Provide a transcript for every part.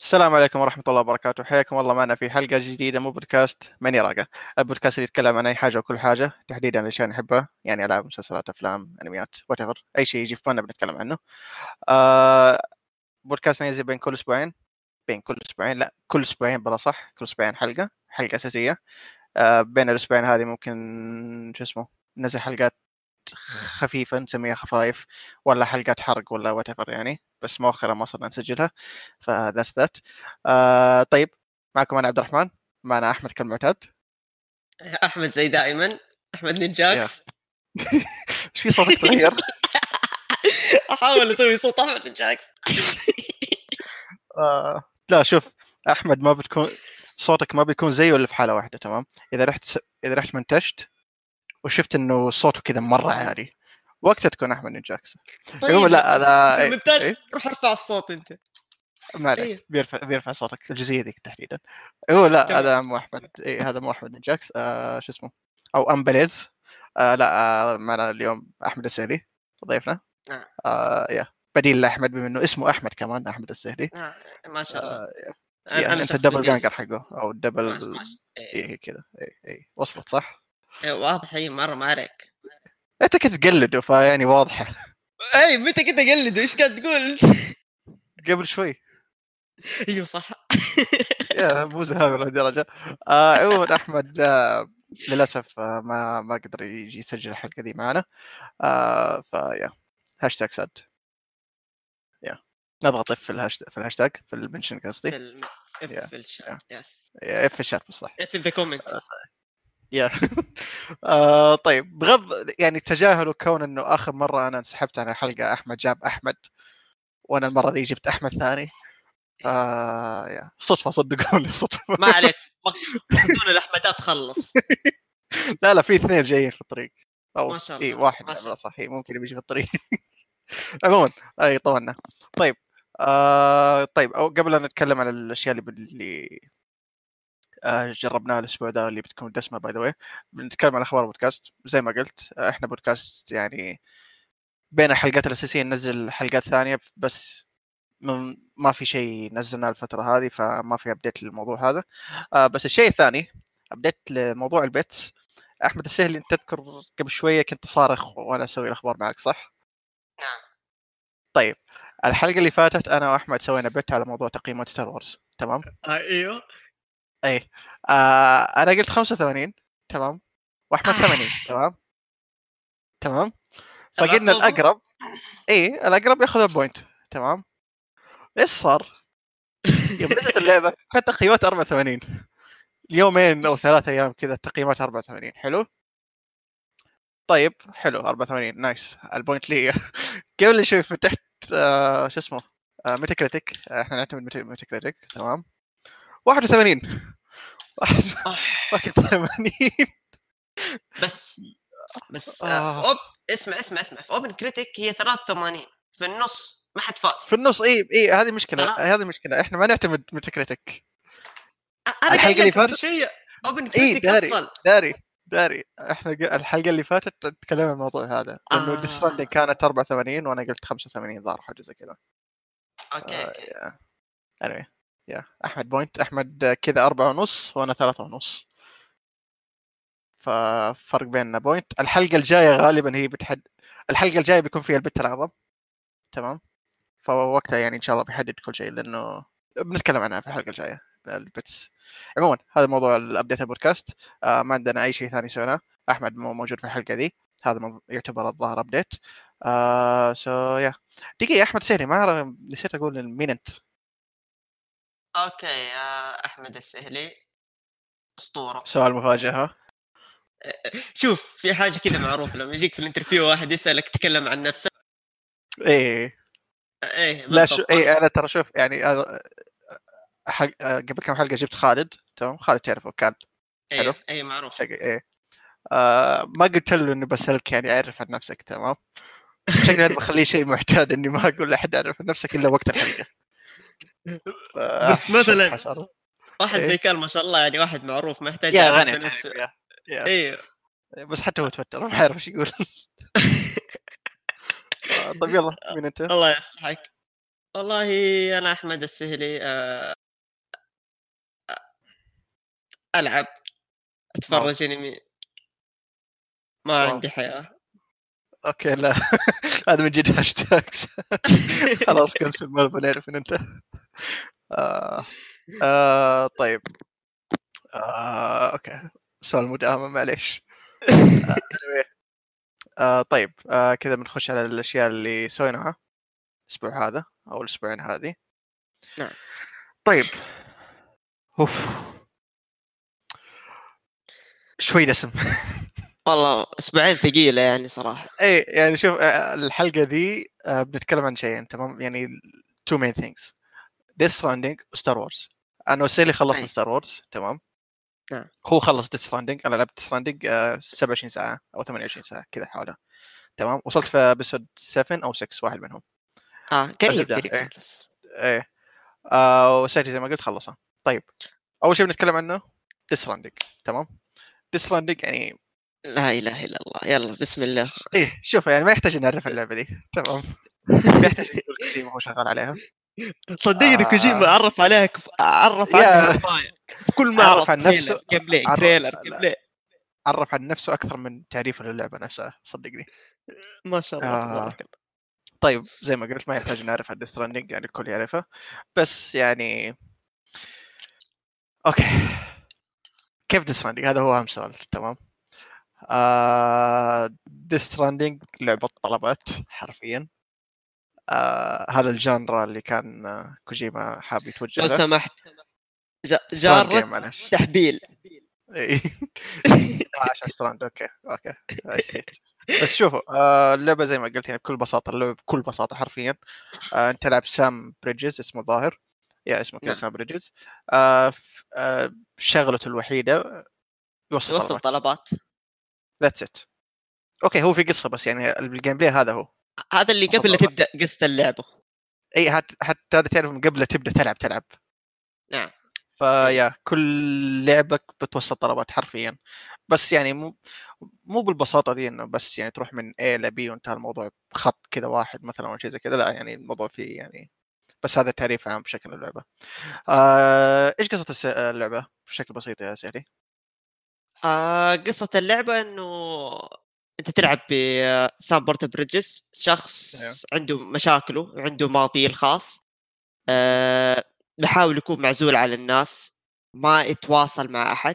السلام عليكم ورحمة الله وبركاته. حياكم الله معنا في حلقة جديدة من بودكاست ماني راقة. البودكاست اللي يتكلم عن أي حاجة وكل حاجة، تحديدا الأشياء نحبها، يعني ألعاب، مسلسلات، أفلام، أنميات، whatever، أي شيء يجي في بالنا بنتكلم عنه. آه بودكاست ينزل بين كل أسبوعين، لا كل أسبوعين بلا صح، كل أسبوعين حلقة أساسية. بين الأسبوعين هذه ممكن ننزل حلقات خفيفة نسميها خفايف، ولا حلقات حرق ولا whatever يعني، بس مؤخرا ما صرنا نسجلها. فذاتس ذات. طيب، معكم أنا عبد الرحمن، معنا أحمد كالمعتاد. احمد زي دائما. احمد يا نينجاكس. ايش في صوتك تغير؟ احاول اسوي صوت احمد نينجاكس. لا شوف، أحمد ما بتكون صوتك ما بيكون زيه إلا في حالة واحدة، تمام؟ إذا رحت منتجت وشفت إنه صوته كذا مرة عالي، وقتها تكون أحمد نجاكس. عموما طيب لا هذا في المونتاج إيه؟ روح ارفع الصوت انت. ما ايه عليك، بيرفع صوتك الجزئيه ذيك تحديدا. هو لا تمام. هذا مو احمد، هذا مو احمد نجاكس. شو اسمه، او امبليز. لا معنا اليوم احمد السهلي ضيفنا. آه. يا بديل لاحمد، بما انه اسمه احمد كمان، احمد السهلي. آه. ما شاء الله. آه انا انت شخص الدبل بديل. جانجر حقه او الدبل. ماشي ايه. ايه كذا، ايه وصلت صح. إيه واضح، اي مره ما عليك. انت كنت تقلده فيعني واضحه. اي متى كنت اقلده؟ ايش قاعد تقول انت؟ قبل شوي. ايوه صح. يا مو هذه الدرجه. عموما احمد للاسف ما قدر يجي يسجل الحلقه دي معنا. فيا هاشتاج سد. يا نضغط اف في الهاشتاج في المنشن قصدي. في الم... يا في الشات يا يس. اف في الشات صح. في ذا كومنت. يا طيب، بغض يعني تجاهلوا كون انه اخر مره انا انسحبت عن الحلقه احمد جاب احمد، وانا المره دي جبت احمد ثاني. يا صدفه، صدقوني صدفه. ما عليك. مخزون الاحمدات خلص. لا في اثنين جايين في الطريق، او ما شاء اي الله واحد ما لا شاء الله. صح، ممكن بيجي في الطريق. عموما اي طولنا. طيب. طيب، أو قبل أن نتكلم عن الأشياء اللي جربناها الأسبوع ذا، اللي بتكون دسمة باي ذا واي، بنتكلم عن أخبار البودكاست زي ما قلت. إحنا بودكاست يعني بين الحلقات الأساسية ننزل حلقات ثانية بس. ما في شيء نزلناه الفترة هذه، فما في أبديت للموضوع هذا. بس الشيء الثاني، أبديت لموضوع البيتس. أحمد السهلي، أنت تذكر قبل شوية كنت صارخ وأنا أسوي الأخبار معك صح؟ نعم. طيب، الحلقة اللي فاتت أنا وأحمد سوينا بيت على موضوع تقييمات ستار وورز، تمام؟ ايوه. ايه. انا قلت 85، تمام، واحمد 80، تمام تمام. فقلنا العقوبه. الاقرب، ايه الاقرب ياخذ البوينت، تمام. ايش صار؟ يوم نزلت اللعبه كانت تقييمات 84، يومين او 3 ايام كذا التقييمات 84. حلو. طيب حلو 84 نايس، البوينت لي. قبل شوي فتحت شو اسمه، ميتا كريتيك. احنا نعتمد ميتا كريتيك، تمام. 81. فكت 80. بس في آه. اسمع في اوبن كريتيك هي 83 في النص، ما حد فاز. في النص، اي هذه مشكله، خلاص. احنا ما نعتمد ميتا كريتيك. انا قايل الحلقه اللي لك قبل فاتت، شويه اوبن اي كريتيك داري افضل. داري داري احنا الحلقه اللي فاتت تكلمنا عن الموضوع هذا، لانه اه ديستراندنج كانت 84 وانا قلت 85 ظهر حاجه زي كذا. اوكي. يا anyway. يا احمد بوينت، احمد كذا 4.5 وانا 3.5، ففرق بيننا بوينت. الحلقه الجايه غالبا هي الحلقه الجايه بيكون فيها البت الاعظم، تمام. فوقتها يعني ان شاء الله بيحدد كل شيء، لانه بنتكلم عنها في الحلقه الجايه البتس. عموما هذا موضوع الابديت البودكاست. ما عندنا اي شيء ثاني سويناه. احمد مو موجود في الحلقه دي، هذا يعتبر الظاهر ابديت. يا دقيقه يا احمد سهري، ما نسيت اقول مين انت. اوكي يا احمد السهلي، اسطوره. سؤال مفاجاه. شوف في حاجه كذا معروفه، لما يجيك في الانترفيو واحد يسالك تكلم عن نفسك. ايه ايه لا شو، بالضبط انا ترى شوف يعني قبل كم حلقه جبت خالد، تمام. خالد تعرفه كان حلو. ايه معروف. ايه. ما قلت له اني بسألك يعني اعرف عن نفسك، تمام. شكلي هذا بخليه شيء معتاد اني ما اقول لاحد اعرف عن نفسك الا وقت الحلقه. بس مثلا حشر. واحد زي ايه كان ما شاء الله، يعني واحد معروف ما يحتاج يا يعرف غني بنفسه. تعرف يا ايه. بس حتى هو تويتر ما يعرف ايش يقول. طيب يلا، مين انت؟ الله يصلحك. والله انا احمد السهلي، العب، واو اتفرج انمي، ما واو عندي حياه. اوكي لا هذا من جد هاشتاجز خلاص كنسل ما بنعرف ان انت آه. طيب اوكي سؤال مداهمة معليش. anyway. طيب كذا بنخش على الاشياء اللي سويناها الاسبوع هذا او الاسبوعين هذه. نعم. طيب اوف شوي دسم والله اسبوعين ثقيله يعني صراحه. ايه يعني شوف الحلقه ذي بنتكلم عن شيئين تمام يعني two main things Death Stranding وستار وورز. انا وسيلي خلصنا اي. ستار وورز تمام. نعم. هو خلص Death Stranding انا لعبت Stranding 27 ساعه او 28 ساعه كذا حوالي تمام. وصلت في ابيسود 7 او 6 واحد منهم. قريب الزبده قريب ايه خلص. ايه وسيلي زي ما قلت خلصها. طيب اول شيء بنتكلم عنه Death Stranding تمام. Death Stranding يعني لا اله الا الله، يلا بسم الله. ايه شوف يعني ما يحتاج نعرف اللعبه دي تمام. ما يحتاج نقول كوجيما هو شغال عليها. صدقني كوجيما آه عرف عليها عرف عنها يا كفايه في كل معرض، عرف عن تريلر نفسه جيم بلاي عر... تريلر جيم لا، بلاي. عرف عن نفسه اكثر من تعريفه للعبه نفسها صدقني. ما شاء الله آه تبارك الله. طيب زي ما قلت ما يحتاج نعرف عن ستراندنج يعني الكل يعرفه. بس يعني اوكي كيف ستراندنج هذا هو اهم سؤال تمام. ستراندنج لعبه طلبات حرفيا. هذا الجانرا اللي كان كوجيما حاب يتوجه لو له. سمحت، ستراند جارة جيم معلش. تحبيل. إي. عشان ستراند اوكي اي سيت. بس شوفوا اللعبه زي ما قلت يعني بكل بساطه اللعبه بكل بساطه حرفيا. انت تلعب سام بريدجز اسمه ظاهر يا اسمه كذا نعم. سام بريدجز. شغلته الوحيده يوصل يوصل طلبات. طلبات. ذاتس ات. اوكي هو في قصه بس يعني الجيم بلاي هذا هو هذا اللي وصل قبل لا طلبات. تبدا قصه اللعبه. اي حتى هذا تعرف من قبل لا تبدا تلعب. نعم. اي. فيا كل لعبك بتوصل طلبات حرفيا. بس يعني مو بالبساطه دي انه بس يعني تروح من A ل B وانتهى الموضوع بخط كذا واحد مثلا او شيء زي كذا لا يعني الموضوع فيه يعني. بس هذا تعريف عام بشكل اللعبه. ايش قصه اللعبه بشكل بسيط يا سيدي. قصه اللعبه انه انت تلعب بسام بورتا بريدجز، ايوه شخص عنده مشاكله، عنده ماضيه الخاص. بحاول يكون معزول على الناس، ما يتواصل مع احد.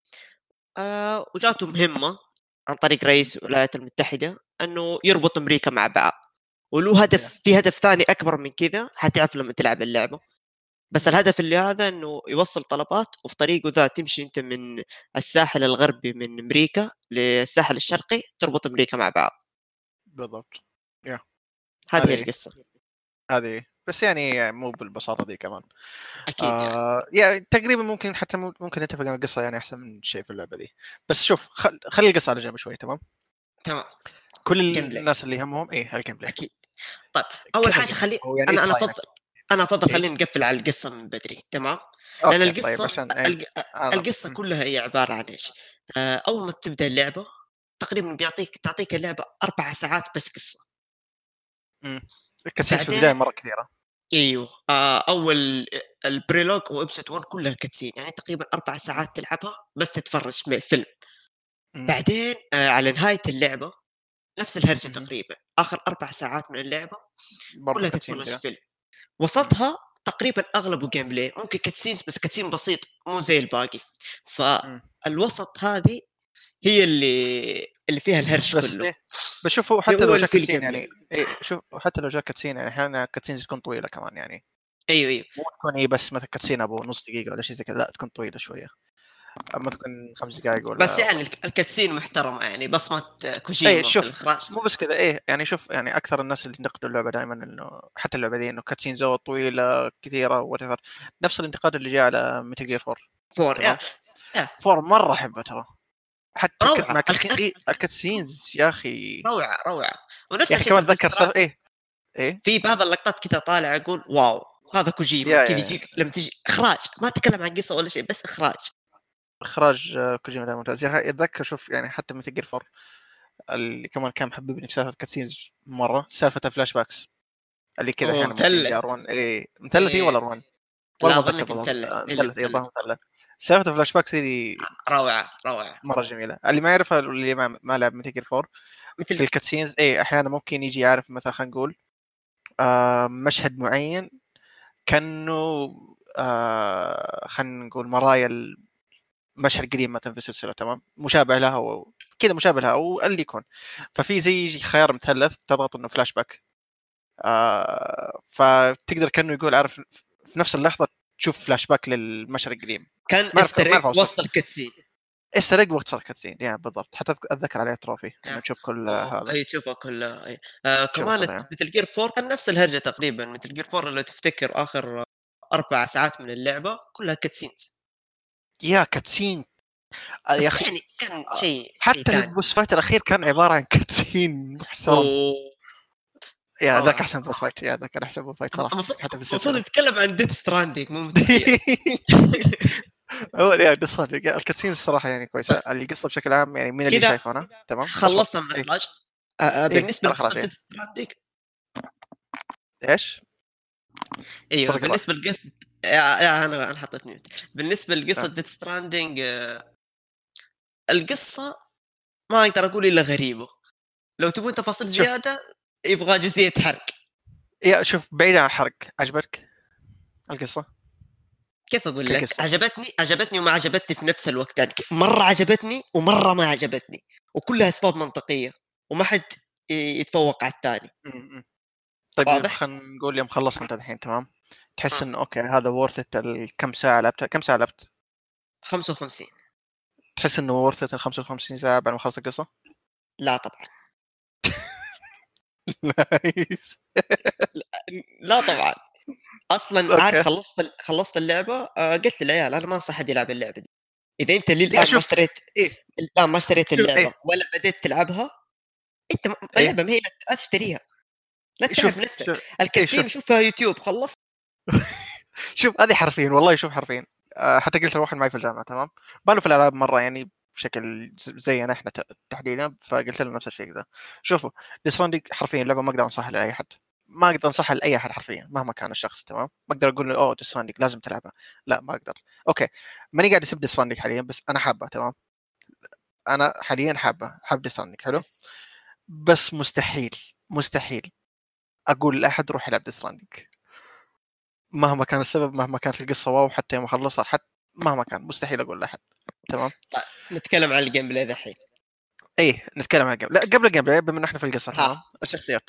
وجاته مهمه عن طريق رئيس الولايات المتحده انه يربط امريكا مع بعض. وله ايوه هدف، في هدف ثاني اكبر من كذا حتعرف لما تلعب اللعبه. بس الهدف اللي هذا انه يوصل طلبات، وفي طريقه ذا تمشي انت من الساحل الغربي من امريكا للساحل الشرقي، تربط امريكا مع بعض. بالضبط. يا هذه هي هذه القصه. هذه بس يعني مو بالبساطه دي كمان. اكيد يعني. يعني تقريبا ممكن حتى ممكن نتفق ان القصه يعني احسن من شيء في اللعبه دي. بس شوف خلي القصه على جنب شوي تمام. تمام. كل جيم بلاي. الناس اللي يهمهم ايه الجيم بلاي. اكيد. طيب، اول كيف حاجه الجيم بلاي خلي هو يعني ايش انا رايك؟ افضل، انا افضل ايه خلينا نقفل على القصه من بدري. تمام. لان اوكي طيب القصه عشان ايه انا القصه كلها هي عباره عن ايش؟ اول ما تبدا اللعبه تقريبا تعطيك اللعبه 4 ساعات بس قصه. امم الكاتسينز في البدايه بعدين مره كثيره. ايوه، اول البريلوج وابسود 1 كلها كاتسين، يعني تقريبا 4 ساعات تلعبها بس تتفرج فيلم. امم بعدين على نهايه اللعبه نفس الهرجه امم تقريبا، اخر 4 ساعات من اللعبه برضه كلها كاتسينز تتفرج يا فيلم. امم وسطها تقريبا اغلبه جيم بلاي، ممكن كاتسينز بس كاتسين بسيط مو زي الباقي. امم فالوسط هذه هي اللي فيها الهرج بس كله. ايه بس شوف هو حتى هو لو اللي جاء فيه كاتسين الجيم بلاي. يعني ايه شوف حتى لو جاء كاتسين يعني احيانا الكاتسينز تكون طويله كمان يعني. ايوه ايوه. مو تكون هي بس مثلا كاتسين ابو نص دقيقه ولا شيء زي كذا لا تكون طويله شويه. اما تكون 5 دقائق بس ولا. يعني الكاتسين محترمه، يعني بصمه ايه كوجيما في شوف الاخراج. مو بس كذا ايه يعني شوف يعني اكثر الناس اللي ينتقدوا اللعبه دائما انه حتى اللعبه دي انه كاتسين زود طويله كثيره وات نفس الانتقاد اللي جاء على ميتال جير 4 فور تمام. يا 4 مره احبه ترى. حتى روعه مع كاتسين ايه الكاتسينز يا اخي. روعه روعه. يا ونفس اخي الشيء كمان ترى في اتذكر سترات، ايه ايه في بعض اللقطات كذا طالع اقول واو، هذا كوجيما كذا يا يجيك لما تجي اخراج، ما اتكلم عن قصه ولا شيء، بس اخراج. اخراج كوجيما دائما ممتاز. يا اخي اتذكر شوف يعني حتى ميتال جير 4 اللي كمان كان محببني في سالفه كاتسينز مره سالفه الفلاش باكس. اللي كذا اوه احيانا ممكن مثلث. يجي ار1. اي مثلث هي إيه. ولا ار1؟ والله لا ما اتذكر ظنيت بالضبط. مثلث الا مثلث، اي مثلث. الظاهر مثلث. سالفه الفلاش باك دي روعه روعه. مره جميله. اللي ما يعرفها، اللي ما لعب ميتل جير 4، في مثل الكاتسينز اي احيانا ممكن يجي يعرف مثلا، خلينا نقول مشهد معين كانه خلينا نقول مرايا المشهد القديم مثلا في السلسله، تمام، مشابه لها كذا، مشابه لها او اللي يكون. ففي زي خيار مثلث تضغط انه فلاش باك، فتقدر كانه يقول عارف في نفس اللحظه تشوف فلاش باك للمشهد القديم. كان ما استريك اعرف اوصف. وسط الكتسين. استرق وقت صار كاتسين، يعني بالضبط. حتى اتذكر عليه تروفي انه تشوف كل هذا. اي تشوفها كلها اي. تشوفه كمان كله يعني. مثل جير 4 كان نفس الهرجه تقريبا. مثل جير 4 لو تفتكر اخر 4 ساعات من اللعبه كلها كاتسينز. يا كاتسين يا بس اخي. يعني كان شيء حتى ثاني. البوس فايت الاخير كان عباره عن كاتسين محترم. اوه يا ذاك روعه. احسن بوس فايت، يا ذاك احسن بوس فايت صراحه المفروض حتى في المفروض السلسله. نتكلم عن ديث ستراندينج مو مثل جير. هو يا قصة الكاتسين الصراحه يعني كويسه. القصه بشكل عام يعني من اللي كذا شايفه انا تمام اصبر. خلصنا من اي اخراج. اي بالنسبه انا لقصه خلاص ديث ايه. ستراندينج. ايش؟ ايوه صوتك راح. بالنسبه لقصه انا حطيت ميوت. بالنسبه لقصه آه. ديث ستراندينج، القصه ما اقدر اقول الا غريبه. لو تبون تفاصيل شوف، زياده يبغى جزئيه حرق. يا شوف بعيد عن الحرق، عجبك القصه كيف اقول لك؟ كقصه؟ عجبتني وما عجبتني في نفس الوقت. يعني مره عجبتني ومره ما عجبتني، وكلها اسباب منطقيه وما حد يتفوق على الثاني. م- م. طيب واضح. خلينا نقول يوم خلصت انت الحين تمام، تحس مم. انه اوكي هذا وورث كم ساعه لعبتها؟ كم ساعه لعبت؟ 55. تحس انه وورث ال 55 ساعه بعد ما خلصت القصه؟ لا طبعا. نايس. لا طبعا. اصلا عارف، اوكي. خلصت اللعبه. قلت للعيال انا ما انصح حد يلعب اللعبه دي. اذا انت يا للان ما شوف، اشتريت، ايه الان ما اشتريت شوف اللعبه ايه ولا بديت تلعبها، انت ايه اللعبه ما هي لك، لا تشتريها. لا تتعب شوف نفسك. شوف ايه الكاتسين شوف شوف فيها يوتيوب خلص. شوف هذه حرفيا والله، شوف حرفيا حتى قلت لواحد معي في الجامعه تمام، باله في الالعاب مره يعني بشكل زينا احنا تحديدا، فقلت له نفس الشيء ذا. شوفوا، ديسراندينج حرفيا لعبه ما اقدر انصحها لاي احد، ما اقدر انصحها لاي احد حرفيا مهما كان الشخص، تمام. ما اقدر اقول له اوه ديسراندينج لازم تلعبها، لا ما اقدر. اوكي، ماني قاعد اسب ديسراندينج حاليا، بس انا حابه تمام. انا حاليا حاب ديسراندينج حلو، بس بس مستحيل اقول لاحد روح يلعب ديسراندينج مهما كان السبب، مهما كانت القصه واو، حتى يوم اخلصها، حتى مهما كان مستحيل اقول لاحد. تمام. طيب نتكلم عن الجيم بلاي ذحين. ايه نتكلم عن الجيم، لا قبل الجيم بلاي بما ان احنا في القصه ها. تمام، الشخصيات.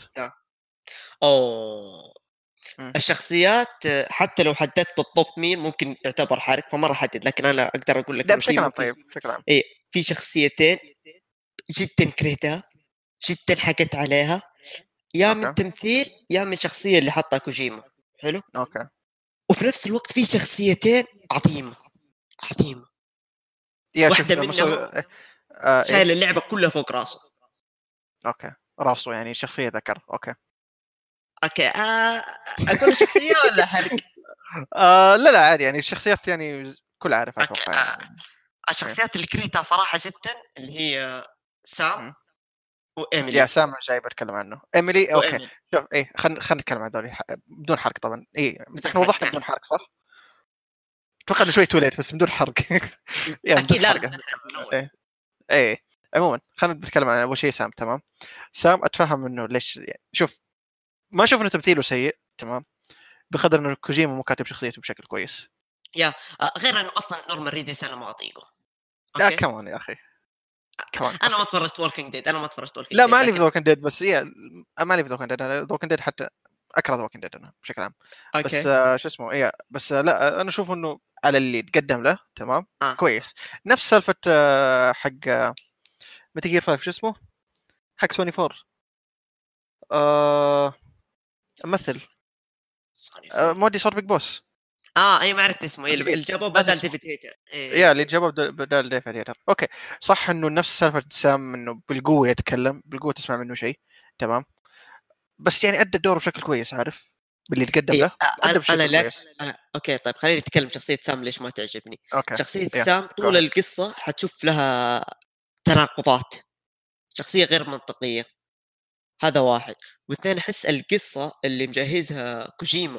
اوه. مم. الشخصيات، حتى لو حددت بالضبط مين ممكن يعتبر حرق، فما راح احدد، لكن انا اقدر اقول لك لا انه في بشكل عام، ممكن. طيب بشكل عام. ايه، في شخصيتين جدا كرهتها، جدا حكت عليها، يا من اوكي تمثيل يا من شخصية اللي حطها كوجيما. حلو. اوكي. وفي نفس الوقت في شخصيتين عظيمة عظيمة. يا واحدة شوف منهم إيه. شايل ايه اللعبة كلها فوق راسه. اوكي، راسه يعني شخصيه ذكر، اوكي. اوكي. اقول شخصية ولا حرق؟ لا لا عادي، يعني الشخصيات يعني كل عارفها اوكي. اتوقع يعني. ايه. الشخصيات اللي كرهتها صراحة جدا اللي هي سام مم. يا وايميلي. سامع جاي بتكلم عنه ايميلي، اوكي. وايميلي شوف ايه، خلينا نتكلم عن هذول بدون حرق طبعا. ايه بدون احنا حرق وضحنا نعم. بدون حرق صح؟ اتوقع انه شوي توليت بس بدون حرق. يعني بدون اكيد لا لا حرق. بدون حرق من اول. ايه ايه. عموما خلينا نتكلم عن اول شيء سام تمام. سام اتفهم انه ليش يعني، شوف، ما اشوف انه تمثيله سيء تمام، بقدر انه كوجيما مو كاتب شخصيته بشكل كويس. يا غير انه اصلا نورمان ريديس انا ما اطيقه. لا اوكي. كمان يا اخي، كمان يا انا ما اخي. تفرجت ووركينج ديد، انا ما تفرجت ووركينج لا ديد مالي في لكن ذا ديد، بس هي مالي في ذا ديد، انا ذا ديد حتى اكره ذا ديد انا بشكل عام. بس اوكي. شو اسمه ايه، بس لا انا اشوف انه على اللي تقدم له تمام اه كويس. نفس سالفه حق متى جير 5 شو اسمه، حق 24 مثل سوني فور. مودي صار بيج بوس. اي ما عرفت اسمه. اللي الجديد جابوه ناس بدل اسمه، ديفيد هيتر. يا اللي جابه بدال ديف هيدر. اوكي صح انه نفس سالفه سام، انه بالقوه يتكلم، بالقوه تسمع منه شيء تمام، بس يعني ادى الدور بشكل كويس، عارف باللي تقدم اي له ادى انا بشكل لعبت كويس. اوكي طيب خليني نتكلم شخصية سام ليش ما تعجبني. اوكي شخصية يا سام جو طول هيد. القصة حتشوف لها تناقضات، شخصية غير منطقية. هذا واحد. واثنين احس القصة اللي مجهزها كوجيما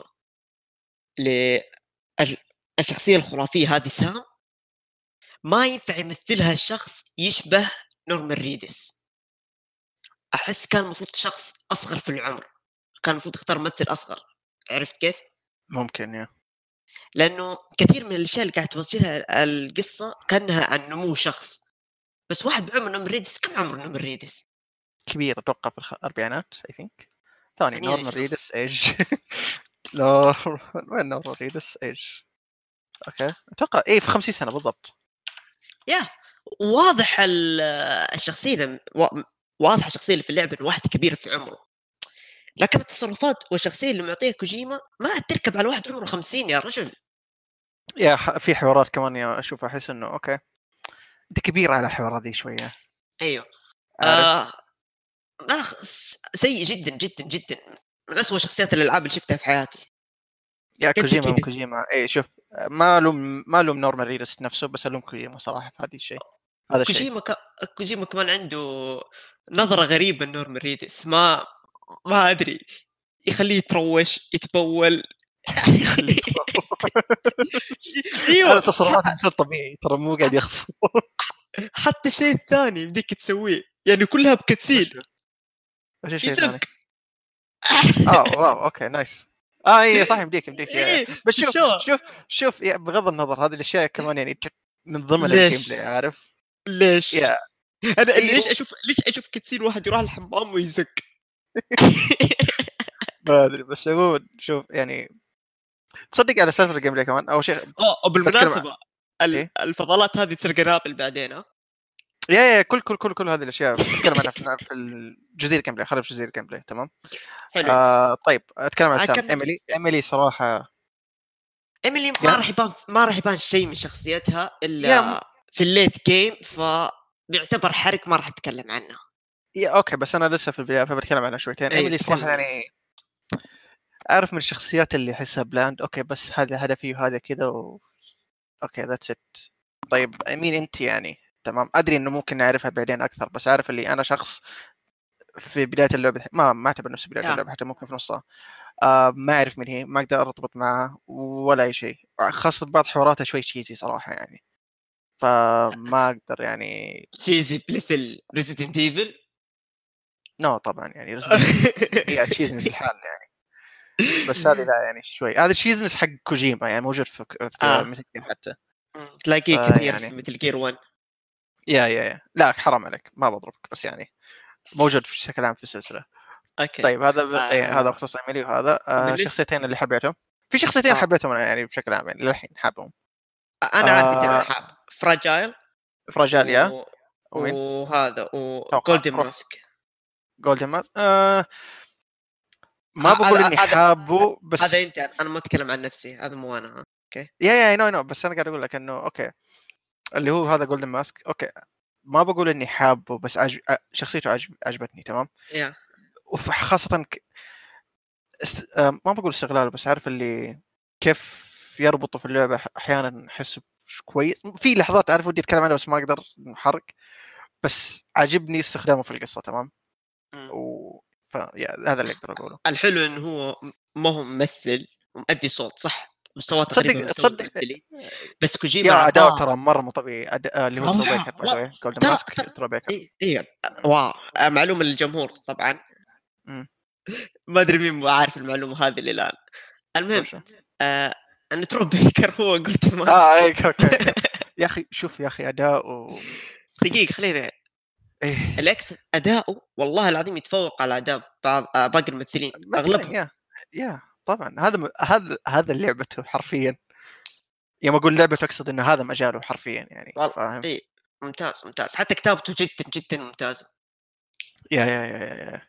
للشخصية الخرافية هذه سام ما ينفع يمثلها شخص يشبه نورمان ريدس. احس كان المفروض شخص اصغر في العمر، كان المفروض اختار ممثل اصغر. عرفت كيف؟ ممكن يا لانه كثير من الاشياء اللي قاعد توجهها القصه كانها عن نمو شخص، بس واحد بعمر نورمان ريدس. كم عمر نورمان ريدس؟ كبير، اتوقع في الاربعينات اي ثينك. ثاني خلينا نورمان نشوف. ريدس ايج. لا، وين نورمان ريدس ايج؟ اوكي اتوقع ايه في 50 سنه بالضبط. يا واضح الشخصيه واضح الشخصيه اللي في اللعبه انه واحد كبير في عمره، لكن التصرفات والشخصيه اللي معطيها كوجيما ما تركب على واحد عمره 50 يا رجل. في حوارات كمان يا اشوف احس انه اوكي انت كبير على الحوارات دي شويه، ايوه. عارف. آه سيء جدا جدا جدا، من أسوأ شخصيات الالعاب اللي شفتها في حياتي. يا كنت كوجيما من كذا. كوجيما، اي شوف، ما لوم نورمان ريدس نفسه، بس الوم كوجيما صراحه في هذا الشيء. هذا الشيء كوجيما كوجيما كمان عنده نظرة غريبة لنورمان ريدس، ما أدري، يخليه يتروش يتبول. خليه يتفرج. هذا ايوه. تصرفات انسان طبيعي ترى، مو قاعد يخص. حتى الشيء الثاني بديك تسويه يعني كلها بكتسيل. وش الشيء الثاني؟ يسك. واو اوكي نايس. اي صح، يمديك يا. ايه بس شوف شو شوف يا بغض النظر هذه الاشياء كمان يعني من ضمن الجيم ليش بلاي، عارف. ليش يا انا اي ليش اشوف كتسيل واحد يروح الحمام ويزك. ما ادري، بس عموما شوف يعني تصدق على سالفه الجيم بلاي كمان اول شيء بتكلم وبالمناسبة ايه. الفضلات هذه تصير قنابل بعدين ها. يا كل هذه الاشياء بتكلم عنها في الجزيره الجيم بلاي، خلينا في الجزيره الجيم بلاي تمام. حلو. طيب اتكلم عن سام. كمل. ايميلي صراحه ايميلي يا ما راح يبان شيء من شخصيتها يا الا في الليت جيم، فبيعتبر حرق ما راح اتكلم عنه. اوكي، بس انا لسه في البدايه فبتكلم عنها شويتين. ايوه ايميلي صراحه تكلم. يعني اعرف من الشخصيات اللي احسها بلاند، اوكي بس هذا هدفي وهذا كذا اوكي ذاتس ات. طيب مين انت يعني؟ تمام، ادري انه ممكن نعرفها بعدين اكثر، بس عارف اللي انا شخص في بدايه اللعبه ما اعتبر نفسي بدايه يا اللعبه، حتى ممكن في نصها. ما اعرف من هي، ما اقدر ارتبط معها ولا اي شيء، خاصه بعض حواراتها شوي تشيزي صراحه يعني، فما اقدر يعني. تشيزي مثل ريزيدنت ايفل. نو طبعا يعني ريزدنت ايفل هي تشيزنس الحال يعني، بس هذه لا يعني شوي، هذا تشيزنس حق كوجيما يعني موجود في اه مثل حتى. تلاقيه كثير في فيعني مثل جير 1. يا لا حرام عليك، ما بضربك، بس يعني موجود بشكل عام في السلسله. اوكي. طيب هذا هذا آه بخصوص ايميلي، وهذا بالنسبه شخصيتين اللي حبيتهم. في شخصيتين آه حبيتهم أنا يعني بشكل عام يعني للحين حابهم. انا عارف انت من آه حاب فراجايل فراجاليا و... ومين وهذا توقع وجولدن روح ماسك. جولدن ماس. ما بقول اني هذا حابه هذا بس. انت، انا ما اتكلم عن نفسي، هذا مو انا ها. اوكي. يا نو بس انا قاعد اقول لك انه اوكي اللي هو هذا جولدن ماسك اوكي. ما بقول اني حابه بس شخصيته عجبتني تمام. يا وخاصة ما بقول استغلال، بس عارف اللي كيف يربطوا في اللعبة احيانا احس كويس في لحظات، عارف ودي اتكلم عنها بس ما اقدر حرق، بس عجبني استخدامه في القصة تمام. مم. هذا اللي اقدر اقوله. الحلو انه هو ما هو ممثل ومؤدي صوت صح، مستوى تقريبا مستوى تصدق الممثلين، بس كوجيما يا اداء عطاه ترى مره مو طبيعي. اللي هو ترو روعه. بيكر باي ذا واي، جولدن ترى ماسك ترو بيكر. ايه واو. معلومه للجمهور طبعا، امم ما ادري مين عارف المعلومه هذه الى الان. المهم وشو آه ان ترو بيكر هو قلت ماسك. اوكي يا اخي شوف يا اخي اداء دقيقه خلينا. ايه الاكس اداؤه والله العظيم يتفوق على اداء بعض باقي الممثلين مثلا اغلبهم. يا طبعا هذا لعبته حرفيا. يوم اقول لعبته اقصد انه هذا مجاله حرفيا يعني، والله فاهم. ايه ممتاز حتى كتابته جدا جدا ممتازه. يا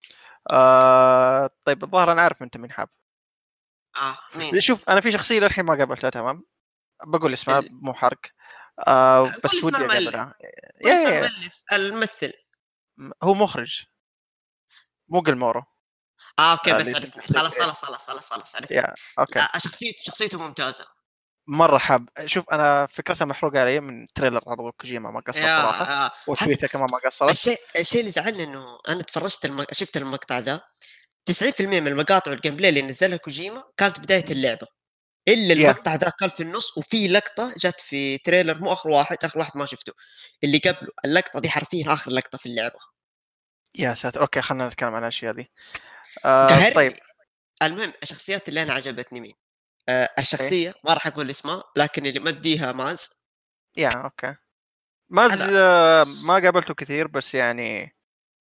طيب الظاهر انا عارف انت مين حاب. مين؟ شوف انا في شخصيه للحين ما قابلتها تمام، بقول اسمها ال... مو حرق. قول لي بس اسم ودي المؤلف. اقابلها. قول لي اسم يا المؤلف الممثل. هو مخرج، مو جلمورو. اوكي اللي بس اسم عرفنا، شخصيته خلاص عرفنا. يا اوكي لا شخصيته ممتازه. مره حاب. شوف انا فكرتها محروقه علي من تريلر عرض كوجيما، ما قصر صراحه، حتى وتويته كمان ما قصرت. الشيء اللي زعلني انه انا شفت المقطع ذا. 90% من المقاطع والجيم بلاي اللي نزلها كوجيما كانت بدايه اللعبه، الا يا المقطع ذا كان في النص، وفي لقطه جت في تريلر، مو اخر واحد ما شفته، اللي قبله اللقطه دي حرفيا اخر لقطه في اللعبه. يا ساتر، اوكي خلينا نتكلم عن الاشياء دي. طيب. قهرني. المهم الشخصيات اللي انا عجبتني مين؟ ايه الشخصيه ما راح اقول اسمها، لكن اللي مديها ماز. يا اوكي. ماز هذا ما قابلته كثير، بس يعني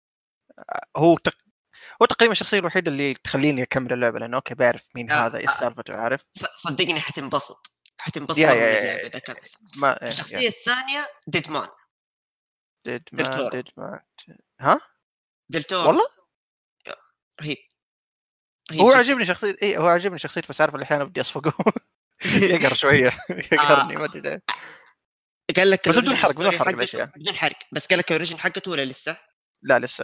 هو هو تقريبا الشخصيه الوحيده اللي تخليني اكمل اللعبه، لانه اوكي بعرف مين آه، هذا، ايش سالفته، عارف. صدقني حتنبسط يا مره يا من يا اللعبه اذا كان اسم. ما يا الشخصيه الثانيه ديدمان. دلتورو. ديد مان. ها دلتورو والله. رهيب، رهيب هو جدا. عجبني شخصيه، هو عجبني شخصيته، بس عارف احيانا بدي اصفقه. يقهر شويه. آه، يقهرني ما ادري ليه. قال لك بس بدون الاوريجن حرق، بدون ستوري حرق حقته الاشياء. بدون حرق، بس قال لك الاوريجن حقته ولا لسه؟ لا لسه.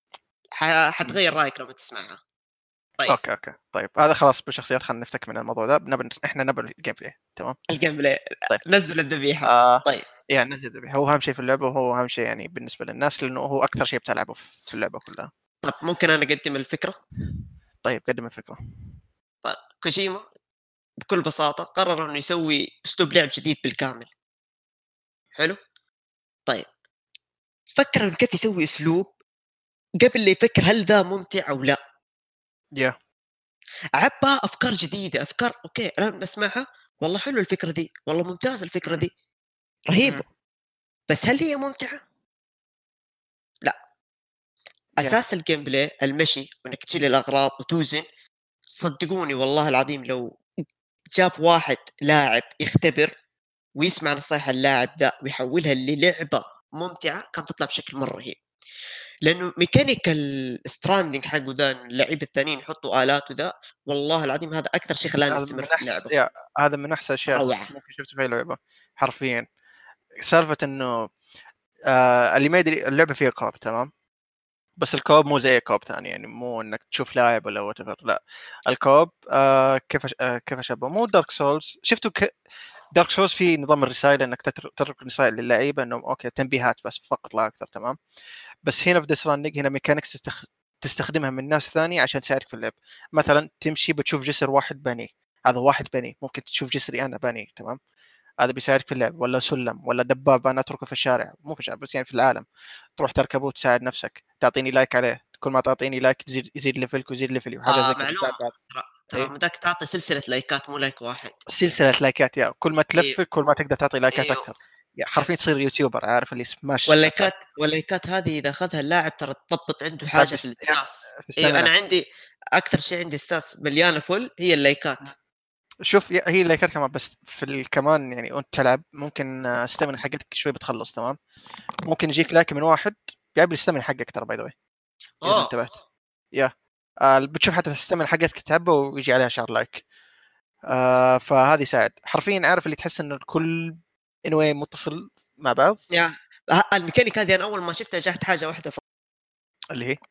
حتغير رايك لما تسمعها. طيب اوكي طيب، هذا خلاص بالشخصيات، خلينا نفتك من الموضوع ذا، احنا نبي الجيم بلاي، تمام. الجيم بلاي، طيب. نزل الذبيحه. آه طيب يعني نزل ذبيحة، هو اهم شيء في اللعبه، وهو اهم شيء يعني بالنسبه للناس، لانه هو اكثر شيء بتلعبه في اللعبه كلها. طب ممكن انا اقدم الفكره. طيب قدم الفكره. طيب كوجيما بكل بساطه قرر انه يسوي اسلوب لعب جديد بالكامل. حلو. طيب فكر انه كيف يسوي اسلوب قبل لا يفكر هل ذا ممتع او لا. يا عبى افكار جديده، افكار اوكي انا بسمعها، والله حلو الفكره دي، والله ممتاز الفكره مم. دي، رهيبه، مم. بس هل هي ممتعه؟ لا. يا اساس الجيم بلاي المشي وانك تشيل الاغراض وتوزن. صدقوني والله العظيم لو جاب واحد لاعب يختبر ويسمع نصايح اللاعب ذا ويحولها للعبه ممتعه، كانت تطلع بشكل مره رهيب. لانه ميكانيكال ستراندنج حقه ذا، اللعيبه الثانيين يحطوا الات وذا، والله العظيم هذا اكثر شيء خلاني هذا استمر من في احسن اللعبه. هذا من احسن الاشياء روعه. ممكن شفت في لعبه، حرفيا. سالفه انه اللي ما يدري، اللعبه فيها كوب، تمام. بس الكوب مو زي كوب ثاني، يعني مو انك تشوف لاعب ولا وات ايفر، لا. الكوب كيف اشبه، مو دارك سولز، شفتوا دارك سولز في نظام الرسائل، انك تترك رسائل للعيبه انهم اوكي تنبيهات بس فقط لا اكثر، تمام. بس هنا في ديس راندنج، هنا ميكانكس تستخدمها من ناس ثانيه عشان تساعدك في اللعب. مثلا تمشي بتشوف جسر واحد بني، هذا واحد بني، ممكن تشوف جسري انا بني، تمام. هذا بيساعدك في اللعب. ولا سلم، ولا دبابه انا اتركه في الشارع، مو في الشارع بس يعني في العالم، تروح تركبه وتساعد نفسك، تعطيني لايك عليه، كل ما تعطيني لايك يزيد ليفلك ويزيد ليفلي، وحاجه زي كذا معلومه. تساعد بعض. ترى اي مداك تعطي سلسله لايكات، مو لايك واحد. سلسله لايكات، يا كل ما ايوه تلفل كل ما تقدر تعطي لايكات ايوه. اكثر. يعني حرفيا يس. تصير يوتيوبر، عارف اللي سماش اتاك. واللايكات هذه اذا اخذها اللاعب ترى تضبط عنده تعال حاجه في الاستاس. في ايوه استامنا. انا عندي اكثر شيء عندي استاس مليانه فل هي اللايكات. شوف هي لايكات كمان، بس في كمان يعني وانت تلعب ممكن استامنا حقتك شوي بتخلص، تمام. ممكن يجيك لايك من واحد بيعبي الاستامنا حقك، ترى باي ذا واي، اذا اوه. انتبهت. يا بتشوف حتى تستعمل حاجات كتابة ويجي عليها شهر لايك. فهذه يساعد حرفيا، عارف اللي تحس انه الكل انوي متصل مع بعض. يا الميكانيك هذه انا اول ما شفتها جات حاجه واحده اللي هي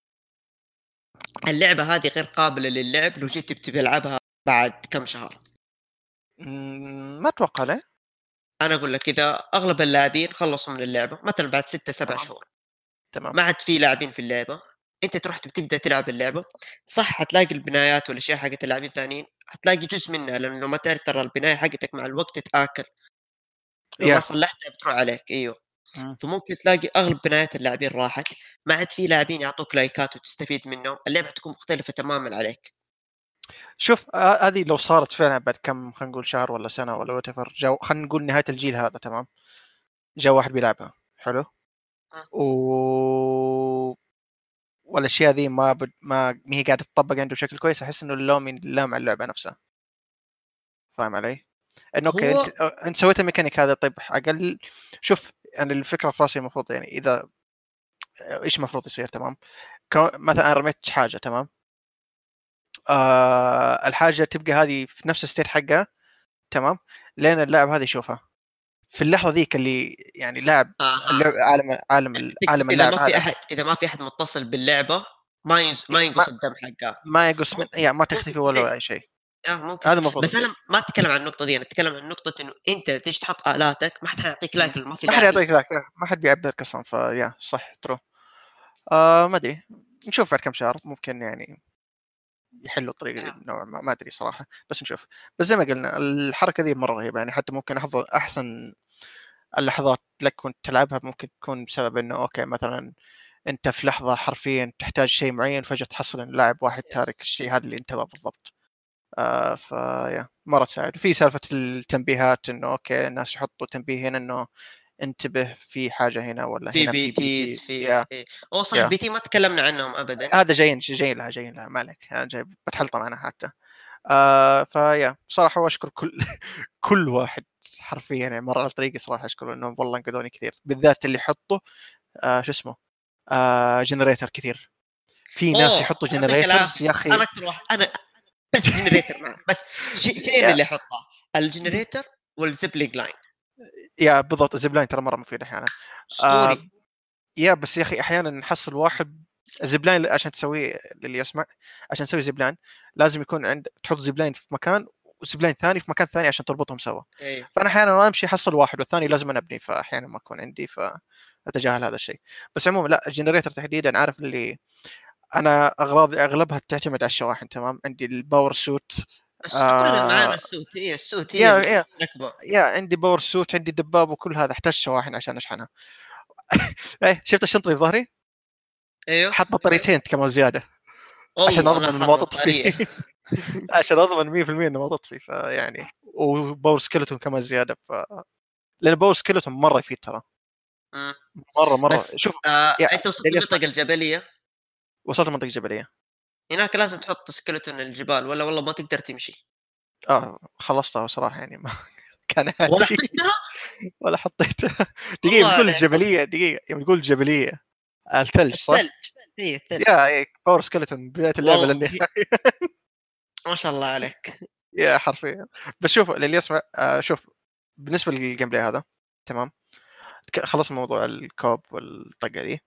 اللعبه هذه غير قابله للعب لو جيت تبي تلعبها بعد كم شهر. ما اتوقع له. انا اقول لك اذا اغلب اللاعبين خلصوا من اللعبه مثلا بعد 6-7 تمام شهور، تمام. ما عاد في لاعبين في اللعبه، انت تروح تبدا تلعب اللعبه، صح حتلاقي البنايات والاشياء حقت اللاعبين الثانيين، حتلاقي جزء منها، لانه ما تعرف ترى البنايه حقتك مع الوقت تتاكل، لو ما يا صلحتها بتروح عليك. ايوه. مم. فممكن تلاقي اغلب بنايات اللاعبين راحت، ما عاد في لاعبين يعطوك لايكات وتستفيد منهم، اللعبه تكون مختلفه تماما عليك. شوف هذه لو صارت فعلا بعد كم، خلينا نقول شهر ولا سنة ولا وات جو، خلينا نقول نهاية الجيل هذا، تمام. جاء واحد بيلعبها حلو، و والاشياء ذي ما هي قاعده تطبق عنده بشكل كويس، احس انه اللوم ينلام على اللعبه نفسها. فاهم علي؟ انه اوكي هو انت سويت الميكانيك هذا، طيب اقل. شوف انا الفكره في راسي المفروض يعني اذا ايش المفروض يصير، تمام. مثلا انا رميت حاجه، تمام. الحاجه تبقى هذه في نفس الستيت حقها، تمام. لين اللاعب هذا يشوفها في اللحظه ذيك اللي يعني لاعب اها. اللعب، عالم اذا اللاعب ما في هذا. احد اذا ما في احد متصل باللعبه ما ما ينقص الدم حقه. ما يقص من، يعني ما تختفي ممكن ولا اي شيء. ممكن هذا صح. المفروض بس يصير. أنا ما أتكلم عن النقطة دي، أنا أتكلم عن نقطة إنه أنت تيجي تحط آلاتك ما حد حيعطيك مم. لايك، ما في ما حد لاعب يعطيك لك، ما حد بيعبرك اصلا، فيا صح ترو. ما ادري، نشوف بعد كم شهر ممكن يعني يحلوا الطريقه دي نوعا ما، ما ادري صراحه، بس نشوف. بس زي ما قلنا الحركه دي مره رهيبه، يعني حتى ممكن احسن اللحظات لك كنت تلعبها ممكن تكون بسبب انه اوكي مثلا انت في لحظه حرفيا تحتاج شيء معين، فجاه تحصل ان لاعب واحد تارك الشيء هذا اللي انتبه بالضبط. فيا مره تساعد. وفي سالفه التنبيهات انه اوكي الناس يحطوا تنبيه هنا انه انتبه في حاجه هنا، ولا في هنا بي في بي تيز تي. في يا إيه. أو صح، يا بي تي ما تكلمنا عنهم أبدا. هذا جايين لها ما عليك، انا جاي بتحلطم معنا حتى. فيا صراحه واشكر كل كل واحد حرفيا، يعني مر على طريقي صراحه اشكره انهم والله انقذوني كثير، بالذات اللي يحطوا شو اسمه جنريتر كثير. في ناس أوه يحطوا يعطيك جنريترز العافية، يا أنا اخي. أكثر واحد، أنا بس جنريتر معه بس. شيئين يا اللي أحطها، الجنريتر والزبلينج لاين. يا بالضبط الزب لاين ترى مره مفيد احيانا. أسطوري. آه يا بس يا اخي احيانا نحصل واحد زب لاين عشان تسويه للي يسمع، عشان تسوي زب لاين لازم يكون تحط زب لاين في مكان وزب لاين ثاني في مكان ثاني عشان تربطهم سوا. إيه. فانا احيانا ما امشي احصل واحد والثاني لازم أنا ابني، فاحيانا ما اكون عندي فاتجاهل هذا الشيء. بس عموما لا الجنريتر تحديدا عارف اللي انا اغراضي اغلبها تعتمد على الشواحن تمام. عندي الباور سوت. بس كلنا معانا آه السوت، هي السوت هي يا النكبة. يا عندي باور سوت، عندي دباب، وكل هذا احتاج شواحن عشان اشحنها. ايه شفت الشنطه اللي في ظهري؟ أيوه. حط بطاريتين كمان زياده عشان والله أنا اضمن انه ما حاط تطفي. بطارية. عشان اضمن 100% انه ما تطفي، فيعني وباور سكيلتون كمان زياده لان باور سكيلتون مره يفيد ترى. إمم. مره بس شوف. يا أنت وصلت اللي يسمع، المنطقة الجبلية، وصلت منطقه جبليه. هناك لازم تحط skeleton الجبال والله ما تقدر تمشي. خلصتها صراحه يعني ما كان ولا عادي. حطيتها؟ ولا حطيتها. دقيقه والله بتقول عليك. الجبليه، دقيقه يوم تقول الجبليه الثلج الثلج. صح؟ هي الثلج. يا إيه باور سكيلتون بدايه اللعبه والله للنهايه. ما شاء الله عليك. يا حرفيا. بس شوف اللي يسمع شوف بالنسبه للجيم بلاي هذا تمام. خلصنا موضوع الكوب والطقه دي.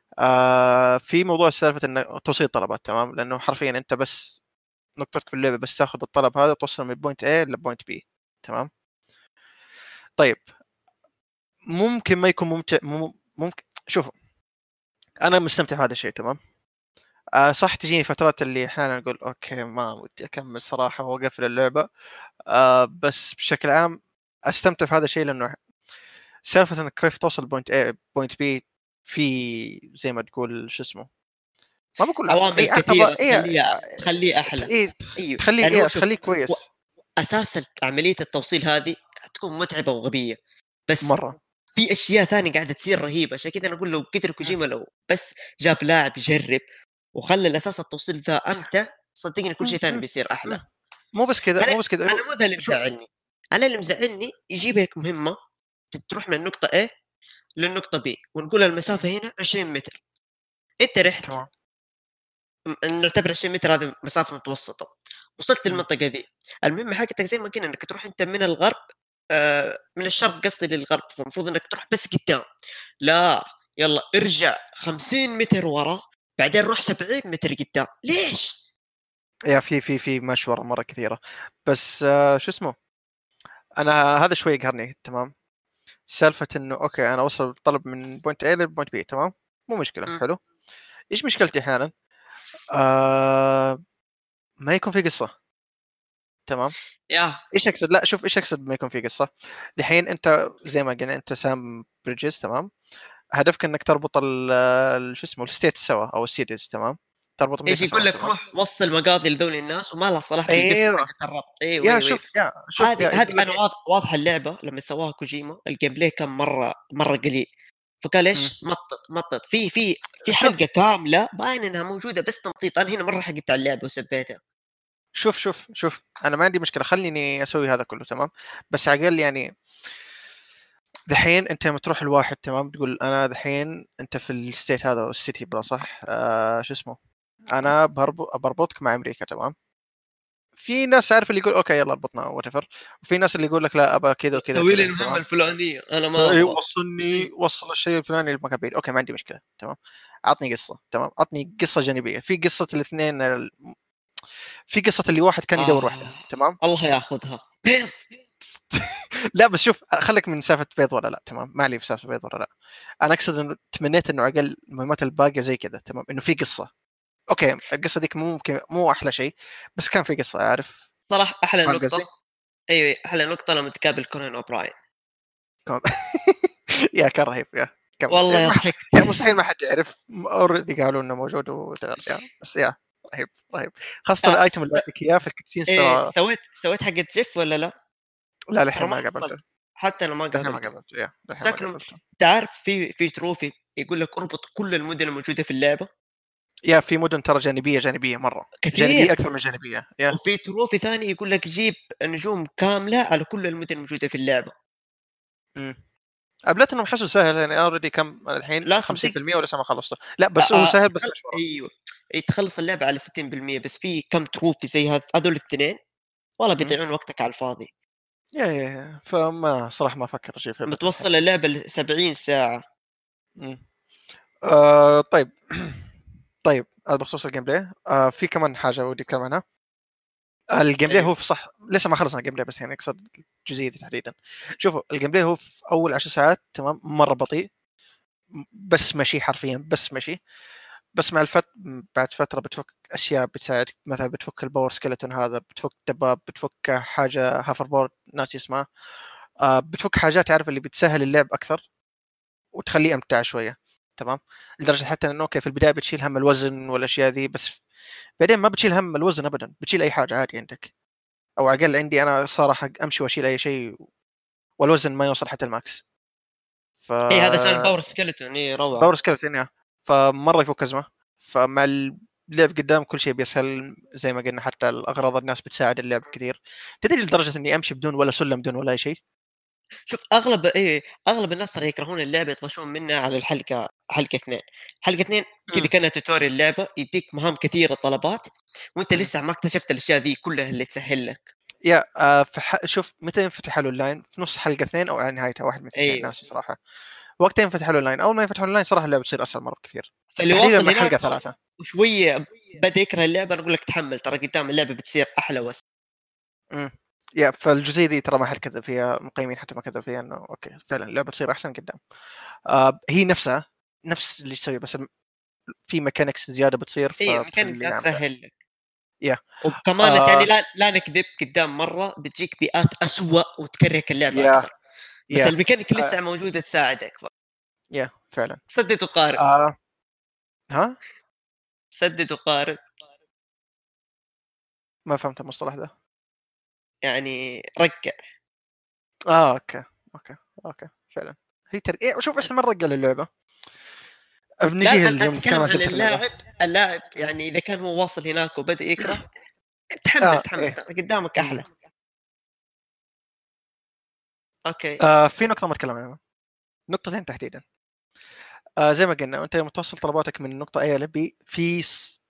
في موضوع سالفه انه توصيل طلبات تمام، لانه حرفيا انت بس نقطتك في اللعبه بس تاخذ الطلب هذا توصله من بوينت A لبوينت B تمام. طيب ممكن ما يكون ممتع، ممكن شوفوا انا مستمتع بهذا الشيء تمام. صح تجيني فترات اللي احيانا اقول اوكي ما ودي اكمل صراحه واقفل اللعبه. بس بشكل عام استمتع في هذا الشيء، لانه سالفه انك كيف توصل بوينت A بوينت B في زي ما تقول شو اسمه، ما بقول عوامل اي عقبه كثيرة تخليه أحلى. اي أيوه، تخليه يعني هو شوف، تخليه و كويس أساس عملية التوصيل هذه تكون متعبة وغبية، بس مره. في أشياء ثانية قاعدة تصير رهيبة، عشان كذا أنا أقول لو قدر كوجيما لو بس جاب لاعب يجرب وخلى الأساس التوصيل ذا أمتع، صدقني كل شيء ثاني بيصير أحلى. مو بس كذا أنا مو بس كذا أنا مو ذا اللي شوف. مزعلني، أنا اللي مزعلني يجيب لك مهمة تروح من النقطة A للنقطة B ونقول المسافة هنا 20 متر، أنت رحت تمام. نعتبر 20 متر هذه مسافة متوسطة، وصلت مم. للمنطقة دي، المهمة حقتك زي ما قلنا إنك تروح أنت من الغرب، من الشرق قصدي للغرب، فالمفروض إنك تروح بس قدام، لا يلا ارجع 50 متر ورا بعدين روح 70 متر قدام، ليش؟ يا في مشوار مره كثيره. بس شو اسمه، انا هذا شوي يقهرني تمام. سالفه انه اوكي انا اوصل الطلب من بوينت A لبوينت B تمام، مو مشكله مم. حلو. ايش مشكلتي احيانا آه ما يكون في قصه تمام. يا ايش اقصد؟ لا شوف ايش اقصد ما يكون في قصه. الحين انت زي ما قلنا انت سام بريدجز تمام، هدفك انك تربط شو اسمه الستيت سوا او السيتيز تمام، تربط ايش امريكا سوا يقول لك تمام. روح وصل مقاضي لذول الناس وما لها صلاح في القصه ايوه حقت الربط، ايوه يا ايوه ايوه. شوف يا شوف هذه يا هذه يقول لك انا واضحه اللعبه لما سواها كوجيما الجيم بلاي كان مره قليل، فقال مم. ايش مطط في شوف حلقه كامله باين انها موجوده بس تمطيط، انا هنا مره حقت على اللعبه وسبيتها. شوف انا ما عندي مشكله خليني اسوي هذا كله تمام. بس على الاقل يعني دحين انت لما تروح الواحد تمام تقول انا دحين انت في الستيت هذا او السيتي بلا صح شو اسمه، انا بربطك مع امريكا تمام. في ناس عارف اللي يقول اوكي يلا اربطنا وات ايفر، وفي ناس اللي يقول لك لا ابى كذا وكذا سوي لي وكذا المهمه تمام. الفلانيه انا ما فاي ابغى. وصلني إيه. وصل الشيء الفلاني لمكان بعيد، اوكي ما عندي مشكله تمام. عطني قصه تمام، عطني قصه جانبيه في قصه الاثنين في قصه اللي واحد كان يدور وحده، تمام. الله ياخذها بيض. لا بس شوف، خليك من سالفه بيض ولا لا، تمام، ما علي في سالفه بيض ولا لا. انا اقصد انه تمنيت انه اقل المهمات الباقيه زي كذا، تمام، انه في قصه. اوكي القصه ديك ممكن مو احلى شيء، بس كان في قصه، عارف. صراحه احلى فاهم نقطه، قصدي؟ ايوه احلى نقطه لما تقابل كونان اوبراين. كم- يا كان رهيب يا. كمل والله يا ما ضحكت. يا مستحيل ما حد يعرف، اوريدي قالوا انه موجود وتغير يا، بس يا رهيب رهيب. خاصه آه الايتم س... اللي يعطيك اياه في الكتسينز إيه ترى. سويت حقت جيف ولا لا؟ لا ترى للحين ما ما قابلته. حصلت، حتى انا ما للحين ما قابلته. قابلته يا، للحين ما شكله قابلته. تعرف في تروفي يقول لك اربط كل المدن الموجوده في اللعبه. يا في مدن ترى جانبيه جانبيه مره، كثير. جانبيه اكثر من جانبيه يا. وفي تروفي ثاني يقول لك جيب نجوم كامله على كل المدن الموجوده في اللعبه. امم قبلت انه حسوا سهل يعني، اوريدي كم الحين لا صدق. 50% ولسه ما خلصته. لا بس هو سهل بس مش مره. ايوه تخلص اللعبه على 60%، بس في كم تروفي زي هذول الاثنين والله امم بيضيعون وقتك على الفاضي. يا فما صراحه ما افكر اشيل في ابدا الحين. بتوصل اللعبه ل 70 ساعه. امم طيب. طيب هذا بخصوص الجيم بلاي. في كمان حاجه ودي اتكلم عنها. الجيم بلاي ايوه هو في صح لسه ما خلصنا الجيم بلاي، بس يعني اقصد الجزئيه دي تحديدا. شوفوا الجيم بلاي هو في اول 10 ساعات تمام مره بطيء، بس مشي حرفيا بس مشي. بس مع بعد فتره بتفك اشياء بتساعدك، مثلا بتفك الباور سكيلتون هذا، بتفك دباب، بتفك حاجه هافر بورد ناسي اسمها. بتفك حاجات تعرف اللي بتسهل اللعب اكثر وتخليه امتع شويه، تمام. لدرجه حتى انه اوكي في البدايه بتشيل هم الوزن والاشياء ذي، بس بعدين ما بتشيل هم الوزن ابدا، بتشيل اي حاجه عادي عندك. او اقل عندي انا صراحه امشي واشيل اي شيء والوزن ما يوصل حتى الماكس. ف اي هذا عشان الباور سكيلتون، اي روعه. باور سكيلتون يا. فمره يفك ازمه. فمع اللعب قدام كل شيء بيسهل زي ما قلنا، حتى الاغراض الناس بتساعد اللعب كثير. تدري لدرجه اني امشي بدون ولا سلم بدون ولا اي شيء. شوف اغلب الناس ترى يكرهون اللعبه، يطفشون منها على حلقه اثنين. حلقه اثنين كذا امم كانها توتوريال اللعبه، يديك مهام كثيره طلبات، وانت امم لسه ما اكتشفت الاشياء ذي كلها اللي تسهل لك. يا شوف متى ينفتح الاونلاين، في نص حلقه اثنين او على نهايتها، واحد من الاثنين ايوه ناسي صراحه. وقتها ينفتح الاونلاين، اول ما ينفتح الاونلاين صراحه اللعبه تصير اسهل مره بكثير. فاللي تحديدا واصل مع هناك حلقه ثلاثه. وشويه بدا يكره اللعبه، انا اقول لك تحمل، ترى قدام اللعبه بتصير احلى واسهل. امم يا فالجزئيه دي ترى ما حد كذب فيها، مقيمين حتى ما كذب فيها، انه اوكي فعلا اللعبه تصير احسن قدام. هي نفسها نفس اللي تسوي، بس في ميكانكس زياده بتصير اي ميكانيكس فبتخليها امتع. تسهل لك. يا وكمان يعني آه لا نكذب، قدام مره بتجيك بيئات اسوأ وتكرهك اللعبه يا اكثر، بس يا الميكانيك آه لسه موجوده تساعدك. يا فعلا. سدد وقارب. آه ها سدد وقارب. ما فهمت المصطلح ده. يعني رقع. اوكي اوكي اوكي فعلا. هي شوف احنا مره قال اللعبه لا بنجيها انا اليوم نتكلم اتكلم عن عن سيره اللعبه. اللاعب يعني اذا كان هو واصل هناك وبدا يكره، تحمل ايه ترى قدامك مم. احلى. اوكي. في نقطه ما اتكلم عنها، نقطتين تحديدا. زي ما قلنا انت يوم توصل طلباتك من نقطه A ل B، في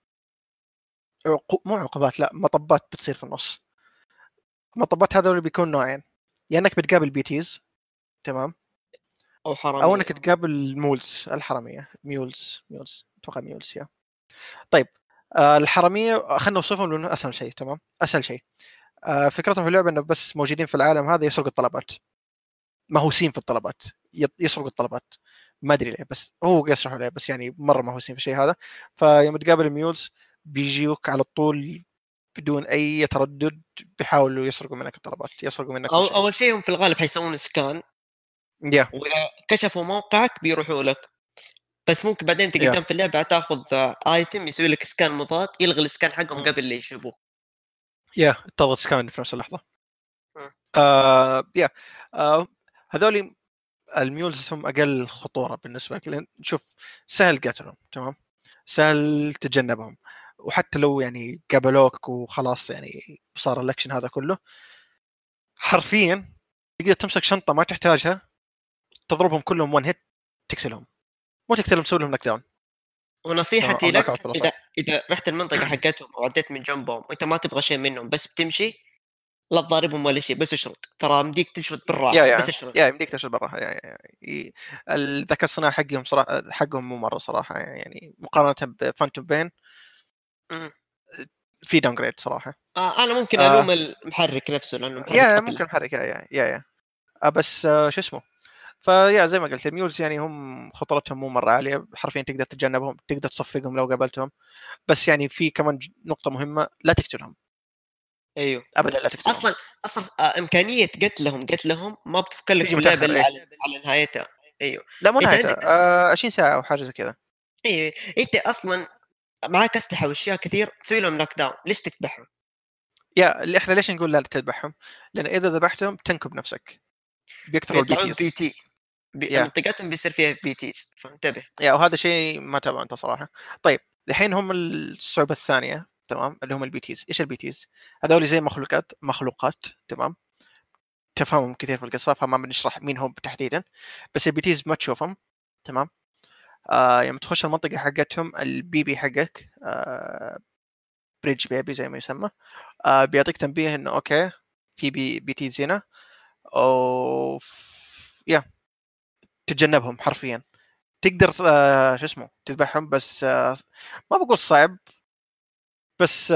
مو عقوبات، لا مطبات بتصير في النص. المطبات هذول بيكون نوعين، يا انك بتقابل BTs، تمام، او او حراميه. انك تقابل مولز الحراميه، ميولز اتوقع ميولز يا. طيب الحراميه خلينا نوصفهم لانه اسهل شيء، تمام، اسهل شيء. فكرتهم في اللعبه انه بس موجودين في العالم هذا يسرقوا الطلبات، مهووسين في الطلبات، يسرقوا الطلبات. ما ادري ليه، بس هو يشرحوا ليه، بس يعني مره مهووسين في الشيء هذا. فيوم تقابل الميولز بيجيوك على طول بدون اي تردد، بيحاولوا يسرقوا منك الطلبات، يسرقوا منك كل أو شيء. اول شيء هم في الغالب حيسوون سكان، يا واذا كشفوا موقعك بيروحوا لك. بس ممكن بعدين انت يا قدام في اللعبه تاخذ ايتم يسوي لك سكان مضاد، يلغي السكان حقهم قبل لا يشوفوه. يا تضغط سكان في نفس اللحظه. مم. يا هذول الميولز هم اقل خطوره بالنسبه لك، لان شوف سهل قتلهم، تمام، سهل تتجنبهم. وحتى لو يعني قابلوك وخلاص يعني صار الاكشن هذا كله، حرفيا تقدر تمسك شنطه ما تحتاجها، تضربهم كلهم وان هيت، تقتلهم، مو تقتلهم تسوي لهم نك داون. تمام او ونصيحتي نوك اوت لك بالاصح. اذا رحت المنطقه حقتهم او عديت من جنبهم وانت ما تبغى شيء منهم بس بتمشي، لا تضاربهم ولا شيء، بس اشرد، ترى مديك تشرد يا بالراحه بس يا اشرد. يا يمديك تشرب براها الذكاء الصناعي حقهم صراحه، حقهم مو مره صراحه يعني مقارنه بفانتوم بين. مم. في داون جريد صراحه. انا ممكن آه الوم المحرك نفسه لانه المحرك يا اقل. ممكن حركه يا بس شو اسمه. زي ما قلت الميولز يعني هم خطرتهم مو مره عاليه، حرفيا تقدر تتجنبهم، تقدر تصفقهم لو قابلتهم. بس يعني في كمان نقطه مهمه، لا تقتلهم ايوه ابدا، لا تقتلهم. اصلا امكانيه قتلهم ما بتفكر لك تيجي في اللعبه متاخر الا ايه. على نهايتها. ايوه لا مو انت نهايتها، عندك بس. 20 ساعه او حاجه زي كذا. ايوه انت اصلا معاك اسلحه واشياء كثير تسوي لهم نوك داون، ليش تذبحهم؟ اللي احنا ليش نقول لا تذبحهم؟ لان اذا ذبحتهم تنكب نفسك، بيكثروا البي بيطلعون تيز. بي تي، يا منطقتهم بيصير فيها بي تيز، فانتبه. وهذا شيء ما تبغى انت صراحه. طيب الحين هم الصعوبه الثانيه تمام، اللي هم البي تيز. ايش البي تيز؟ هذول زي مخلوقات تمام، تفهمهم كثير في القصه، فما بنشرح مين هم تحديدا. بس البي تيز ما تشوفهم تمام. يوم تخش المنطقه حقتهم، البي بي حقك بريدج بيبي زي ما يسمى، بيعطيك تنبيه انه اوكي في بي تيز هنا، او تتجنبهم حرفيا. تقدر شو اسمه تذبحهم، بس ما بقول صعب، بس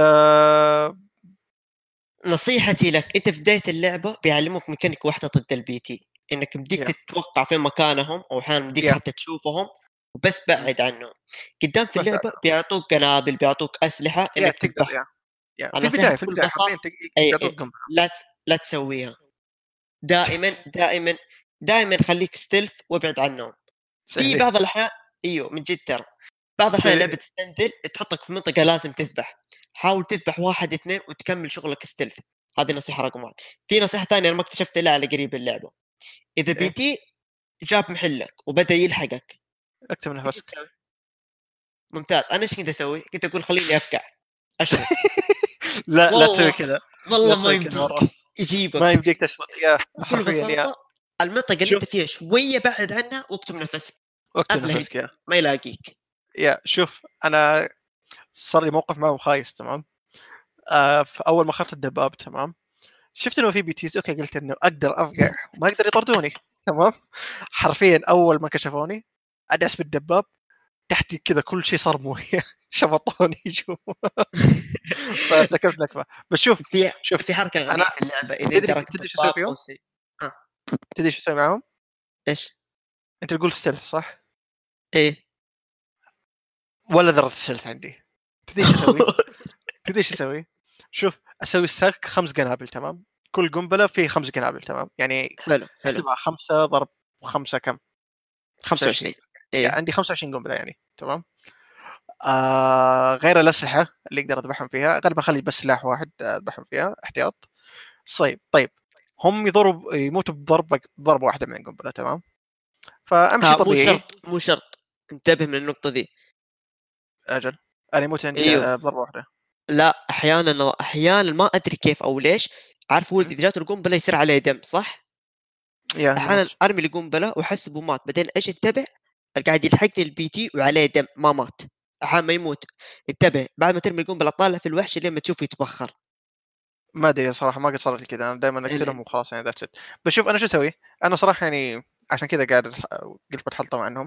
نصيحتي لك، انت في بدايه اللعبه بيعلموك ميكانيك واحده ضد البي تي، انك بديك يا تتوقع فين مكانهم، او احيانا بديك يا حتى تشوفهم وبس م. بعد عنهم. قدام في بس اللعبه بيعطوك قنابل، بيعطوك اسلحه انك تقدر تذبحهم. في النصيحه البدايه بكل حرفيا بساطه، اي بيعطوك قنبله. لا تسويها. دائما دائما خليك ستيلث وابعد عنهم. في سهله بعض الاحيان، ايوه من جد ترى، بعض الاحيان سهله. لعبه ستندل تحطك في منطقه لازم تذبح، حاول تذبح واحد اثنين وتكمل شغلك ستيلث. هذه نصيحه رقم واحد. في نصيحه ثانيه انا ما اكتشفتها الا على قريب اللعبه، اذا بي ايه تي جاب محلك وبدا يلحقك، اكتب ايش نفسك. تسوي؟ ممتاز. انا ايش كنت اسوي؟ كنت اقول خليني افقع اشرد. لا تسوي والله كذا. لا والله ما تسوي كذا يمديك، مره. ما يجيبك. يمديك تشرد يا بكل حرفيا بساطه المنطقه اللي شوف انت فيها شويه بعد عنها واكتم نفسك اكتب قبل نفسك هيجي ما يلاقيك. شوف انا صار لي موقف معه خايس تمام. في اول ما اخذت الدباب تمام، شفت انه في بي تيز، اوكي قلت انه اقدر افقع وما يقدر يطردوني تمام. حرفيا اول ما كشفوني ادعس بالدباب، تحتي كذا كل شيء صار مويه شبطوني جوا. فارتكبت نكبه. بس في شوف في حركه انا غبيه في اللعبه، اذا انت تدري ركبت تدري ايش اسوي الضباط او فيهم؟ سي. اه تدري ايش اسوي معاهم؟ ايش؟ انت تقول ستيلث صح؟ ايه ولا ذره ستيلث عندي. تدري ايش اسوي؟ تدري ايش اسوي؟ شوف اسوي ستاك 5 قنابل تمام، كل قنبله فيه 5 قنابل تمام، يعني حلو حلو. احسبها 5 ضرب 5 كم؟ 25. 25. ايه عندي 25 قنبله يعني تمام. غير الاسلحه اللي اقدر اذبحهم فيها، غالبا اخلي بس سلاح واحد اذبحهم فيها احتياط. طيب هم يموتوا بضربه واحده من القنبله تمام، فامشي مو طبيعي. شرط مو شرط، انتبه من النقطه دي. اجل انا يموت عندي ايوه بضربه واحده. لا، احيانا ما ادري كيف او ليش، عارف ولد م? اذا جات القنبله يصير عليه دم صح؟ احيانا يموت. ارمي القنبله واحسبه مات، بعدين ايش انتبه قاعد يلحقني البي تي وعليه دم ما مات. احيانا ما يموت. انتبه بعد ما ترمي القنبله طالع في الوحش لين ما تشوفه يتبخر. ما ادري صراحه، ما قد صارت لي كذا، انا دائما ال- اقتلهم وخلاص يعني ذاتس ات. بس شوف انا شو اسوي؟ انا صراحه يعني عشان كذا قاعد قلت بتحلطم عنهم.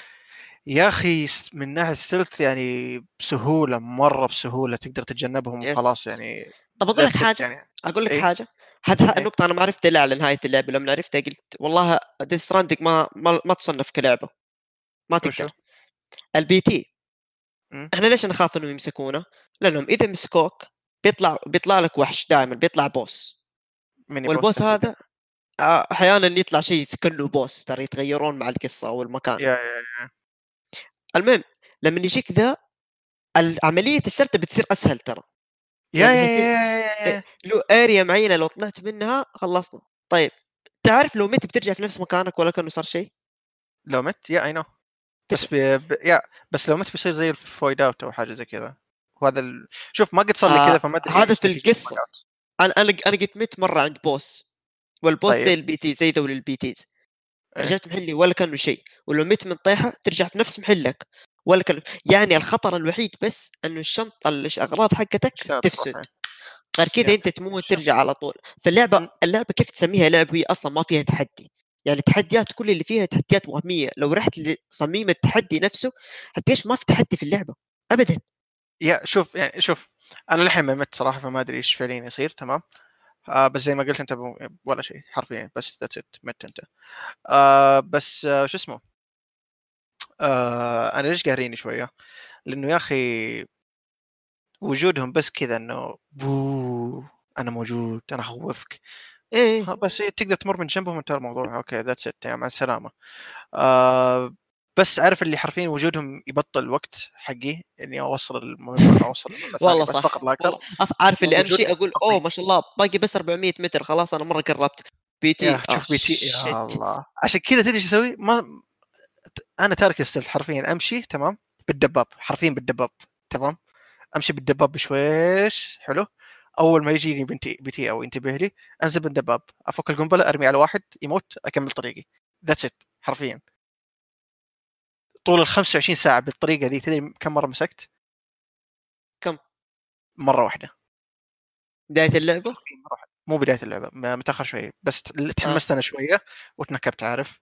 يا اخي من ناحيه السيلث يعني بسهوله، مره بسهوله تقدر تتجنبهم وخلاص يس. يعني. طب اقول لك ذاتس ات حاجه، يعني. اقول لك ايه حاجه. هذه ايه النقطه انا ما عرفتها الا على نهايه اللعبه، لما عرفتها قلت والله ديث ستراندنج ما تصنف كلعبه، ما وشو؟ تقدر. البي تي م? احنا ليش نخاف انهم يمسكونا؟ لانهم اذا مسكوك بيطلع لك وحش، دائما بيطلع بوس. ميني بوس والبوس تحديدا. هذا احيانا يطلع شيء كله بوس، ترى يتغيرون مع القصه او المكان. يا المهم لما يجيك ذا، عمليه السرد بتصير اسهل ترى، يا لانه يا حيصير يا, يا, يا. له اريا معينه لو طلعت منها خلصنا. طيب تعرف لو مت بترجع في نفس مكانك ولا كانه صار شيء؟ لو مت يا اي نو. بس ترجع. بس لو مت بيصير زي الفويد اوت او حاجه زي كذا. وهذا شوف ما قد صار لي كذا، فما ادري هذا ايش في نتيجه القصه. الفويد اوت. انا قد مت مره عند بوس، والبوس زي طيب البي تي، زي ذول البي تيز. ايه رجعت محلي ولا كانه شيء، ولو مت من طيحه ترجع في نفس محلك ولا كان. يعني الخطر الوحيد بس انه الشنطه الاغراض حقتك شلون تروح تفسد، إيه. غير كذا يا انت تموت شوف ترجع على طول. اللعبه كيف تسميها لعبه هي اصلا ما فيها تحدي؟ يعني التحديات كل اللي فيها تحديات وهميه، لو رحت لصميم التحدي نفسه هتلاقيش ما في تحدي في اللعبه ابدا. يا شوف يعني شوف، انا للحين ما مت صراحه، فما ادري ايش فعليا يصير. تمام. بس زي ما قلت انت ولا شيء حرفيا، بس ذاتس ات، مت انت. بس شو اسمه، انا ليش قاهريني شويه؟ لانه يا اخي وجودهم بس كذا انه بو، انا موجود، انا اخوفك. ايه. بس تقدر تمر من جنبهم انتهى الموضوع، اوكي ذاتس ات، مع السلامه. آه بس عارف اللي حرفيا وجودهم يبطل الوقت حقي اني اوصل المهمه او اوصل المهمه الثانيه، والله بس فقط صح لا اكثر. والله. عارف اللي امشي وجودهم اقول اوه اوكي. ما شاء الله باقي بس 400 متر، خلاص انا مره قربت. بي تي يا شوف بي تي، يا شيت. الله، عشان كذا تدري ايش اسوي؟ ما انا تارك السلت حرفيا، امشي تمام بالدباب، حرفيا بالدباب. تمام. امشي بالدباب بشويش حلو. اول ما يجيني بي تي او ينتبه لي، انزل بالدباب، افك القنبله، ارمي على واحد يموت، اكمل طريقي. ذاتس ات حرفيا. طول ال 25 ساعه بالطريقه دي، تدري كم مره مسكت؟ كم مره واحده. بدايه اللعبه؟ حرفيا مره واحده، مو بدايه اللعبه، متاخر شوي، بس اه تحمست انا شويه وتنكبت، عارف.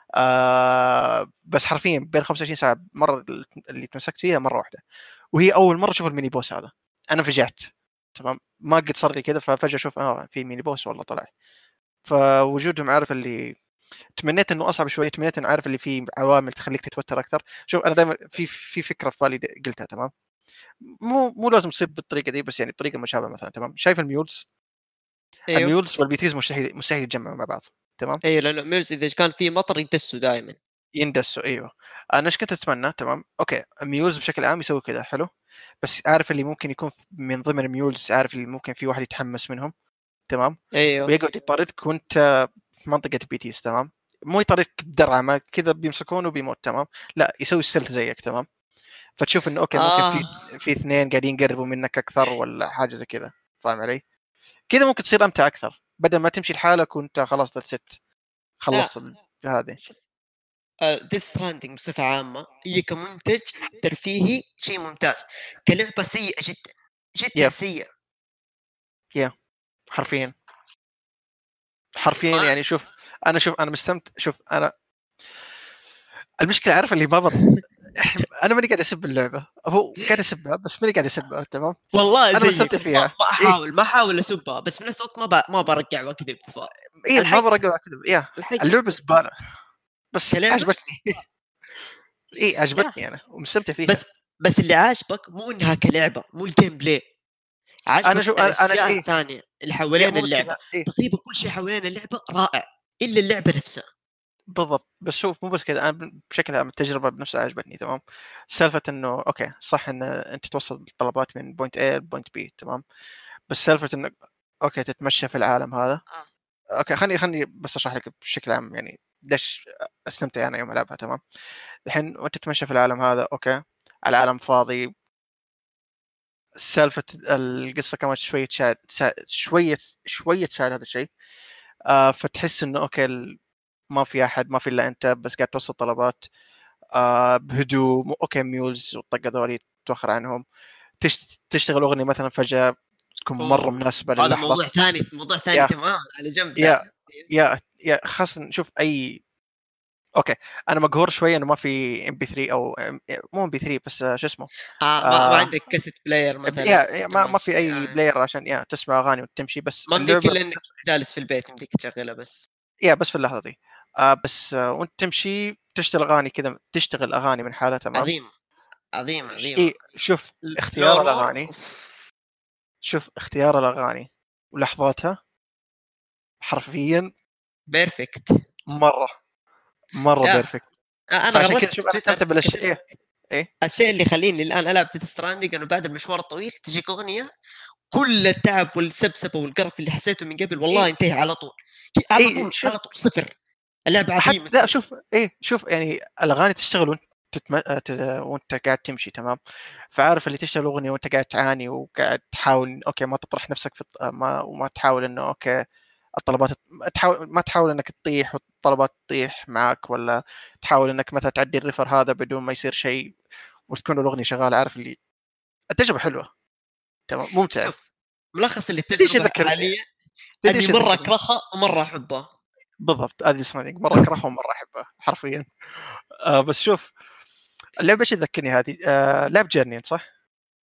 بس حرفيا بين 25 ساعه مره اللي تمسكت فيها مره واحده، وهي اول مره اشوف الميني بوس هذا. انا فجعت. تمام. ما قد صار لي كذا، ففجاه اشوف في ميني بوس والله طلع. فوجودهم عارف اللي، تمنيت انه اصعب شويه، تمنيت انه عارف اللي فيه عوامل تخليك تتوتر اكثر. شوف انا دائما في فكره في بالي قلتها. تمام. مو لازم تصير بالطريقه دي، بس يعني بطريقه مشابهه مثلا. تمام. شايف الميولز؟ ايوه الميولز والبيتيز مستحيل يتجمعوا مع بعض. تمام. ايوه، لانه ميرز اذا كان في مطر يدسوا دائما. يندسوا، ايوه. انا ايش كنت اتمنى؟ تمام اوكي، ميولز بشكل عام يسوي كذا حلو، بس عارف اللي ممكن يكون من ضمن الميولز، عارف اللي ممكن في واحد يتحمس منهم. تمام. ايوه ويقعد يطاردك وانت في منطقه بيتيس. تمام. مو يطاردك بدرعه ما كذا بيمسكونه وبيموت. تمام. لا، يسوي السلت زيك. تمام. فتشوف انه اوكي ممكن اه في اثنين قاعدين يقربوا منك اكثر ولا حاجه زي كذا. فاهم علي؟ كذا ممكن تصير امتع اكثر، بدل ما تمشي لحالك وانت خلاص ذات ست لا خلصت هذه. ديث ستراندنج بصفه عامه هي كمنتج ترفيهي شيء ممتاز، كلعبه سيئه جدا جدا يا سيئه. يا حرفيا، حرفيا ما يعني شوف، انا مستمتع. شوف انا المشكله عارف اللي ما انا ماني قاعد اسب اللعبه، هو قاعد اسبها بس ماني قاعد اسبها. تمام. والله انا زيك مستمتع فيها. ما ايه. احاول ما احاول اسبها، بس في نفس الوقت ما برجع واكذب. ايه ما الحق برجع كذا. يا الحق اللعبه زباله، بس كلعبه. عجبتني. ايه يا عجبتني انا ومستمتع فيها. بس بس اللي عاجبك مو انها كلعبه، مو الجيم بلاي، انا عاجبك شو انا الاشياء ايه. الثانيه اللي يا حوالين مو بس اللعبه. كذا ايه. تقريبا كل شيء حوالين اللعبه رائع الا اللعبه نفسها. بالضبط. بس شوف مو بس كذا، انا بشكل عام التجربه بنفسها عجبتني. تمام. سالفه انه اوكي صح ان انت توصل الطلبات من بوينت A لبوينت B. تمام. بس سالفه انك اوكي تتمشى في العالم هذا. اوكي خلني بس اشرح لك بشكل عام يعني ليش استمتع انا يوم العبها. تمام. الحين وانت تتمشى في العالم هذا، اوكي العالم فاضي. سالفه القصه كمان شويه شويه تساعد هذا الشيء. فتحس انه اوكي ما في احد، ما في الا انت بس قاعد توصل طلبات بهدوء. اوكي ميولز والطقه ذولي توخر عنهم. تشتغل اغنيه مثلا فجاه تكون مره اوه مناسبه هذا للحظه. موضوع ثاني، موضوع ثاني يا تماما على جنب يا ذا. يا خاصه شوف اي. اوكي انا مقهور شويه انه ما في ام بي 3 او مو ام بي 3 بس شو اسمه. ما آه عندك كاسيت بلاير مثلا يا ما في تمشي اي بلاير عشان تسمع اغاني وتمشي، بس ما مديك اللعبه الا انك جالس في البيت يمديك تشغلها بس. بس في اللحظه دي. بس وانت تمشي تشتغل اغاني كذا، تشتغل اغاني من حالها. تمام. عظيم عظيم عظيم. ايه شوف اختيار لورو الاغاني، شوف اختيار الاغاني ولحظاتها حرفيا بيرفكت. مره مره يا بيرفكت. انا فعشان كذا غردت شوف في انا تويتر استمتع بالاشياء. كتبت ايه الشيء اللي يخليني الان العب ديث ستراندنج انه بعد المشوار الطويل تجيك اغنيه، كل التعب والسبسبه والقرف اللي حسيته من قبل والله ايه ينتهي على طول. على ايه طول شوف على طول صفر. اللعبه حتى عظيمه لا تصير. شوف شوف يعني الاغاني تشتغل وانت وانت قاعد تمشي. تمام. فعارف اللي تشتغل اغنيه وانت قاعد تعاني وقاعد تحاول اوكي ما تطرح نفسك في ما وما تحاول انه اوكي الطلبات ما تحاول انك تطيح والطلبات تطيح معك، ولا تحاول انك مثلا تعدي الريفر هذا بدون ما يصير شيء وتكون الاغنيه شغاله. عارف اللي التجربه حلوه. تمام ممتعه. شوف ملخص تدري ايش للتجربه يذكرني؟ حاليا تدري اني ايش مره يذكرني؟ اكرهها ومره احبها. بالضبط هذه اسمها مره اكرهها ومره احبها حرفيا. بس شوف اللعبه ايش تذكرني هذه؟ لعب جيرني صح؟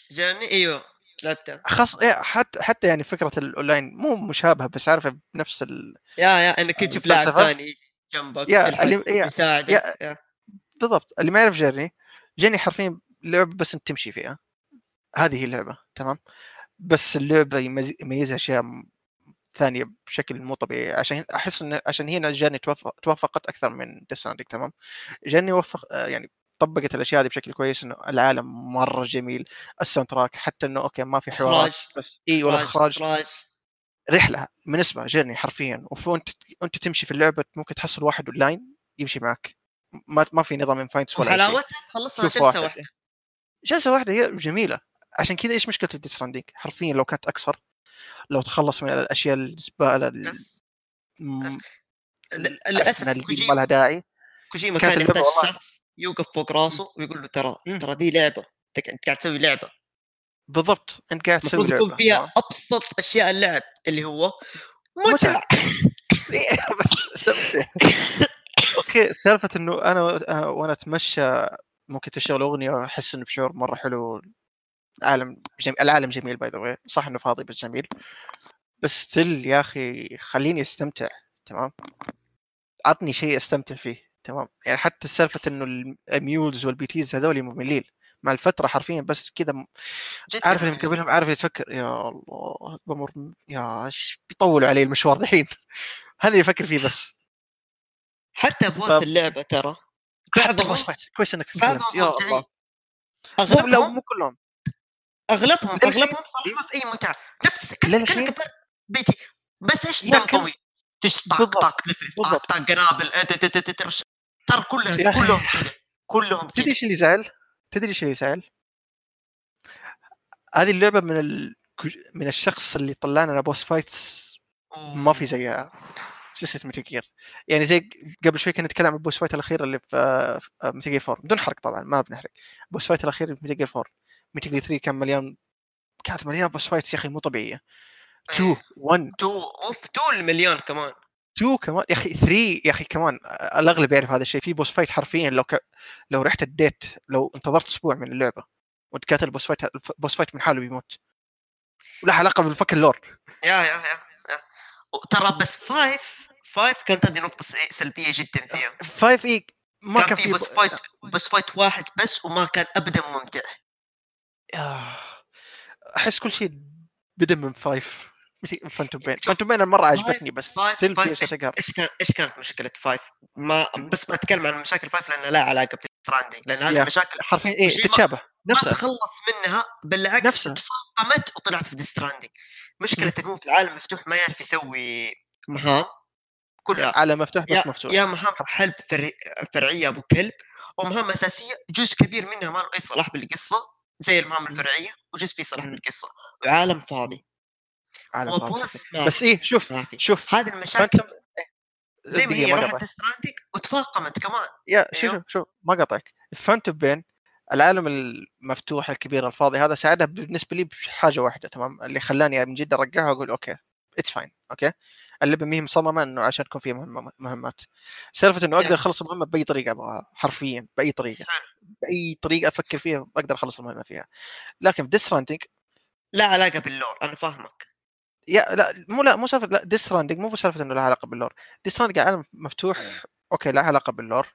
جاني ايوه لعبتها. خاص حتى يعني فكره الاونلاين مو مشابهه، بس عارفه بنفس يا انك تشوف لاعب الفلسفه. ثاني جنبك يا وتلحق اللي يا يساعدك يا. بالضبط، اللي ما يعرف جيرني حرفيا لعبه بس انت تمشي فيها، هذه هي اللعبه تمام. بس اللعبه يميزها اشياء ثانيه بشكل مو طبيعي، عشان احس ان عشان هنا جاني توفقت اكثر من ديساندك تمام. جاني وفق يعني طبقت الاشياء هذه بشكل كويس، انه العالم مره جميل، الساوند تراك حتى انه اوكي ما في اخراج حوارات بس والاخراج اخراج. رحله من اسمها جيرني حرفيا. وانت تمشي في اللعبه ممكن تحصل واحد اونلاين يمشي معك، ما في نظام انفايتس ولا اي شيء، وحلاوتها تخلصها تشوف جلسه واحد واحده. جلسه واحده هي جميله. عشان كذا ايش مشكله الديستراندينج حرفيا لو كانت اكثر، لو تخلص من الاشياء الزباله بس بس العفنه للاسف اللي ما لها داعي، كوجيما كانت كان اللعبه يحتاج والله. شخص يوقف فوق راسه ويقول له ترى مم. ترى دي لعبه، انت قاعد تسوي لعبه. بالضبط، انت قاعد تسوي المفروض يكون لعبه فيها تمام. ابسط اشياء اللعب اللي هو متعه. متعه. بس استمتع. اوكي سالفه انه انا وانا اتمشى ممكن تشغل اغنيه واحس انه بشعور مره حلو. العالم جميل باي ذا واي، صح انه فاضي بس جميل. بس ستيل يا اخي خليني استمتع تمام، عطني شيء استمتع فيه تمام. يعني حتى سالفه انه الميولز والبيتيز هذول مملين مع الفتره حرفيا، بس كذا جدا عارف اللي ممل. مقابلهم، عارف اللي تفكر يا الله بمر يا ايش بيطولوا علي المشوار دحين. هذا اللي يفكر فيه بس. حتى بوس اللعبه ترى حتى البوس بعضهم فايت كويس انك تكلمت بعضهم يا ممتعين. الله. مو لو اغلبهم مو كلهم للحين. اغلبهم صراحه إيه؟ ما في اي متعه. نفس للحين كانك بيتي، بس ايش يا دم كان قوي. تش طاق بالضبط طاق تفلف طاق بالضبط. طاق قنابل ترى يا اخي كلهم كذا كلهم تدري كذا. ايش اللي زعل؟ تدري ايش اللي زعل؟ هذه اللعبه من الشخص اللي طلع لنا بوس فايتس ما في أوه. زيها سلسله ميتال جير. يعني زي قبل شوي كنا نتكلم عن البوس فايت الاخير اللي في ميتال جير 4 بدون حرق طبعا ما بنحرق. البوس فايت الاخير في ميتال جير 4، ميتال جير 3 كان مليان، كانت مليان بوس فايتس يا اخي مو طبيعيه. 2 ايه 1 تو المليون كمان. 2 كمان يا اخي 3 يا اخي كمان. الاغلب يعرف هذا الشيء، في بوس فايت حرفيا لو رحت الديت، لو انتظرت اسبوع من اللعبه وانت قاتل البوس فايت من حاله بيموت، ولا علاقه بالفك اللور. يا ترى بس فايف كانت هذه نقطة سلبية جدا فيها. 5 اي ما كان كان في في بس فايت واحد بس وما كان ابدا ممتع. آه، احس كل شيء بدا من 5. شوف فانتوم بين المره فايف عجبتني بس ستيل في فايف اشياء تقهر. ايش كانت مشكلة فايف؟ ما بس بتكلم عن مشاكل فايف لانها لا علاقة بستراندنج، لان هذه يا المشاكل حرفيا ايه كوجيما تتشابه ما نفسها تخلص منها، بالعكس نفسها. تفاقمت وطلعت في ديستراندنج. مشكلة مم. انه هو في العالم المفتوح ما يعرف يسوي مهام كلها. على مفتوح يا بس مفتوح يا مهام حرفيا. حلب فرعيه ابو كلب، ومهام اساسيه جزء كبير منها ما له اي صلاح بالقصه زي المهام مم. الفرعيه، وجزء فيه صلاح مم. بالقصه، وعالم مم. فاضي. عالم فاضي حرفيا. وبوس ما بس في ايه شوف ما في شوف هذه المشاكل. فانتوم زي ما دقيقه هي ما راحت قطعك. ستراندنج وتفاقمت كمان. يا شوف ايوه شوف شوف ما قطعك. فانتوم بين العالم المفتوح الكبير الفاضي هذا ساعدها بالنسبه لي بحاجه واحده تمام، اللي خلاني من جد ارجعها واقول اوكي اتس فاين اوكي. اللعبه ما هي مصممه انه عشان تكون فيها مهمات. سالفه انه اقدر يا اخلص المهمه باي طريقه ابغاها حرفيا، باي طريقه، باي طريقه افكر فيها اقدر اخلص المهمه فيها. لكن في ديس راندنج لا علاقه باللور انا فاهمك. لا مو سالفه، لا ديس راندنج مو سالفه انه لها علاقه باللور. ديس راندنج عالم مفتوح اوكي لا علاقه باللور،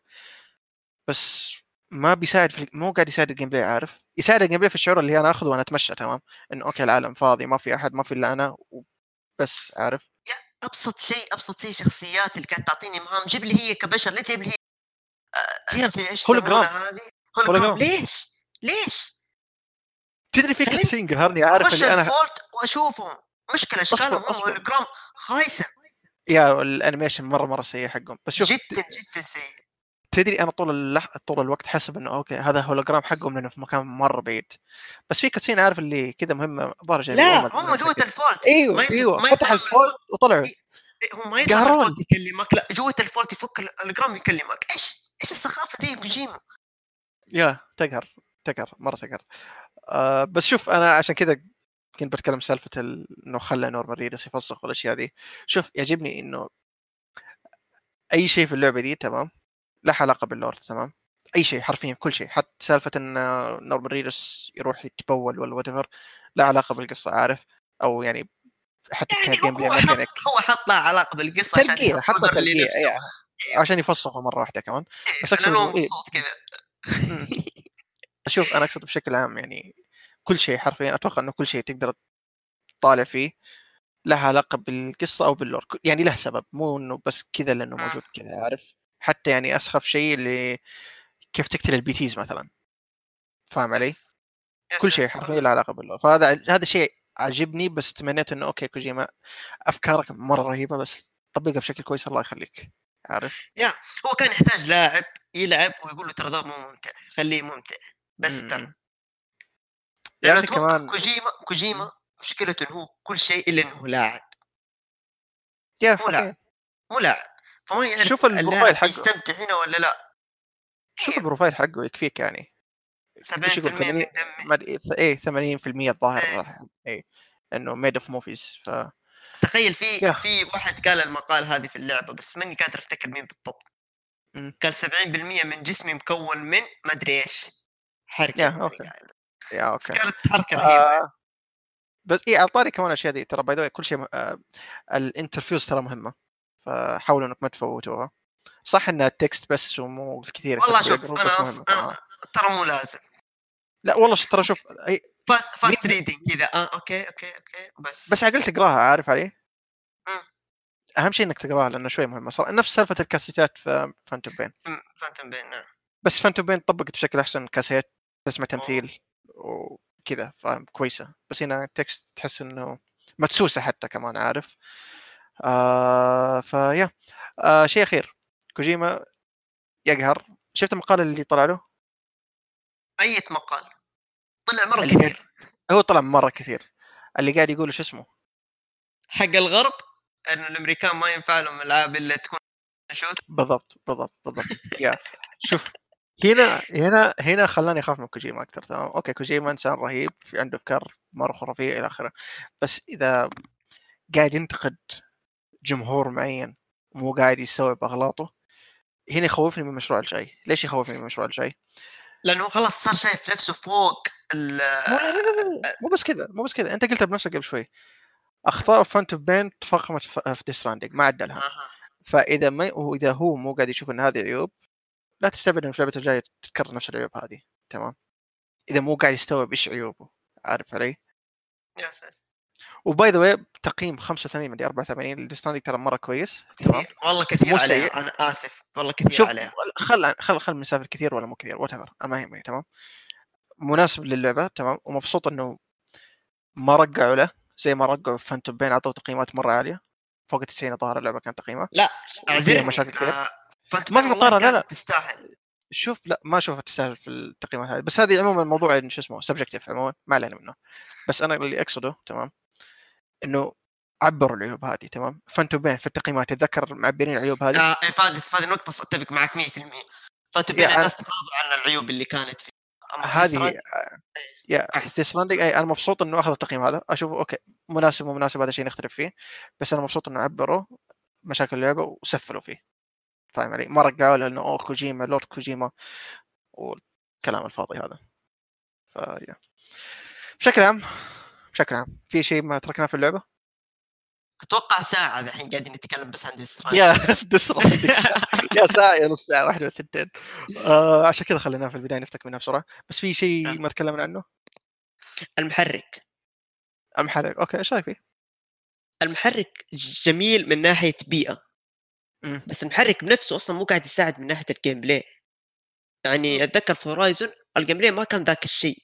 بس ما بيساعد مو قاعد يساعد الجيم بلاي، عارف يساعد الجيم بلاي في الشعور اللي انا اخذه وانا اتمشى تمام، انه اوكي العالم فاضي ما في احد ما في الا انا وبس عارف. يا ابسط شيء شخصيات اللي كانت تعطيني مهام، جيب لي هي كبشر، لا تجيب لي هي يا في ايش هولوجرام يسمونها هذه هولوجرام. هولوجرام. ليش تدري في خليني كاتسين قهرني عارف اخش اللي انا. الفولت واشوفهم. مشكله اشكالهم اصبر هم اصبر هولوجرام خايسه يا الانيميشن مره سيء حقهم، بس شوف جدا سيء. تدري انا طول الوقت حسب انه اوكي هذا هولوجرام حقهم لانه في مكان مره بعيد، بس في كاتسين عارف اللي كذا مهمه ظهر جانبي والله لا ما هم جوة متذكر. الفولت ايوه ما فتح يطلع من الفولت الفولت. وطلعوا. هو ما يطلع من الفولت قهرون يكلمك، لا جوة الفولت يفك الهولوجرام يكلمك. ايش السخافه دي يا كوجيما؟ يا تقهر مره تقهر. بس شوف انا عشان كذا كنت بتكلم سالفه انه خلى نورمان ريدس يفسخ والاشياء دي. شوف يعجبني انه اي شيء في اللعبه دي تمام له علاقه باللور تمام، اي شيء حرفيا كل شيء، حتى سالفه ان نورمان ريدس يروح يتبول ولا وات لا علاقه يس. بالقصه، عارف؟ او يعني حتى يعني كجيم بلاي هو حط ميكانيك، هو حط له علاقه بالقصه عشان ترقيع، يحط حط له عذر ترقيع لنفسه. ايوه. عشان يفصحوا مره واحده كمان. بس لانه اقصد هو إيه. مبسوط كذا. اشوف انا اقصد بشكل عام يعني كل شيء حرفيا، اتوقع انه كل شيء تقدر تطالع فيه له علاقه بالقصه او باللور، يعني له سبب، مو انه بس كذا لانه موجود كذا، عارف؟ حتى يعني اسخف شيء اللي كيف تقتل البي تيز مثلا، فاهم علي؟ يس يس كل شيء يس. حرفيا له علاقه باللور، فهذا شيء عجبني. بس تمنيت انه اوكي كوجيما افكارك مره رهيبه، بس طبقها بشكل كويس الله يخليك، عارف؟ يا هو كان يحتاج لاعب يلعب ويقول له ترى ذا مو ممتع، خليه ممتع بس ترى. م. يا لانه اخي اتوقع كمان كوجيما مشكلته انه هو كل شيء الا انه لاعب. يا مو لاعب حرفيا مو لاعب فما يعرف شوف البروفايل اللاعب حقه، بيستمتع هنا ولا لا. شوف ايوه. البروفايل حقه يكفيك يعني. وش يقول 70% 80 من دمي. ما ادري ايه 80% الظاهر إيه. راح ايه انه ميد اوف موفيز ف تخيل في يا في واحد قال المقال هذه في اللعبه بس ماني قادر افتكر مين بالضبط. م. قال 70% من جسمي مكون من ما ادري ايش، حركه يا يعني اوكي قال. يا بس اوكي كانت حركه رهيبه يعني. آه بس ايه على طاري كمان الاشياء دي، ترى باي ذا كل شيء الانترفيوز ترى مهمه، فحاولوا انك ما تفوتوها. صح ان التكست بس ومو الكثير والله يفتحوا شوف ويقروا، بس مهمه انا صراحه. ترى مو لازم. لا والله ترى شوف فاست مين ريدنج كذا اوكي اوكي اوكي بس بس. عقلت تقراها، عارف علي؟ مم. اهم شيء انك تقراها لانه شوي مهمه صراحه، نفس سالفه الكاسيتات في فانتوم بين. فانتوم بين نعم. بس فانتوم بين طبقت بشكل احسن، كاسيت تسمع أوه. تمثيل وكذا، فاهم؟ كويسه. بس هنا تكست تحس انه مدسوسه حتى كمان، عارف؟ فيا شيء اخير، كوجيما يقهر. شفت المقال اللي طلع له؟ اي مقال طلع مره اللي قاعد كثير. هو طلع مره كثير، اللي قاعد يقول شو اسمه. حق الغرب انه الامريكان ما ينفع لهم العاب الا تكون شوت. بالضبط يا شوف، هنا خلاني اخاف من كوجيما اكثر. تمام اوكي، كوجيما انسان رهيب، في عنده افكار مره خرافيه الى اخره، بس اذا قاعد ينتقد جمهور معين ومو قاعد يستوعب اغلاطه، هنا يخوفني من المشروع الجاي. ليش يخوفني من المشروع الجاي؟ لانه خلاص صار شايف نفسه فوق مو لا لا لا لا. مو بس كذا انت قلتها بنفسك قبل شوي، اخطاء فانت بين تفاقمت في ديستراندنج ما عدلها. اها. فاذا ما واذا هو مو قاعد يشوف ان هذه عيوب، لا تستبعد ان في لعبته الجايه تتكرر نفس العيوب هذه. تمام، اذا مو قاعد يستوعب ايش عيوبه، عارف علي؟ يس يس. وباي ذا واي تقييم 85 من 84 للديستراندنج ترى مره كويس. تمام، كثير والله كثير مو سيء. عليها، انا اسف والله كثير شوف، عليها. خل مسافر كثير ولا مو كثير وات ايفر، انا ما يهمني. تمام، مناسب للعبه. تمام، ومبسوط انه ما رجعوا له زي ما رجعوا في فانتوم بين، اعطوه تقييمات مره عاليه فوق 90 الظاهر اللعبه كانت تقييمها، لا وفيها اعذرني مشاكل كثير. فانتوم ما بين في والله مقارنه، كانت لا تستاهل. شوف، لا ما اشوفها تستاهل في التقييمات هذه، بس هذه عموما الموضوع شو اسمه سبجكتيف عموما، ما علينا منه. بس انا اللي اقصده تمام انه عبروا العيوب هذه. تمام، فانتوم بين في التقييمات تتذكر معبرين العيوب هذه. في هذه النقطة اتفق معك 100%. فانتوم بين يا أنا الناس تغاضوا عن العيوب اللي كانت فيه. اما هذه ديستراند يا احسن. ديسلاندنج، اي انا مبسوط انه اخذ التقييم هذا، اشوفه اوكي مناسب مو مناسب هذا شيء نختلف فيه، بس انا مبسوط انه عبروا مشاكل اللعبه وسفلوا فيه، فاهم علي؟ ما رجعوا له انه اوه كوجيما لورد كوجيما والكلام الفاضي هذا. فيا بشكل عام، بشكل عام في شيء ما تركناه في اللعبه؟ اتوقع ساعة الحين قاعدين نتكلم بس عن ديستراند. يا ديسلاندنج يا ساعه يا نص ساعه واحده وثنتين. عشان كذا خليناه في البدايه نفتك منها بسرعه. بس في شيء ما تكلمنا عنه، المحرك. المحرك. اوكي ايش رايك فيه؟ المحرك جميل من ناحية بيئة، امم بس المحرك بنفسه اصلا مو قاعد يساعد من ناحية الجيم بلاي. يعني اتذكر في هورايزون الجيم بلاي ما كان ذاك الشيء.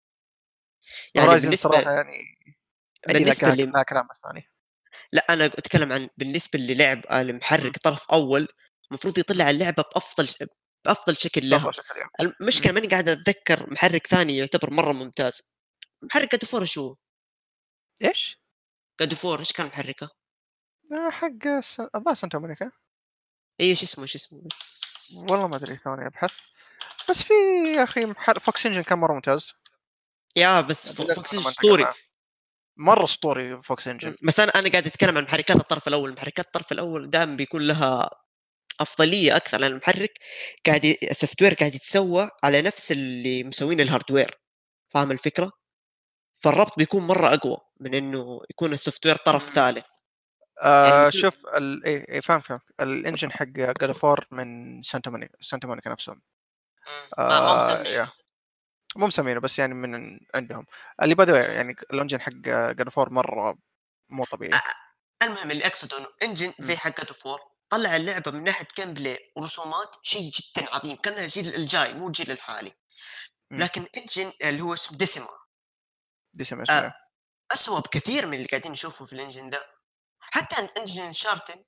يعني هورايزن بالنسبة صراحه يعني اي بالنسبة لقاها اللي لها كلام بس ثاني. لا انا اتكلم عن بالنسبة اللي لعب امم المحرك طرف اول، المفروض يطلع اللعبة بافضل شكل لها. بافضل شكل اليوم. المشكلة امم ماني قاعد اتذكر محرك ثاني يعتبر مرة ممتاز. محرك جاد فور شو؟ ايش؟ جاد فور ايش كان محركه؟ حق الظاهر سانتا مونيكا. اي شو اسمه بس. والله ما ادري، ثاني ابحث. بس في يا اخي فوكس انجن كان مره ممتاز يا بس بالنسبه فوكسي لما اسطوري. انتقل، مره اسطوري فوكس انجن. بس انا قاعد اتكلم عن محركات الطرف الاول. محركات الطرف الاول دائما بيكون لها افضليه اكثر، لان المحرك قاعد السوفت وير قاعد يتسوى على نفس اللي مسوين الهاردوير، فاهم الفكره؟ فالربط بيكون مره اقوى من انه يكون السوفت وير طرف إمم. ثالث. يعني مثل شوف إيه فاهم الengine حق God of War من سانتا مونيكا نفسهم. ما مسمينه. ياه مو مسمينه بس يعني من عندهم، اللي by the way يعني الengine حق God of War مرة مو طبيعي. المهم اللي اقصده انه انجن إمم، زي حق فور طلع اللعبه من ناحيه جيم بلاي ورسومات شيء جدا عظيم، كانها الجيل الجاي مو الجيل الحالي. إمم، لكن انجن اللي هو اسمه ديسيما اسمه إيه. اسوء بكثير من اللي قاعدين نشوفه في الانجن ده. حتى انجن شارتد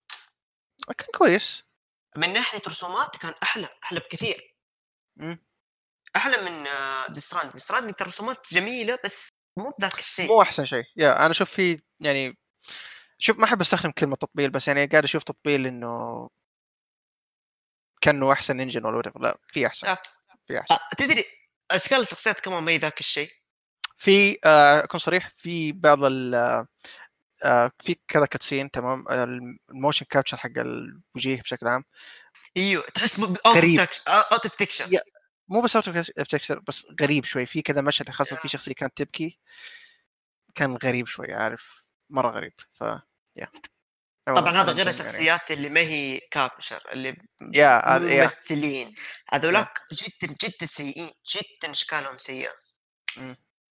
كان كويس. من ناحيه رسومات كان احلى بكثير، إمم. احلى من ديستراندنج ترى رسومات جميله بس مو بذاك الشيء. مو أحسن شيء، أنا أشوف فيه يعني شوف ما أحب أستخدم كلمة تطبيل، بس يعني قاعد أشوف تطبيل إنه كأنه أحسن engine والّا whatever لأ في أحسن، آه. في أحسن. تدري اشكال الشخصيات كمان ما هي ذاك الشيء. في أكون صريح في بعض في كذا cutscene تمام، الmotion capture حق الوجيه بشكل عام ايوه تحس اوت اوف غريب. تكش اوت اوف تكشر. ي مو بس out of texture بس غريب شوي، في كذا مشهد خاصةً في شخصية كانت تبكي، كان غريب شوي عارف، مرة غريب yeah طبعًا عمومًا هذا غير الengine يعني الشخصيات اللي ما هي capture اللي هذا مو ممثلين، yeah هذولاك جدًا سيئين، جدًا أشكالهم سيئة. إمم.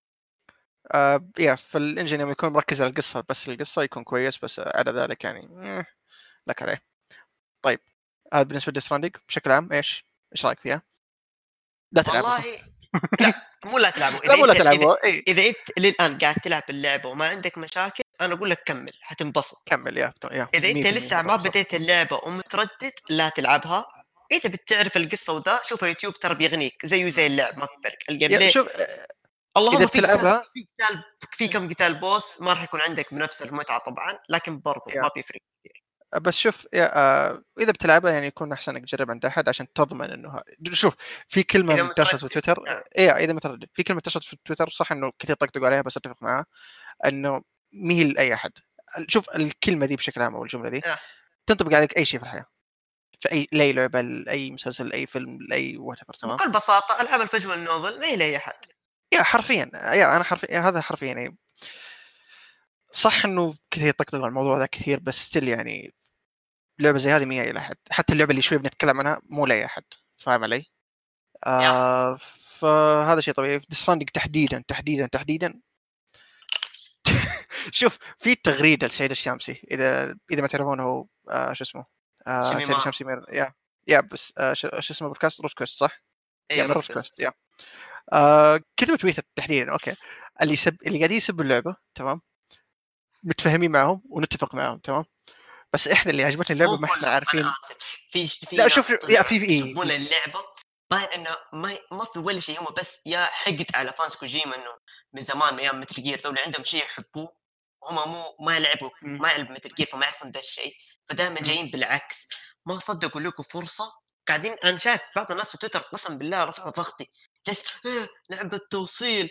فالengine لمّا يكون مركّز على القصة بس القصة يكون كويس، بس عدا ذلك يعني لك عليه. طيب هذا بالنسبة لdeath stranding بشكل عام إيش رأيك فيها؟ لا تلعبوا. والله لأ، مو لا تلعبوا، لا إذا مو لا أنت إذا تلعبوا إي إذا أنت للآن قاعد تلعب اللعبة وما عندك مشاكل، أنا أقول لك كمّل حتنبسط. كمّل إذا أنت 100% لسه ما بتنبسط. بديت اللعبة ومتردد، لا تلعبها. إذا بتعرف القصة وذا شوف يوتيوب ترى بيغنيك زيه إمم. زي اللعب ما في فرق. الgameplay شوف إذا اللهم بتلعبها في كم قتال بوس ما راح يكون عندك بنفس المتعة طبعًا، لكن برضو يا ما بيفرق كثير. بس شوف إذا بتلعبها يعني يكون أحسن إنك تجرب عند أحد عشان تضمن إنه شوف في كلمة إذا انتشرت في متردد تويتر. نعم. إذا متردد في كلمة انتشرت في تويتر صح إنه كثير طقطقوا عليها بس أتفق معاها إنه ما هي لأي أحد. شوف الكلمة دي بشكل عام أو الجملة دي آه. تنطبق عليك أي شيء في الحياة، في لأي لعبة، لأي مسلسل، لأي فيلم، لأي whatever تمام؟ بكل بساطة ألعاب الvisual novel ما هي لأي أحد. حرفيًا أنا حرفيًا هذا حرفيًا يعني صح إنه كثير طقطقوا على الموضوع ذا كثير بس still يعني لعبة زي هذه ما هي لأي أحد، حتى اللعبة اللي شوي بنتكلم عنها مو لأي أحد، فاهم علي؟ ياه! فهذا شيء طبيعي. Death Stranding تحديدًا شوف في تغريدة لسعيد الشامسي إذا ما تعرفونه هو شو اسمه سعيد شيميمارا. الشامسي يا بس شو اسمه بودكاست روت كويست صح؟ أيوه من روت كويست Roadquest. كتبوا تويتر تحديدًا أوكي، اللي قاعدين يسبوا اللعبة تمام، متفاهمين معاهم ونتفق معاهم تمام، بس إحنا اللي عجبتنا اللعبة مو ما إحنا كلهم أنا عارفين. آسف، في لا شوف ناس يا طلعوا في يسبون في اللعبة باين إنه ما في ولا شيء، هم بس يا حقد على فانز كوجيما إنه من زمان من أيام Metal Gear ذول عندهم شيء يحبوه، وهم ما لعبوا إمم، ما يلعبوا Metal Gear فما يعرفون ذا الشيء، فدايمًا إمم. جايين بالعكس. ما صدقوا لكم فرصة قاعدين. أنا شايف بعض الناس في تويتر قسم بالله رفعوا ضغطي، جالس لعبة توصيل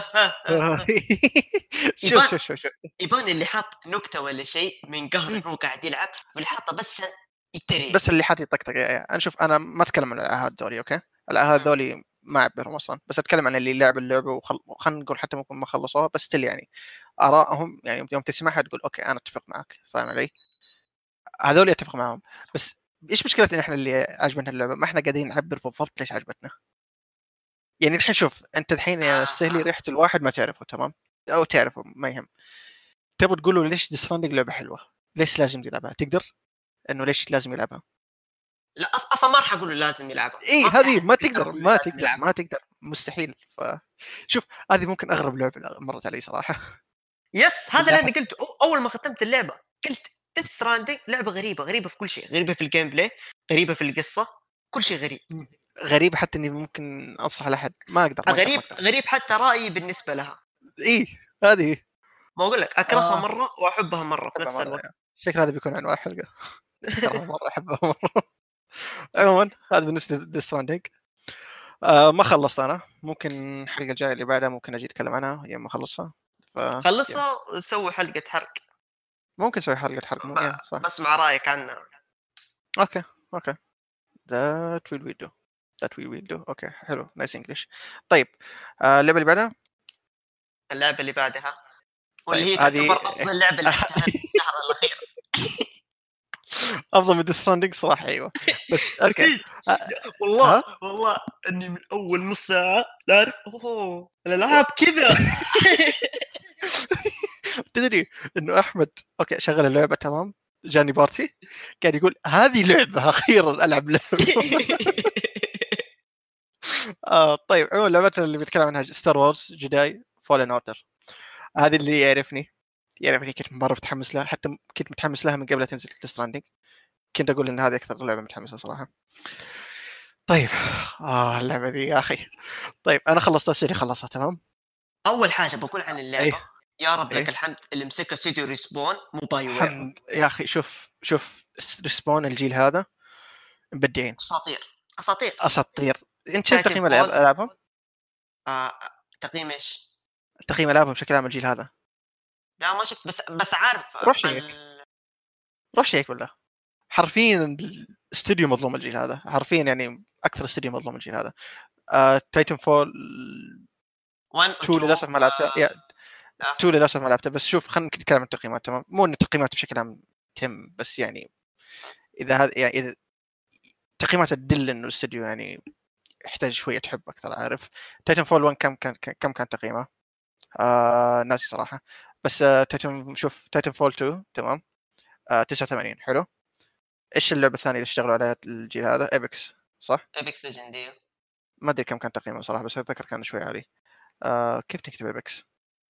شوف يبان شوف شوف شوف يبان اللي حاط نكتة والّا شيء من قهر إمم. إنه هو قاعد يلعب، واللي حاطه بس عشان يتريق. بس اللي حد يطقطق أنا شوف أنا ما أتكلم عن العاهات ذولي أوكي، العاهات إمم. ذولي ما أعبّرهم أصلًا، بس أتكلم عن اللي لعب اللعبة خلّينا نقول حتى ممكن ما خلّصوها بس still يعني آرائهم يعني يوم تسمعها تقول أوكي أنا أتفق معك، فاهم علي؟ هذول أتفق معاهم، بس إيش مشكلتنا إحنا اللي عجبتنا اللعبة؟ ما إحنا قاعدين نعبّر بالضبط ليش عجبتنا، يعني الحين شوف أنت الحين يا السهلي آه. رحت لواحد ما تعرفه تمام، أو تعرفه ما يهم، تبغى تقول له ليش Death Stranding لعبة حلوة، ليش لازم تلعبها؟ تقدر؟ إنه ليش لازم يلعبها؟ لأ أصلًا ما راح أقول له لازم يلعبها، ما في هذه أحد ما أقدر تقدر، أقول له لازم يلعبها. مستحيل. شوف هذه ممكن أغرب لعبة مرّت علي صراحة من هذا اللي ناحية أنا قلته أول ما ختمت اللعبة، قلت Death Stranding لعبة غريبة، غريبة في كل شيء، غريبة في الgameplay، غريبة في القصة، كل شيء غريب. إمم. غريبة حتى إني ممكن أنصح لأحد، ما أقدر. غريب حتى رأيي بالنسبة لها. إيه هذه هي. ما أقول لك أكرهها آه. مرة وأحبها مرة في أحبها نفس مرة الوقت. شكل هذا بيكون عنوان الحلقة أكرهها مرة أحبها مرة. عمومًا هذا بالنسبة لDeath Stranding. ما خلّصت أنا، ممكن الحلقة الجاية اللي بعدها ممكن أجي أتكلم عنها يوم ما أخلصها. ف يا خلّصها وسوي حلقة حرق ممكن نسوي حلقة حرق ب صح. باسمع رأيك عنها. اوكي اوكي that will we do that we will do. اوكي حلو نايس انجلش. طيب اللعبه اللي بعدها. اللعبة اللي بعدها واللي طيب هي هذه تعتبر أفضل لعبة لعبتها الشهر الأخير. افضل من ستراندنج صراحه. ايوه بس اوكي. أكيد ها والله إني من أول نص ساعة لا أعرف الألعاب كذا. تدري انه احمد اوكي شغل اللعبه تمام، جاني بارتي كان يقول هذه لعبه اخيرا العب لعبه. طيب عموما لعبتنا اللي بنتكلم عنها ستار وورز جداي فولن اوردر. هذه اللي يعرفني كنت مره متحمس لها، حتى كنت متحمس لها من قبل لا تنزل ستراندنج. كنت اقول ان هذه اكثر لعبه متحمسه صراحه. طيب اللعبه دي يا اخي. طيب انا خلصت السيري خلصها تمام. أول حاجة بقول عن اللعبة ايه يا رب لك ايه الحمد اللي مسكها استوديو ريسبون مو باي وير. الحمد يا اخي. شوف ريسبون الجيل هذا مبدعين أساطير. اساطير. انت شفت تايتن تقييم فول العابهم؟ آه تقييم إيش؟ تقييم العابهم بشكل عام الجيل هذا. لا ما شفت بس عارف روح شيك روح شيك بالله. حرفيا الاستوديو مظلوم الجيل هذا، حرفيا يعني اكثر استوديو مظلوم الجيل هذا. تايتن فول 1 و 2 2 للاسف ما لعبته. 2 للاسف ما لعبته. بس شوف خلينا نتكلم عن التقييمات تمام. مو ان التقييمات بشكل عام تم، بس يعني اذا هذا يعني اذا تقييمات تدل انه الاستوديو يعني يحتاج شويه حب اكثر. عارف تايتن فول 1 كم كان تقييمه؟ ناسي صراحه. بس شوف تايتن فول 2 تمام 89 حلو. ايش اللعبه الثانيه اللي اشتغلوا عليها الجيل هذا؟ ايبكس صح؟ ايبكس ليجندير ما ادري كم كان تقييمه صراحه، بس اتذكر كان شوي عالي. كيف تكتب ايبكس؟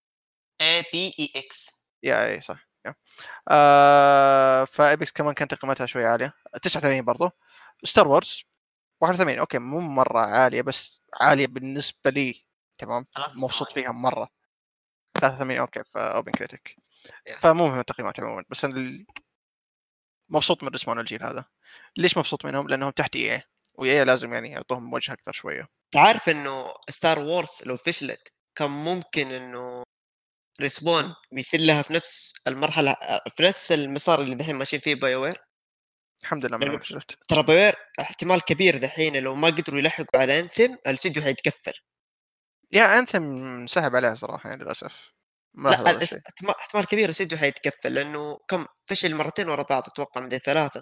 ABEX. يا اي صح يا. فايبكس كمان كان تقييماتها شوي عاليه 89 برضو. ستار وورز 81 اوكي مو مره عاليه بس عاليه بالنسبه لي تمام. مبسوط 83 فيها مره. 83 اوكي فاوبن كريتيك. yeah. فمو مهم التقييمات عموما، بس انا مبسوط من رسمون الجيل هذا. ليش مبسوط منهم؟ لانهم تحت اي واي لازم يعني يعطوهم وجه اكثر شويه. تعرف انه ستار وورز لو فشلت كان ممكن انه ريسبون بيصير لها في نفس المرحله في نفس المسار اللي دحين ماشيين فيه باي وير. الحمد لله لانه ما فشلت. ترى باي وير احتمال كبير دحين لو ما قدروا يلحقوا على انثم الاستوديو حيتقفل. يا انثم سحب عليها صراحه يعني للاسف. ملاحظ لا هذا الشيء. احتمال كبير الاستوديو حيتقفل لانه كم فشل مرتين ورا بعض اتوقع من 3.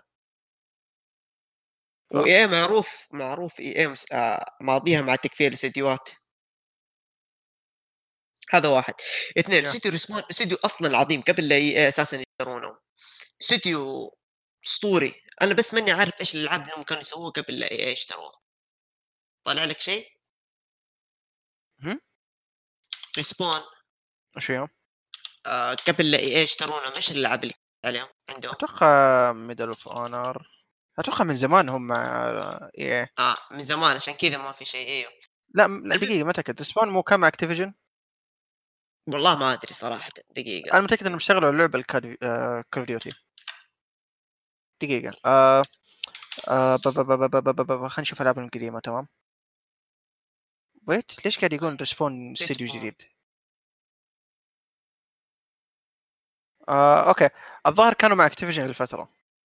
واي معروف اي ام ماضيها مع تكفير الاستديوهات. هذا واحد. اثنين يا استوديو ريسبون استوديو اصلا عظيم قبل لا اي اساسا يشترونه. استوديو اسطوري. انا بس ماني عارف ايش الالعاب اللي هم كانوا يسووها قبل لا اي يشتروها. طالع لك شيء؟ هم ريسبون ايش فيهم؟ قبل لا اي يشترونا ايش الالعاب اللي عليهم عندهم؟ اتوقع ميدل اوف اونر. اتوقع من زمان هم مع ايه. من زمان عشان كذا ما في شيء. ايوه لا دقيقه ما اتاكد. ريسبون مو كان مع اكتيفيجن؟ والله ما ادري صراحه دقيقه. انا متاكد انهم اشتغلوا على اللعبه كول ديوتي. دقيقه خلينا نشوف العابهم القديمه تمام. ويت ليش قاعد يقول ريسبون استديو جديد؟ اوكي الظاهر كانوا مع اكتيفيجن لفتره.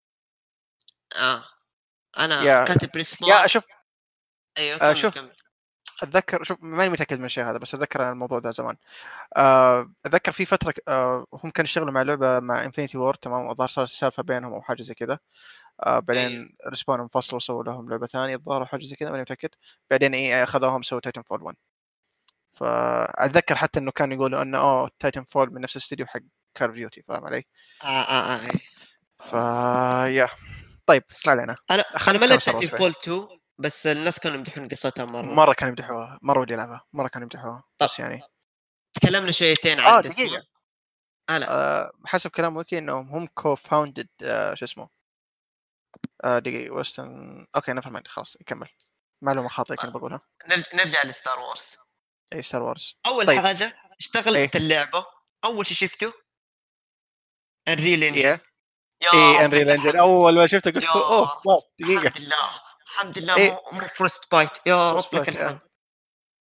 انا يا كاتب ريسبون. يا شوف ايوه كمل شوف كمل. اتذكر. شوف ماني متاكد من الشيء هذا بس اتذكر عن الموضوع ده زمان. اتذكر في فتره هم كانوا يشتغلوا مع لعبه مع انفينيتي وور تمام. الظاهر صار سالفه بينهم او حاجه زي كذا. ايوه بعدين ريسبون انفصلوا وسووا لهم لعبه ثانيه الظاهر حاجه زي كذا ماني متاكد. بعدين ايه اخذوهم سووا تايتن فول 1. فاتذكر حتى انه كانوا يقولوا انه تايتن فول من نفس الاستديو حق كارف ديوتي. فاهم علي؟ إيه. يا طيب ما علينا. انا خلينا ما نتكلم لعبت ستار وورز تايتن شوي. فول 2 بس الناس كانوا يمدحون قصتها مره. مره كانوا يمدحوها مره ودي العبها مره كانوا يمدحوها طب بس يعني. تكلمنا شويتين عن ريسبون. دقيقه لا حسب كلام ويكي انهم هم كو-فاوندد شو اسمه دقيقة ويسترن. اوكي نفهم خلاص يكمل. معلومة خاطئة كنت بقولها. نرجع لستار وورز. اي ستار وورز. اول طيب حاجه اشتغلت ايه اللعبه اول شيء شفته الريل انجن. ايه يا ايه رب انريل لك انجن. الحمد. اول ما شفته يا قلت اوه رب واو دقيقة. الحمد لله. الحمد لله ايه مو فروست بايت. يا رب لك بروسبرت الحمد.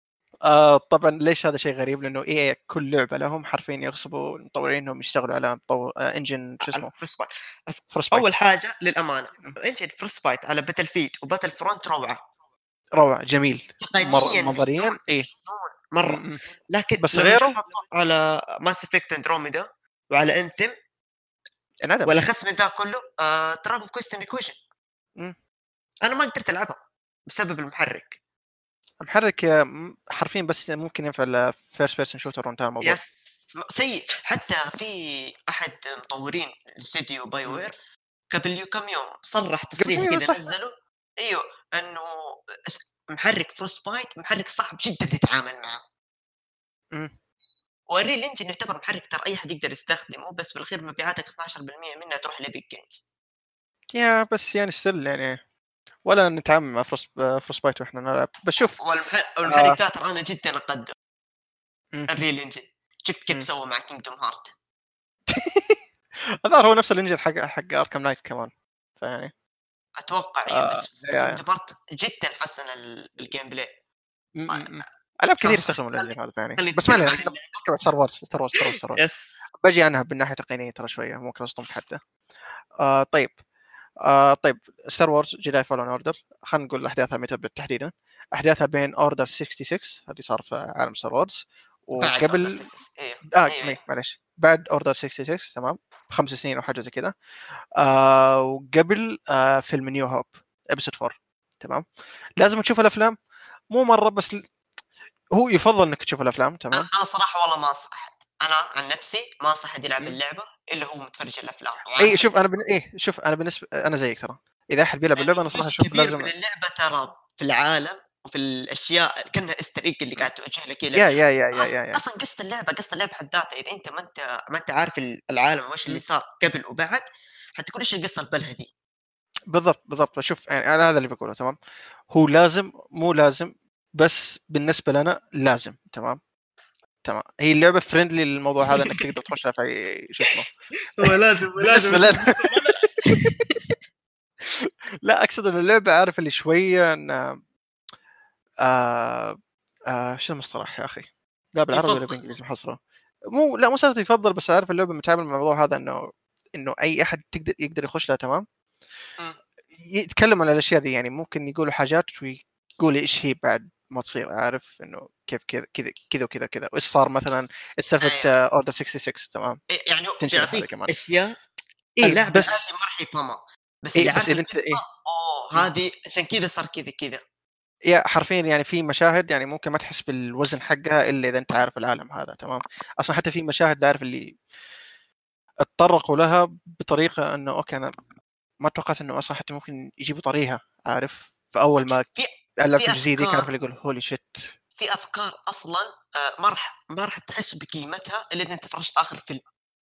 طبعا ليش هذا شيء غريب؟ لانه اي كل لعبه لهم حرفيا يغصبوا المطورين انهم يشتغلوا على انجن شو اسمه الفروست بايت. فروست بايت. اول حاجه للامانه، انجن فروست بايت على باتل فيلد وباتل فرونت روعه روعه جميل. تقنيا نظريا ايه. مجنون مره. م- م. لكن بس لما جيت غيره أطلع على ماس افكت اندروميدا وعلى انثم، انعدم. والاخص من ذا كله دراجون كويست انيكويجن، م. انا ما قدرت العبها بسبب المحرك. محرك حرفيا بس ممكن ينفع الفيرست بيرسون شوتر وانتهى الموضوع. يس، سيء. حتى في احد مطورين الاستوديو باي م. وير قبل كم يوم صرح قبل كم تصريح يوم كذا صح. نزله، ايوه، انه محرك فروست بايت محرك صعب جدا تتعامل معه، م. والريل انجن يعتبر محرك ترى اي حد يقدر يستخدمه، بس في الاخير مبيعاتك 12% منها تروح لبيج جيمز. يا بس يعني ستيل يعني ولا نتعامل مع فروست بايت واحنا نلعب. بس شوف والمحرك ذا ترى انا جدا اقدر م. الريل انجن. شفت كيف م. سوى مع كينجدوم هارت؟ الظاهر هو نفس الانجن حق اركم نايت كمان فيعني اتوقع ايه، آه بس في يا كينجدوم هارت جدا حسن الجيم بلاي. العاب كثير خلاص يستخدموا الانجن هذا يعني. خلينا بس ما نتكلم علينا عن احنا اللعبه. نتكلم عن ستار وورز ستار وورز. يس. بجي عنها بالناحيه التقنيه ترى شويه ممكن اصدمك حتى. طيب. طيب ستار وورز جداي فالون اوردر خلينا نقول احداثها متى بالتحديدا. احداثها بين اوردر 66 هذه صار في عالم ستار وورز بعد اوردر وقبل 6، ايوه ايوه. معلش بعد اوردر 66 تمام. 5 سنين او حاجه زي كذا. وقبل فيلم نيو هوب ابسود 4 تمام. لازم تشوف الافلام مو مره بس هو يفضل انك تشوف الافلام تمام. انا صراحه والله ما انصحت، انا عن نفسي ما انصح حد يلعب م. اللعبه الا هو متفرج الافلام اي وعارف شوف انا شوف انا بالنسبه انا زيك ترى. اذا احد بيلعب اللعبه انا لانه صراحه جزء اشوف كبير من لازم. اللعبه ترى في العالم وفي الاشياء كانها استر ايج اللي م. قاعد توجه لك له. يا اصلا قصه اللعبه حد ذاتها، اذا انت ما انت عارف العالم وش اللي م. صار قبل وبعد، حتقول ايش القصه البلهه دي. بالضبط شوف يعني انا هذا اللي بقوله تمام. هو لازم مو لازم بس بالنسبه لنا لازم تمام. هي اللعبه فريندلي للموضوع هذا انك تقدر تخش في شو اسمه. هو لازم بالنسبه لنا لا اقصد ان اللعبه عارف اللي شويه ان شو المصطلح يا اخي؟ لا بالعربي ولا يفضل. بالانجليزي محصره. مو شرط يفضل بس عارف اللعبه متعامل مع الموضوع هذا انه اي احد يقدر يخش لها تمام. مم. يتكلم عن الاشياء دي يعني ممكن يقولوا حاجات ويقول ايش هي بعد ما تصير عارف انه كيف كذا وايش صار مثلا سالفه ايوه، اوردر 66 تمام. يعني هو تنشرح هذا بيعطيك كمان. اشياء ايه اللاعب العادي بس ما راح يفهمها، بس ايه اللي بس عارف اذا انت القصه، ايه اوه هذه عشان كذا صار كذا كذا. يا حرفيا يعني في مشاهد يعني ممكن ما تحس بالوزن حقها الا اذا انت عارف العالم هذا تمام. اصلا حتى في مشاهد عارف اللي اتطرقوا لها بطريقه انه اوكي انا ما توقعت انه اصلا حتى ممكن يجيبوا طريقها عارف. فاول ما في العب في في الجزئيه ذيك عارف افكار اللي يقول هولي شيت. في افكار اصلا ما راح تحس بقيمتها الا اذا انت فرجت اخر فيلم.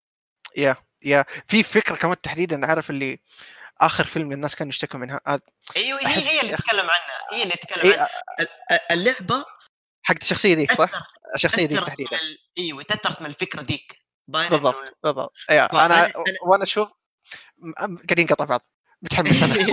يا في فكره كمان تحديدا عارف اللي اخر فيلم الناس كانوا يشتكوا منها ايوه، هي احس اللي يا اخي تتكلم عنها، هي اللي تتكلم عن ايه اللعبه. حقت الشخصيه ذيك صح. اثر الشخصيه ذيك اثرت تحديدا. ايوه، تاثرت من الفكره ذيك، باين انه. بالضبط ايه فانا انا وانا اشوف قاعدين نقطع بعض متحمس انا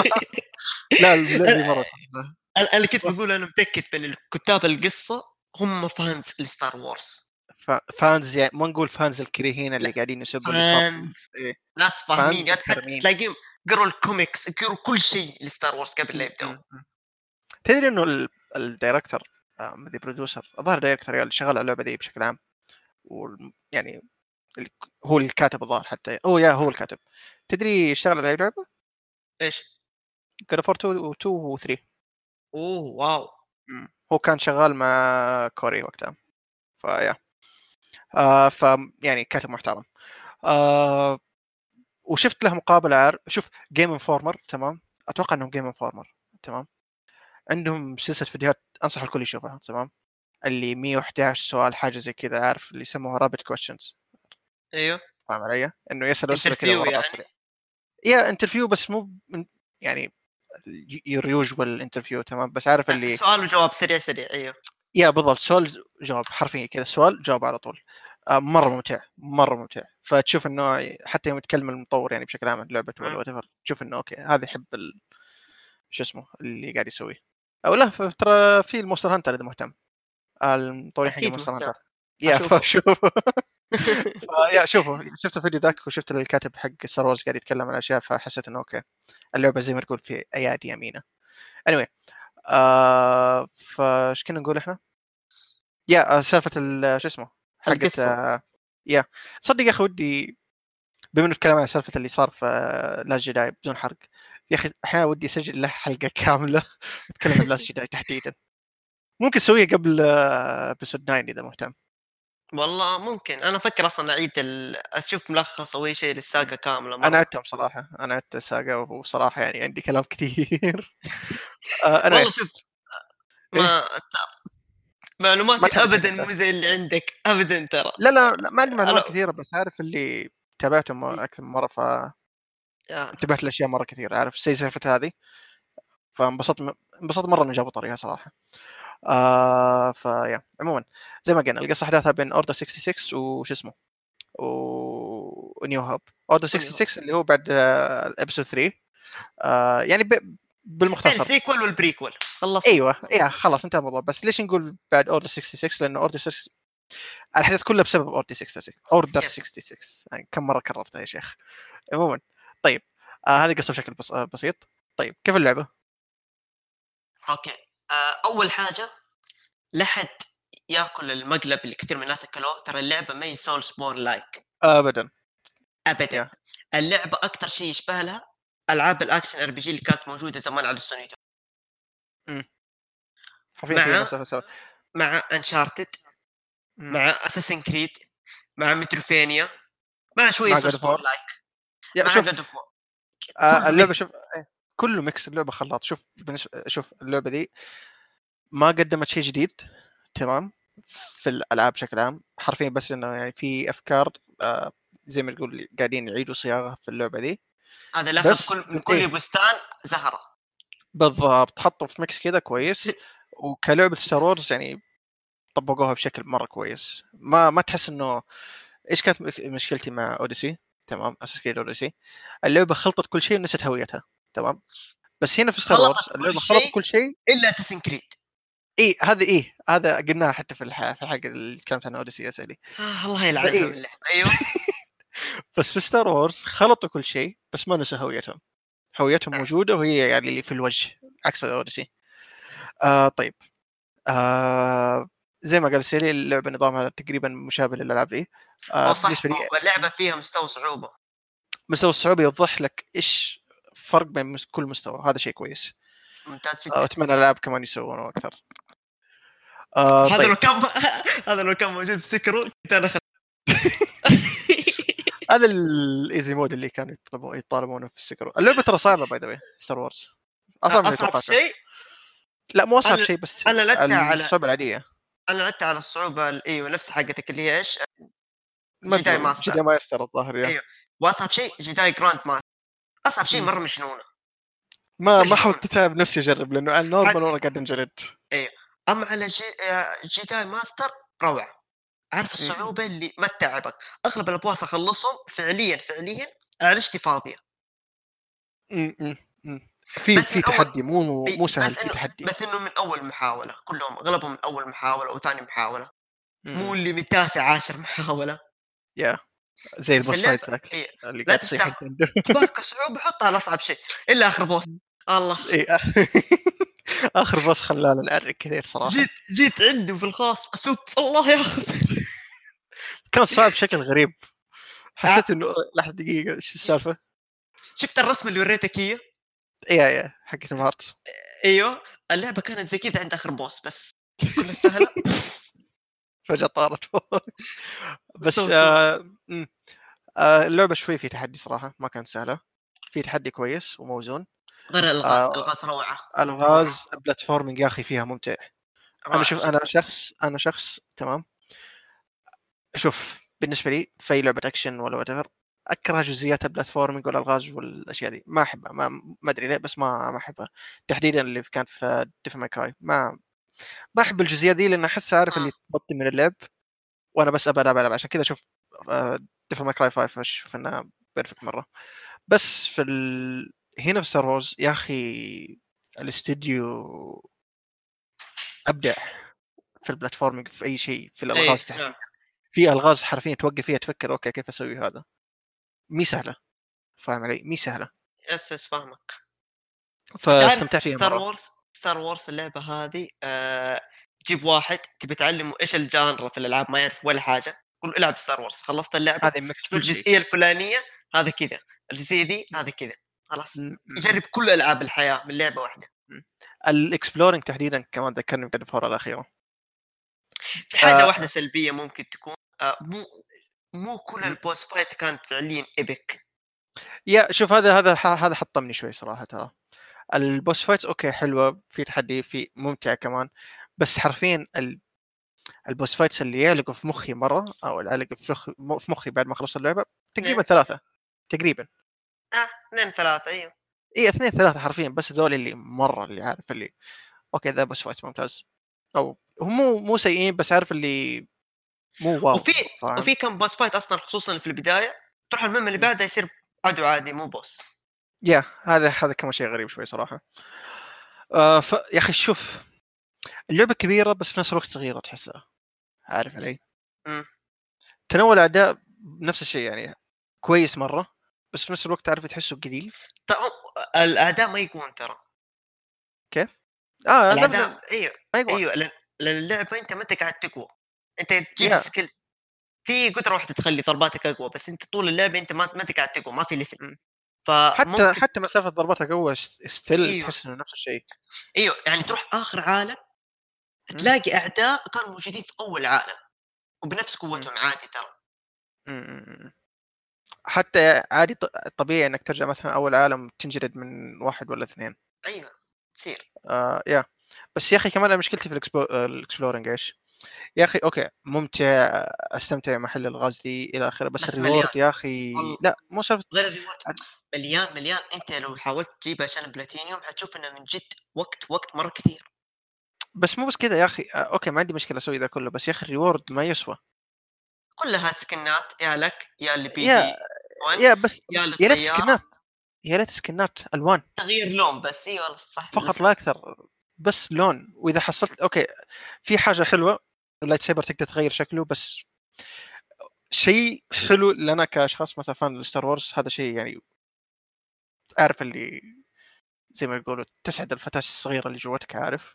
لا اللعبه دي مره تحفة. انا كنت بقول انا متاكد من الكتاب القصه هم فانز لستار وورز. فانز يعني ما نقول فانز الكريهين اللي لا، قاعدين يسبوا اللي صار في فانز، إيه. ناس فاهمين، فانز حتى محترمين. تلاقيهم قروا الكوميكس، قروا كل شيء لستار وورز قبل لا يبداوا. تدري انه الدايركتور ذا برودوسر الظاهر دايركتور اللي شغال على اللعبه دي بشكل عام يعني هو الكاتب الظاهر حتى هو الكاتب. تدري اشتغل على أي لعبه؟ ايش؟ God of War 2 و 3. اوه واو. هو كان شغال مع كوري وقتها فيا ف يعني كاتب محترم. آه وشفت له مقابله شوف جيم انفورمر تمام. اتوقع انهم جيم انفورمر تمام. عندهم سلسله فيديوهات انصح الكل يشوفها تمام. اللي 111 سؤال حاجه زي كذا عارف اللي يسموها رابط كويشنز. ايوه، فاهم علي انه يسال اسئله كذا انترفيو ورا بعض يعني. سريع. يا انترفيو بس مو يعني يوجوال انترفيو تمام بس عارف اللي سؤال وجواب سريع سريع، ايوه. يا بالضبط سؤال جواب حرفيا كذا سؤال جواب على طول. مره ممتع فتشوف انه حتى يوم يتكلم المطور يعني بشكل عام عن لعبه ولا وات تشوف انه اوكي هذا يحب شو اسمه اللي قاعد يسويه. او لا ترى في المونستر هانتر اذا مهتم المطورين حق اكيد مونستر مهتم هانتر. يا اشوفه. فشوف يا شوفوا شفت الفيديو ذاك وشفت الكاتب حق ستار وورز قاعد يتكلم عن اشياء، فحسيت انه اوكي اللعبه زي ما تقول في ايادي يمينه. anyway فايش كنا نقول احنا؟ يا سالفه شو اسمه حقت القصه يا صدق يا اخي ودي بما انه نتكلم عن سالفه اللي صار في لاست جداي بدون حرق، يا اخي احيانا ودي اسجل له حلقه كامله اتكلم عن لاست جداي تحديدا. ممكن اسويها قبل ابيسود 9 اذا مهتم. والله ممكن انا افكر اصلا اعيد اشوف ملخص او اي شيء للساقه كامله انا مره. عدتها بصراحه، انا عدت الساقه وصراحه يعني عندي كلام كثير. انا والله شوف ايه ما ما معلوماتي تحرق ابدا انت. مو زي اللي عندك ابدا ترى. لا لا لا ما عندي انا معلومات كثيره، بس عارف اللي تابعتهم اكثر من مره يا فانتبهت لاشياء مره كثير، عارف زي سالفه هذه. انبسطت مره انه جابوا طريقه صراحه. فيا عموما زي ما قلنا القصه احداثها بين اوردر 66 وش اسمه ونيو هوب. اوردر 66 اللي هو بعد الابسود 3. يعني يعني بالمختصر السيكول والبريكول خلصنا. ايوه خلاص انتهى الموضوع. بس ليش نقول بعد اوردر 66؟ لانه اوردر 6 الحدث كله بسبب اوردر 66. اوردر يس 66 يعني كم مره كررتها يا شيخ. عموما طيب هذه قصه بشكل بسيط. طيب كيف اللعبه؟ اوكي. اول حاجه لحد ياكل المقلب اللي كثير من الناس اكلوه، ترى اللعبه ما هي سول سبور لايك ابدا. ابدا. يا اللعبه اكثر شيء يشبه لها العاب الاكشن ار بي جي اللي كانت موجوده زمان على السونيتو، امم حرفيا فيها مع مسافه سوا. انشارتد، امم مع اساسن كريد، مع متروفينيا، مع شويه مع سول جود سبور فور. لايك، يا مع شوف جاد اوف. كله اللعبه ميكس. شوف كله ميكس. اللعبه خلاط. شوف شوف اللعبه دي ما قدمت شيء جديد تمام في الالعاب بشكل عام حرفيا، بس انه يعني في افكار زي ما تقول قاعدين يعيدوا صياغه في اللعبه دي. هذا اللي اخذ بس كل من كل ايه بستان زهره. بالضبط حطوا في ميكس كذا كويس. وكلعبه ستار وورز يعني طبقوها بشكل مره كويس. ما تحس انه ايش كانت مشكلتي مع اوديسي؟ تمام اساس كريد اوديسي اللعبه خلطت كل شيء ونسيت هويتها. تمام. بس هنا في ستار وورز خلطت كل اللعبه خلطت شيء كل شيء. الا اساسن كريد. هذا قلناها حتى في الحلقه اللي تكلمت عن اوديسي اسالي. الله يلعنها من اللعبه. ايوه. بس في ستار وورز خلطوا كل شيء بس ما نسوا هويتهم. هويتهم موجوده وهي يعني اللي في الوجه عكس اوديسي. طيب زي ما قال سيري اللعبه نظامها تقريبا مشابه للالعاب دي. هو بالنسبه صح، لي اللعبه فيها مستوى صعوبه مستوى الصعوبه يوضح لك ايش فرق بين كل مستوى. هذا شيء كويس. ممتاز جدا. اتمنى الالعاب كمان يسوونه اكثر. هذا طيب لو كان هذا لو كان موجود في سكرو كنت انا هذا الايزي مود اللي كانوا يطالبونه في السكر. اللعبه ترى صعبه باي ذا واي ستار وورز اصعب من اصعب توقعته. شيء. لا مو اصعب انا شيء بس انا لعبتها على الصعوبه العاديه. انا لعبتها على الصعوبه ايوه نفس حقتك اللي هي ايش؟ جداي ماجور ماستر. جدا ما يستر الظاهر يا. ايوه. واصعب شيء جداي جراند ماستر. اصعب شيء مم. مره مجنونه. ما مجنون. حاولت اتعب نفسي اجرب لانه على حد النورمال وانا قاعد انجلد. ايوه. اما على جداي ماستر روعه. عارف مم. الصعوبه اللي ما تتعبك. اغلب الابواس اخلصهم فعليا عالجتي فاضيه. مم. مم. في بس من في اول تحدي مو سهل في تحدي. بس انه من اول محاوله، كلهم اغلبهم من اول محاوله او ثاني محاوله، مو مم. اللي من تاسع عاشر محاوله. يا زي في البوس اللعبه فايت ذاك إيه. اللي لا قاعد تصيح تستاهل. انت عنده. تباك صعوبه حطها على اصعب شيء الا اخر بوس. الله. اي اخر بوس خلانا نعرق كثير صراحه. جيت عنده في الخاص اسب الله ياخذ. كان صعب بشكل غريب. ع- حسيت انه لحظه دقيقه ايش السالفه. شفت الرسمه اللي وريتك هي؟ ايه حق كينغ هارتس. ايوه. اللعبه كانت زي كذا عند اخر بوس بس كلها سهله. فجاه طارت فوق. بس مستوى صعب. اللعبه شوي في تحدي صراحه ما كانت سهله. في تحدي كويس وموزون. غير الغاز، آه الغاز روعه. روعه. الغاز بلاتفورمينج يا اخي فيها ممتع. رائع جدا. انا شخص تمام. شوف بالنسبه لي في أي لعبه اكشن ولا وات اكره جزئيات البلاتفورمينج والالغاز والاشياء دي ما احبها. ما ادري ليه بس ما احبها. تحديدا اللي كان في ديفل ماي كراي ما احب الجزئيات دي لان احسها عارف اللي تبطي من اللعب. وانا بس ابى العب عشان كذا اشوف ديفل ماي كراي 5 اشوف انها بيرفكت مره. بس هنا في ستار وورز يا اخي الاستديو ابدع. في البلاتفورمينج في اي شيء في ايه الالغاز تحديدا. نعم. في الغاز حرفيا توقف فيها تفكر اوكي كيف اسوي هذا، مي سهله، فاهم علي؟ مي سهله، يس فاهمك. تعرف فاستمتعت فيها ستار مره. وورز، ستار وورز اللعبة هذه تجيب واحد تبي تعلمه ايش الجانرا في الالعاب، ما يعرف ولا حاجة، قول له العب ستار وورز، خلصت اللعبة هذه ميكس شوف كل شيء. الجزئية الفلانية هذا كذا، الجزئية دي هذا كذا، خلاص يجرب كل العاب الحياة من لعبة واحدة. الاكسبلورينج تحديدا كمان ذكرني بجد الفورة الاخيره. في حاجة واحدة سلبية ممكن تكون مو كل م- البوس فايت كانت فعليا ايبك. يا شوف هذا حطمني شوي صراحه. ترى البوس فايتس اوكي حلوه، في تحدي، في ممتع كمان، بس حرفيا البوس فايتس اللي يعلقوا في مخي مره، او اللي يعلقوا في مخي بعد ما خلصت اللعبه تقريبا اثنين، ثلاثه. تقريبا اثنين ثلاثة ايوه. اي اثنين ثلاثه حرفيا، بس ذول اللي مره اللي عارف اللي اوكي ذا بوس فايت ممتاز، او هم مو سيئين بس عارف اللي مو واو، وفي فاهم؟ وفي كم بوس فايت اصلا خصوصا في البداية تروح المهمة اللي بعدها يصير عدو عادي مو بوس. يا هذا كمان شيء غريب شوي صراحه. يا اخي شوف، اللعبه كبيره بس في نفس الوقت صغيره تحسها، عارف علي؟ امم تنوع الاعداء نفس الشيء يعني كويس مره، بس في نفس الوقت تعرف تحسه قليل. ترى الاعداء ما يكون ترى، كيف؟ الاعداء ايوه، ما يقول. ايوه لأن اللعبة انت ما انت قاعد تقوى، انت تجيب يا سكيل، في قدرة واحدة تخلي ضرباتك اقوى، بس انت طول اللعبة انت ما انت قاعد تقوى، ما في ليفل، م. فممكن حتى مسافه ضربتها قوه ستيل ايوه تحس انه نفس الشيء. ايوه يعني تروح اخر عالم م. تلاقي اعداء كانوا موجودين في اول عالم وبنفس م. قوتهم عادي ترى. م. حتى عادي طبيعي انك ترجع مثلا اول عالم تنجلد من واحد ولا اثنين. ايوه تصير. يا بس يا اخي كمان أنا مشكلتي في الاكسبلورنج ايش؟ يا اخي اوكي ممتع، استمتع محل الغاز ذي الى اخره، بس بس مليان الريورد يا اخي لا مو سالفه. غير الريورد، مليان مليان، انت لو حاولت تجيبها عشان البلاتينيوم حتشوف انه من جد وقت مره كثير. بس مو بس كذا يا اخي، اوكي ما عندي مشكله اسوي ذا كله، بس يا اخي الريورد ما يسوى. كلها سكنات يا لك يا اللي يا بيجي 1 يا بس يا يا ريت للطياره، سكنات، يا ريت سكنات الوان تغيير لون بس. اي والله صح فقط لا للاسف. اكثر، بس لون. واذا حصلت اوكي في حاجه حلوه، اللايت سايبر تقدر تغير شكله، بس شيء حلو لنا كاشخاص مثلا فان لستار وورز، هذا شيء يعني عارف اللي زي ما يقولوا تسعد الفتاة الصغيرة اللي جوتك، عارف؟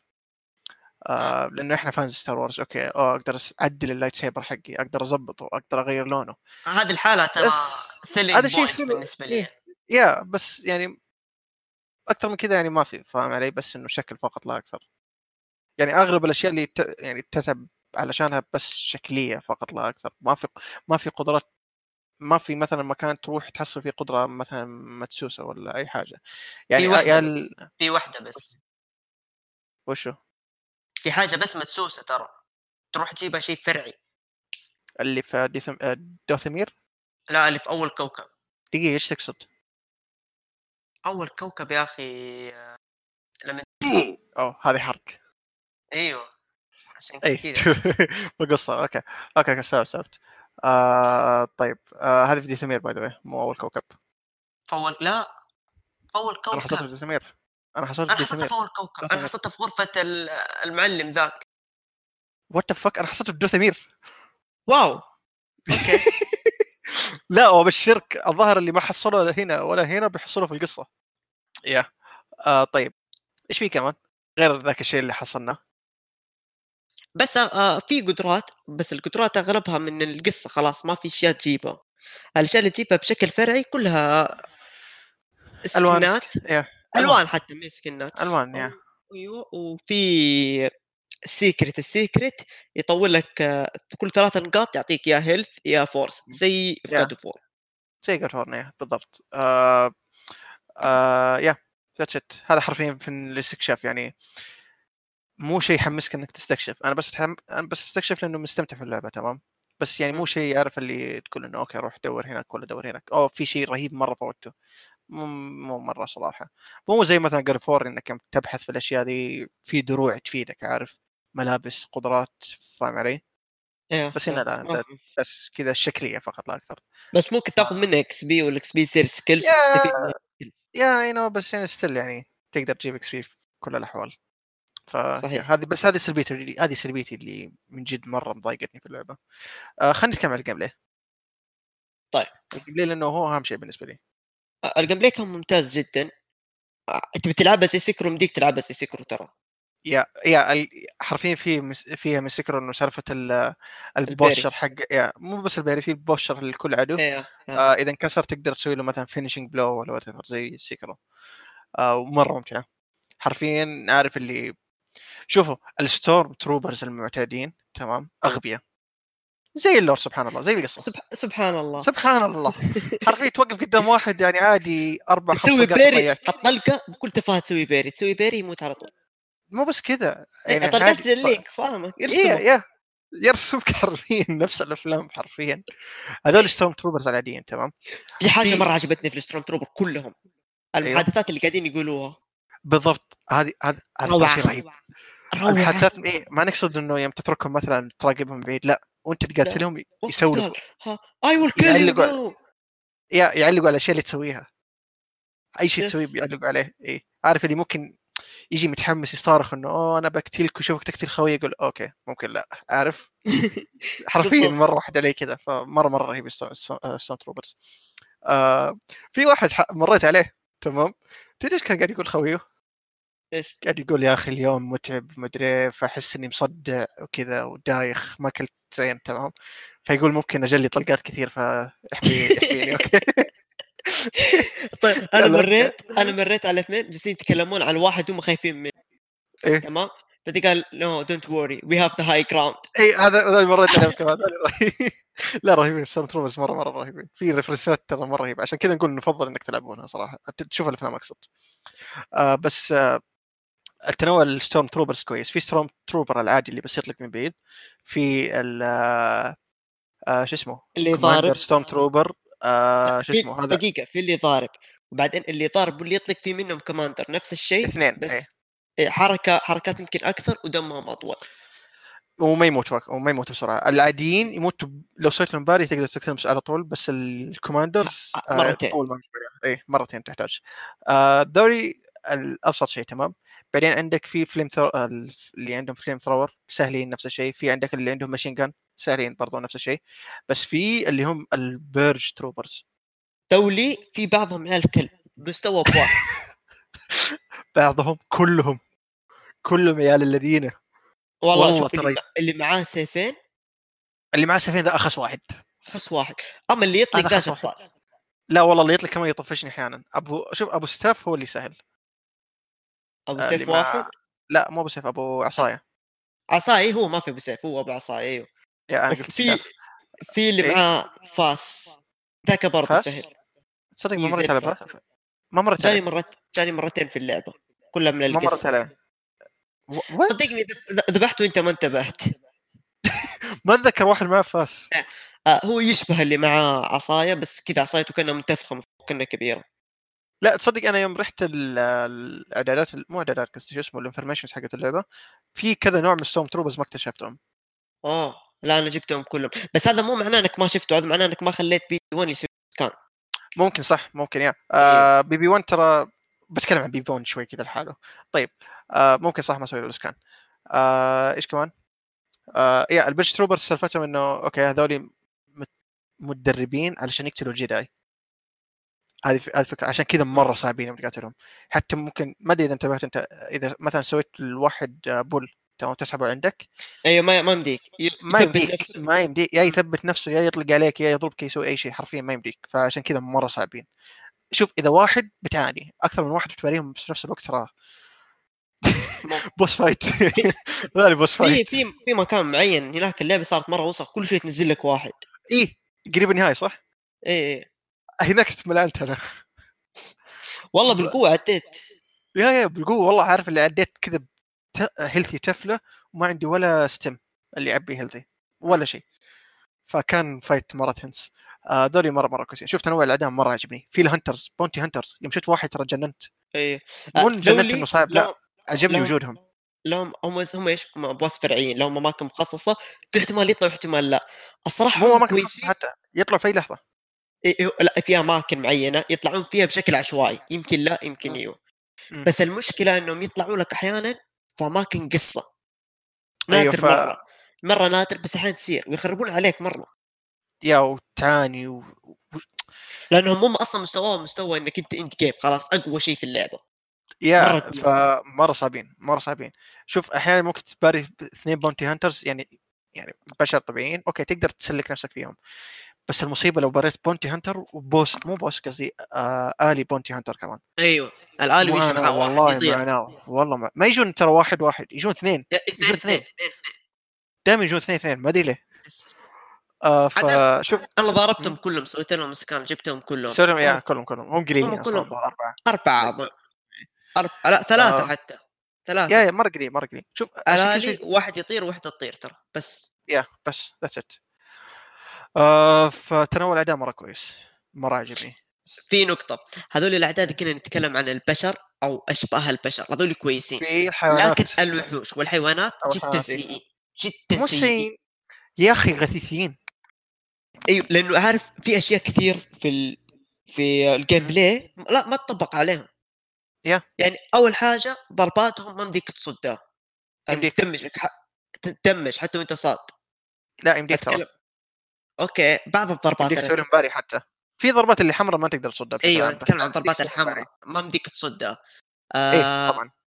لانه احنا فانز ستار وورز، اوكي اقدر اعدل اللايت سايبر حقي، اقدر اضبطه، اقدر اغير لونه، هذه الحالة ترى بس هذا سيلينج شيء بوينت حلو. بالنسبة لي. إيه. يا بس يعني اكثر من كذا يعني ما في، فاهم علي؟ بس انه شكل فقط لا اكثر. يعني صح. اغلب الاشياء اللي يعني تتعب علشانها بس شكليه فقط لا اكثر، ما في قدرات، ما في مثلا مكان تروح تحصل فيه قدره مثلا مدسوسه ولا اي حاجه يعني في واحدة يا بس، في واحدة بس، وشو في حاجة بس مدسوسة ترى، تروح تجيبها شيء فرعي. اللي في دوثمير؟ لا اللي في أول كوكب. دقيقه ايش تقصد؟ أول كوكب يا أخي لما هذه حرق. أيوه عشان اي كذا. بقصة. اوكي اوكي استوعبت. طيب هذه في ديثمير باي ذا واي، مو اول كوكب. فأول لا، أول انا حصلت كوكب. في ديثمير، انا حصلت في أنا حصلتها في ديثمير. أول كوكب، أنا دوثمير حصلتها في غرفة المعلم ذاك. وات ذا فك، انا حصلت في دوثمير. واو أوكي. لا وبالشرك الظاهر اللي ما حصلوا هنا ولا هنا بيحصلوا في القصة. يا طيب ايش في كمان غير ذاك الشيء اللي حصلنا؟ بس في قدرات، بس القدرات أغلبها من القصة خلاص، ما في أشياء تجيبها. الأشياء اللي تجيبها بشكل فرعي كلها الوان سكنات، يا الوان، ألوان حتى مي سكنات. الوان يا أيوه وفي السيكريت يطول لك في كل 3 نقاط يعطيك يا هيلث يا فورس زي في يا God of War. زي كالفورنيا بالضبط. يا ذاتس ات، هذا حرفيا في الاستكشاف يعني، مو شيء يحمسك انك تستكشف. انا بس استكشف لانه مستمتع في اللعبه تمام، بس يعني إمم. مو شيء عارف اللي تقول انه اوكي روح دور هناك ولا دور هناك، او في شيء رهيب مره فوتته. مو مره صراحه، مو زي مثلا جاد فور انك يوم تبحث في الاشياء دي في دروع تفيدك، عارف؟ ملابس، قدرات، فاهم علي؟ بس هنا لا، انت فاهم. بس كذا الشكليه فقط لا اكثر. بس ممكن ف... تاخذ منه XP والXP يصير skills يا وتستفيد من الskills. يا اي نو، بس يعني ستيل يعني تقدر تجيب اكس في كل الاحوال. صحيح. هذه بس هذه سلبيتي اللي من جد مره مضايقتني في اللعبه. خلينا نتكلم عن الجيم بلاي. طيب الجيم بلاي لانه هو اهم شيء بالنسبه لي. الجيم بلاي كان ممتاز جدا. انت بتلعبها زي سكرو، مديك تلعبها زي سكرو ترى. حرفيا فيها من سكر انه سالفه البيري. البوشر حق مو بس البيري، في البوشر لكل عدو. ايه اذا انكسر تقدر تسوي له مثلا فينيشنج بلو ولا وات زي سيكرو. ومره ممتعه حرفيا. عارف اللي شوفوا الستورم تروبرز المعتادين تمام اغبياء زي اللور، سبحان الله، زي القصه. سبحان الله. سبحان الله. حرفيا توقف قدام واحد يعني عادي 4-5 تسوي طلقات بيري يضيعك. الطلقه بكل تفاهه، تسوي بيري، تسوي بيري يموت على طول. مو بس كذا يعني طلقات عادي جليك فاهمك، ايه يرسموا. يا يرسمك حرفيا نفس الافلام حرفيا. هذول ستورم تروبرز العاديين تمام. في حاجه في مره عجبتني في الستروم تروبر كلهم، ايوه المحادثات اللي قاعدين يقولوها. بالضبط. هذا ترى روعه شيء رهيب. روعه. المحادثات ايه ما نقصد انه يوم تتركهم مثلا تراقبهم بعيد، لا وانت لا تقاتلهم وصف قال يسولفوا، ها I will kill you يعلقوا now. يعلقوا على الاشياء اللي تسويها. اي شيء تسويه يس. بيعلقوا عليه. ايه عارف اللي ممكن يجي متحمس يصارخ انه اوه انا بقتلك وشوفك تقتل خوي، يقول اوكي ممكن لا عارف. حرفيا بالضبط. مره واحد عليه كذا، فمره رهيب الساوند تروبرز. في واحد مريت عليه تمام. تدري ايش كان قاعد يقول خويه؟ ايش؟ قاعد يقول يا اخي اليوم متعب مدري، فاحس اني مصدع وكذا ودايخ ما اكلت زين تمام. فيقول ممكن اجلي طلقات كثير احميني اوكي. طيب انا قال اوكي مريت على اثنين جالسين يتكلمون عن واحد هم خايفين منه. ايه تمام. بعدين قال نو دونت وري وي هاف ذا هاي جراوند. ايه هذا مريت عليهم كمان هذول رهيب. لا رهيبين الساوند تروبرز مره رهيبين، في ريفرنسات ترى مره رهيبه، عشان كذا نقول نفضل انك تلعبونها صراحه تشوف الافلام اقصد. بس التنوع الستورم تروبرز كويس. في ستورم تروبر العادي اللي بس يطلق من بعيد، في ال شو اسمه اللي ضارب. كوماندر ستورم تروبر. شو في اسمه هذا. دقيقة، في اللي ضارب وبعدين اللي ضارب واللي يطلق في منهم كماندر نفس الشيء. اثنين ايه. بس حركات يمكن أكثر ودمهم أطول. وما يموت بسرعه. العاديين يموتوا لو سويت لهم باري تقدر تقتلهم على طول، بس الكوماندرز مرتين. طول ما ايه مرتين تحتاج. دوري الابسط شيء تمام. بعدين عندك في فليم اللي عندهم فليم ثرور سهلين نفس الشيء. في عندك اللي عندهم ماشين جان سهلين برضو نفس الشيء. بس في اللي هم البيرج تروبرز دولي في بعضهم عيال كلب مستوى بواس. بعضهم كلهم عيال الذين. والله والله شوف ترى اللي معاه سيفين اللي معاه سفين ذا اخس واحد. خس واحد. أما اللي يطلق هذا ذا اخس واحد. جبار. لا والله اللي يطلق كمان يطفشني احيانا. ابو ستاف هو اللي سهل. أبو اللي سيف واحد. مع لا مو بسيف، ابو عصايه. عصاي هو ما في أبو سيف، هو أبو عصاي أيوه. يا انا قلت وفي ستاف. اللي ايه معاه فاس، ذاك برضه سهل. فاس. تصدق ما ايوه زي مريت على الفاس. ما مريت عليه. جاني مرتين في اللعبة كلها من ما مريت القصة. عليه. وات. صدقني ذبحت وانت ما انتبهت. ما اتذكر واحد معه فاس. هو يشبه اللي معاه عصاية بس كذا عصايته كأنها منتفخة كأنها كبيرة. لا تصدق انا يوم رحت الاعدادات مو اعدادات قصدي شو اسمه الانفورميشنز حقت اللعبه، في كذا نوع من الستورم تروبرز ما اكتشفتهم. لا انا جبتهم كلهم، بس هذا مو معناه انك ما شفته، هذا معناه انك ما خليت بي 1 يسوي سكان. ممكن صح ممكن يا ايوه بي بي 1 ترى بتكلم عن بي بي 1 شوي كذا لحاله. طيب ممكن صح ما اسوي له سكان. ايش كمان. يا البيرج تروبرز سالفتهم انه اوكي هذول متدربين علشان يقتلوا الجداي. هذه الفكره، عشان كذا مره صعبين يوم تقاتلهم. حتى ممكن ما ادري اذا انتبهت انت، اذا مثلا سويت الواحد بول تمام تسحبه عندك ايوه ما يمديك ما يثبت يمديك نفسه. ما يمديك يا يثبت نفسه يا يطلق عليك يا يضربك يسوي اي شيء حرفيا ما يمديك، فعشان كذا مره صعبين. شوف اذا واحد بتعاني اكثر من واحد بتواريهم في نفس الوقت ترى بوس فايت. في ذا بوس في فايت. في مكان معين هناك اللعبة صارت مرة وسخ، كل شوي تنزل لك واحد. ايه قريب النهايه صح. ايه هناك تملعنت انا. والله ب... بالقوة عديت. يا بالقوه والله. عارف اللي عديت كذا هيلثي تفله وما عندي ولا ستيم اللي يعبي هيلثي ولا شيء. فكان فايت مره تنس. ذولي مره كويسين. شفت انواع الاعداء مره عجبني. في الهنترز بونتي هنترز يوم شفت واحد ترى جننت. ايه مو جننت انه ذولي صعب لا، لهم عجبني لهم وجودهم. هم ايش بوس فرعيين، لهم اماكن مخصصة، في احتمال يطلعوا احتمال لا. الصراحة مو هم ما كان مخصص كويسين. حتى يطلع في اي لحظه. لا في اماكن معينة يطلعون فيها بشكل عشوائي، يمكن لا يمكن ايوه. مم. بس المشكلة انهم يطلعوا لك احيانا فأماكن قصة ايوه نادر مرة، مرة نادر، بس أحيانا تصير ويخربون عليك مرة، يا وتاني لأنهم هم أصلا مستواهم مستوى إنك أنت إند جيم خلاص أقوى شيء في اللعبة، مرة يا قوي. فمره صعبين مره صعبين. شوف احيانا ممكن تباري اثنين بونتي هانترز، يعني بشر طبيعيين اوكي تقدر تسلك نفسك فيهم، بس المصيبه لو بريت بونتي هانتر وبوس، مو بوس قصدي الي بونتي هانتر كمان. أيوه الآلي ويجي معاناه معاه واحد والله يطير. معاناه والله، ما يجون ترى واحد واحد، يجون اثنين. اثنين يجون اثنين اثنين اثنين. دائما يجون اثنين اثنين، ما ادري ليه. عاد أنا فشوف أنا ضربتهم كلهم، سويت لهم سكان، جبتهم كلهم. سولهم هم يا كلهم هم هم قليلين اصلا كلهم الظاهر اربعه. 4 أظن، 4 لا 3 آه حتى، 3. يا مره قليل مره قليل. شوف عشان كل الآلي شيء واحد يطير وواحدة تطير ترى بس. يا بس ذاتس ات. فتنوع الاداء مره كويس، مره عجبني. في نقطة، هذول الأعداء اللي كنا نتكلم عن البشر أو أشباه البشر هذول كويسين، في لكن حيوانات الوحوش والحيوانات او جدا الحيوانات إيه؟ سيئين، جدا مو سيئين. سيء يا اخي، غثيثين. أيوة لأنه عارف في أشياء كثير في الجيم بلاي لا ما تطبق عليهم. يا يعني أول حاجة ضرباتهم ما مديك تصدها، يعني يمديك، تدمج حتى وأنت صاد. لا يمديك ترى، أتكلم أوكي بعض الضربات يمديك أنا تسوي لهم أتكلم. باري حتى. في ضربات اللي حمراء ما تقدر تصدها بشكل أيوة أنا عام، بس أتكلم عن يمديك الضربات تسوي لهم باري. الحمراء ما مديك تصدها. ايه آه طبعا.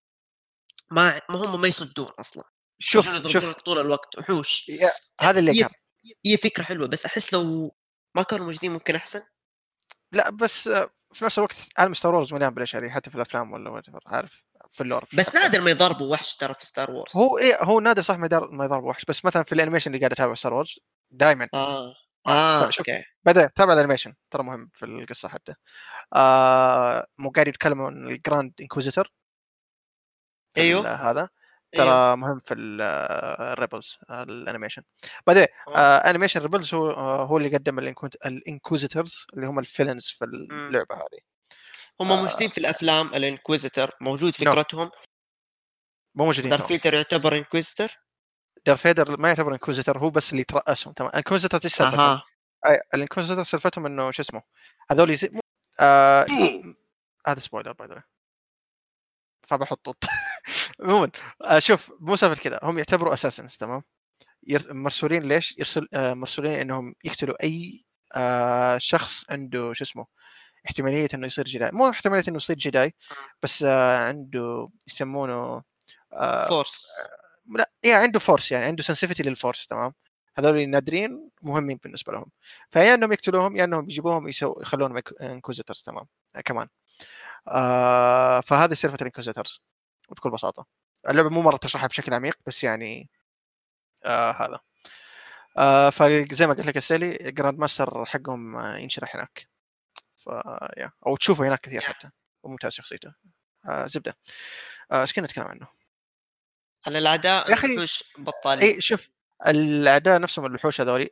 ما هم ما يصدون أصلا، يجون شوف شوف يضربونك طول الوقت وحوش. يا يعني هذا اللي هي قهر. هي فكرة حلوة بس أحس لو ما كانوا موجودين ممكن أحسن. لا بس في نفس الوقت عالم ستار وورز مليان بالاشياء هذه، حتى في الافلام ولا whatever، عارف، في اللور بس حتى. نادر ما يضربوا وحش ترى في ستار وورز. هو ايه هو نادر صح، ما يضرب وحش، بس مثلا في الانيميشن اللي قاعد اتابع ستار وورز دائما. آه آه فشوف أوكي. بدا تابع الانيميشن ترى مهم في القصه حتى. مو قاعد يتكلموا عن الجراند انكوزيتور في أيوه هذا، أيوه ترى مهم في الريبلز الانيميشن. بعدين آه. انيميشن ريبلز هو اللي قدم الانكوزيتورز اللي هم الفيلنز في مم. اللعبه هذه. هم موجودين في الأفلام، الانكويزيتور موجود نو فكرتهم. مو موجودين دارث توم. فيدر يعتبر انكويزيتور. دارث فيدر ما يعتبر انكوزيتور، هو بس اللي ترأسهم. تمام الانكوزيتور ايش سالفتهم؟ أها. الانكوزيتور سالفتهم انه شو اسمه، هذول آه... هذا سبويلر باي ذا، فبحطه. عموما شوف مو سالفه كذا، هم يعتبروا اساسنز تمام. مرسولين ليش؟ مرسولين انهم يقتلوا اي شخص عنده شو اسمه احتماليه انه يصير جداي، مو احتماليه انه يصير جداي، بس عنده يسمونه فورس. لا يعني عنده فورس، يعني عنده سنسيفيتي للفورس تمام. هذول نادرين مهمين بالنسبه لهم، فيا انهم يقتلوهم يا انهم يجيبوهم يخلونهم انكوزيتورز تمام كمان. فهذه سالفه الانكوزيتورز بكل بساطه. اللعبه مو مره تشرحها بشكل عميق، بس يعني هذا فزي ما قلت لك السيلي جراند ماستر حقهم ينشرح هناك، يا او تشوفه هناك كثير حتى، وممتاز شخصيته. زبده. ايش كنا نتكلم عنه على الأعداء يا اخي؟ الوحوش بطالين. اي شوف الاعداء نفسهم الوحوش هذولي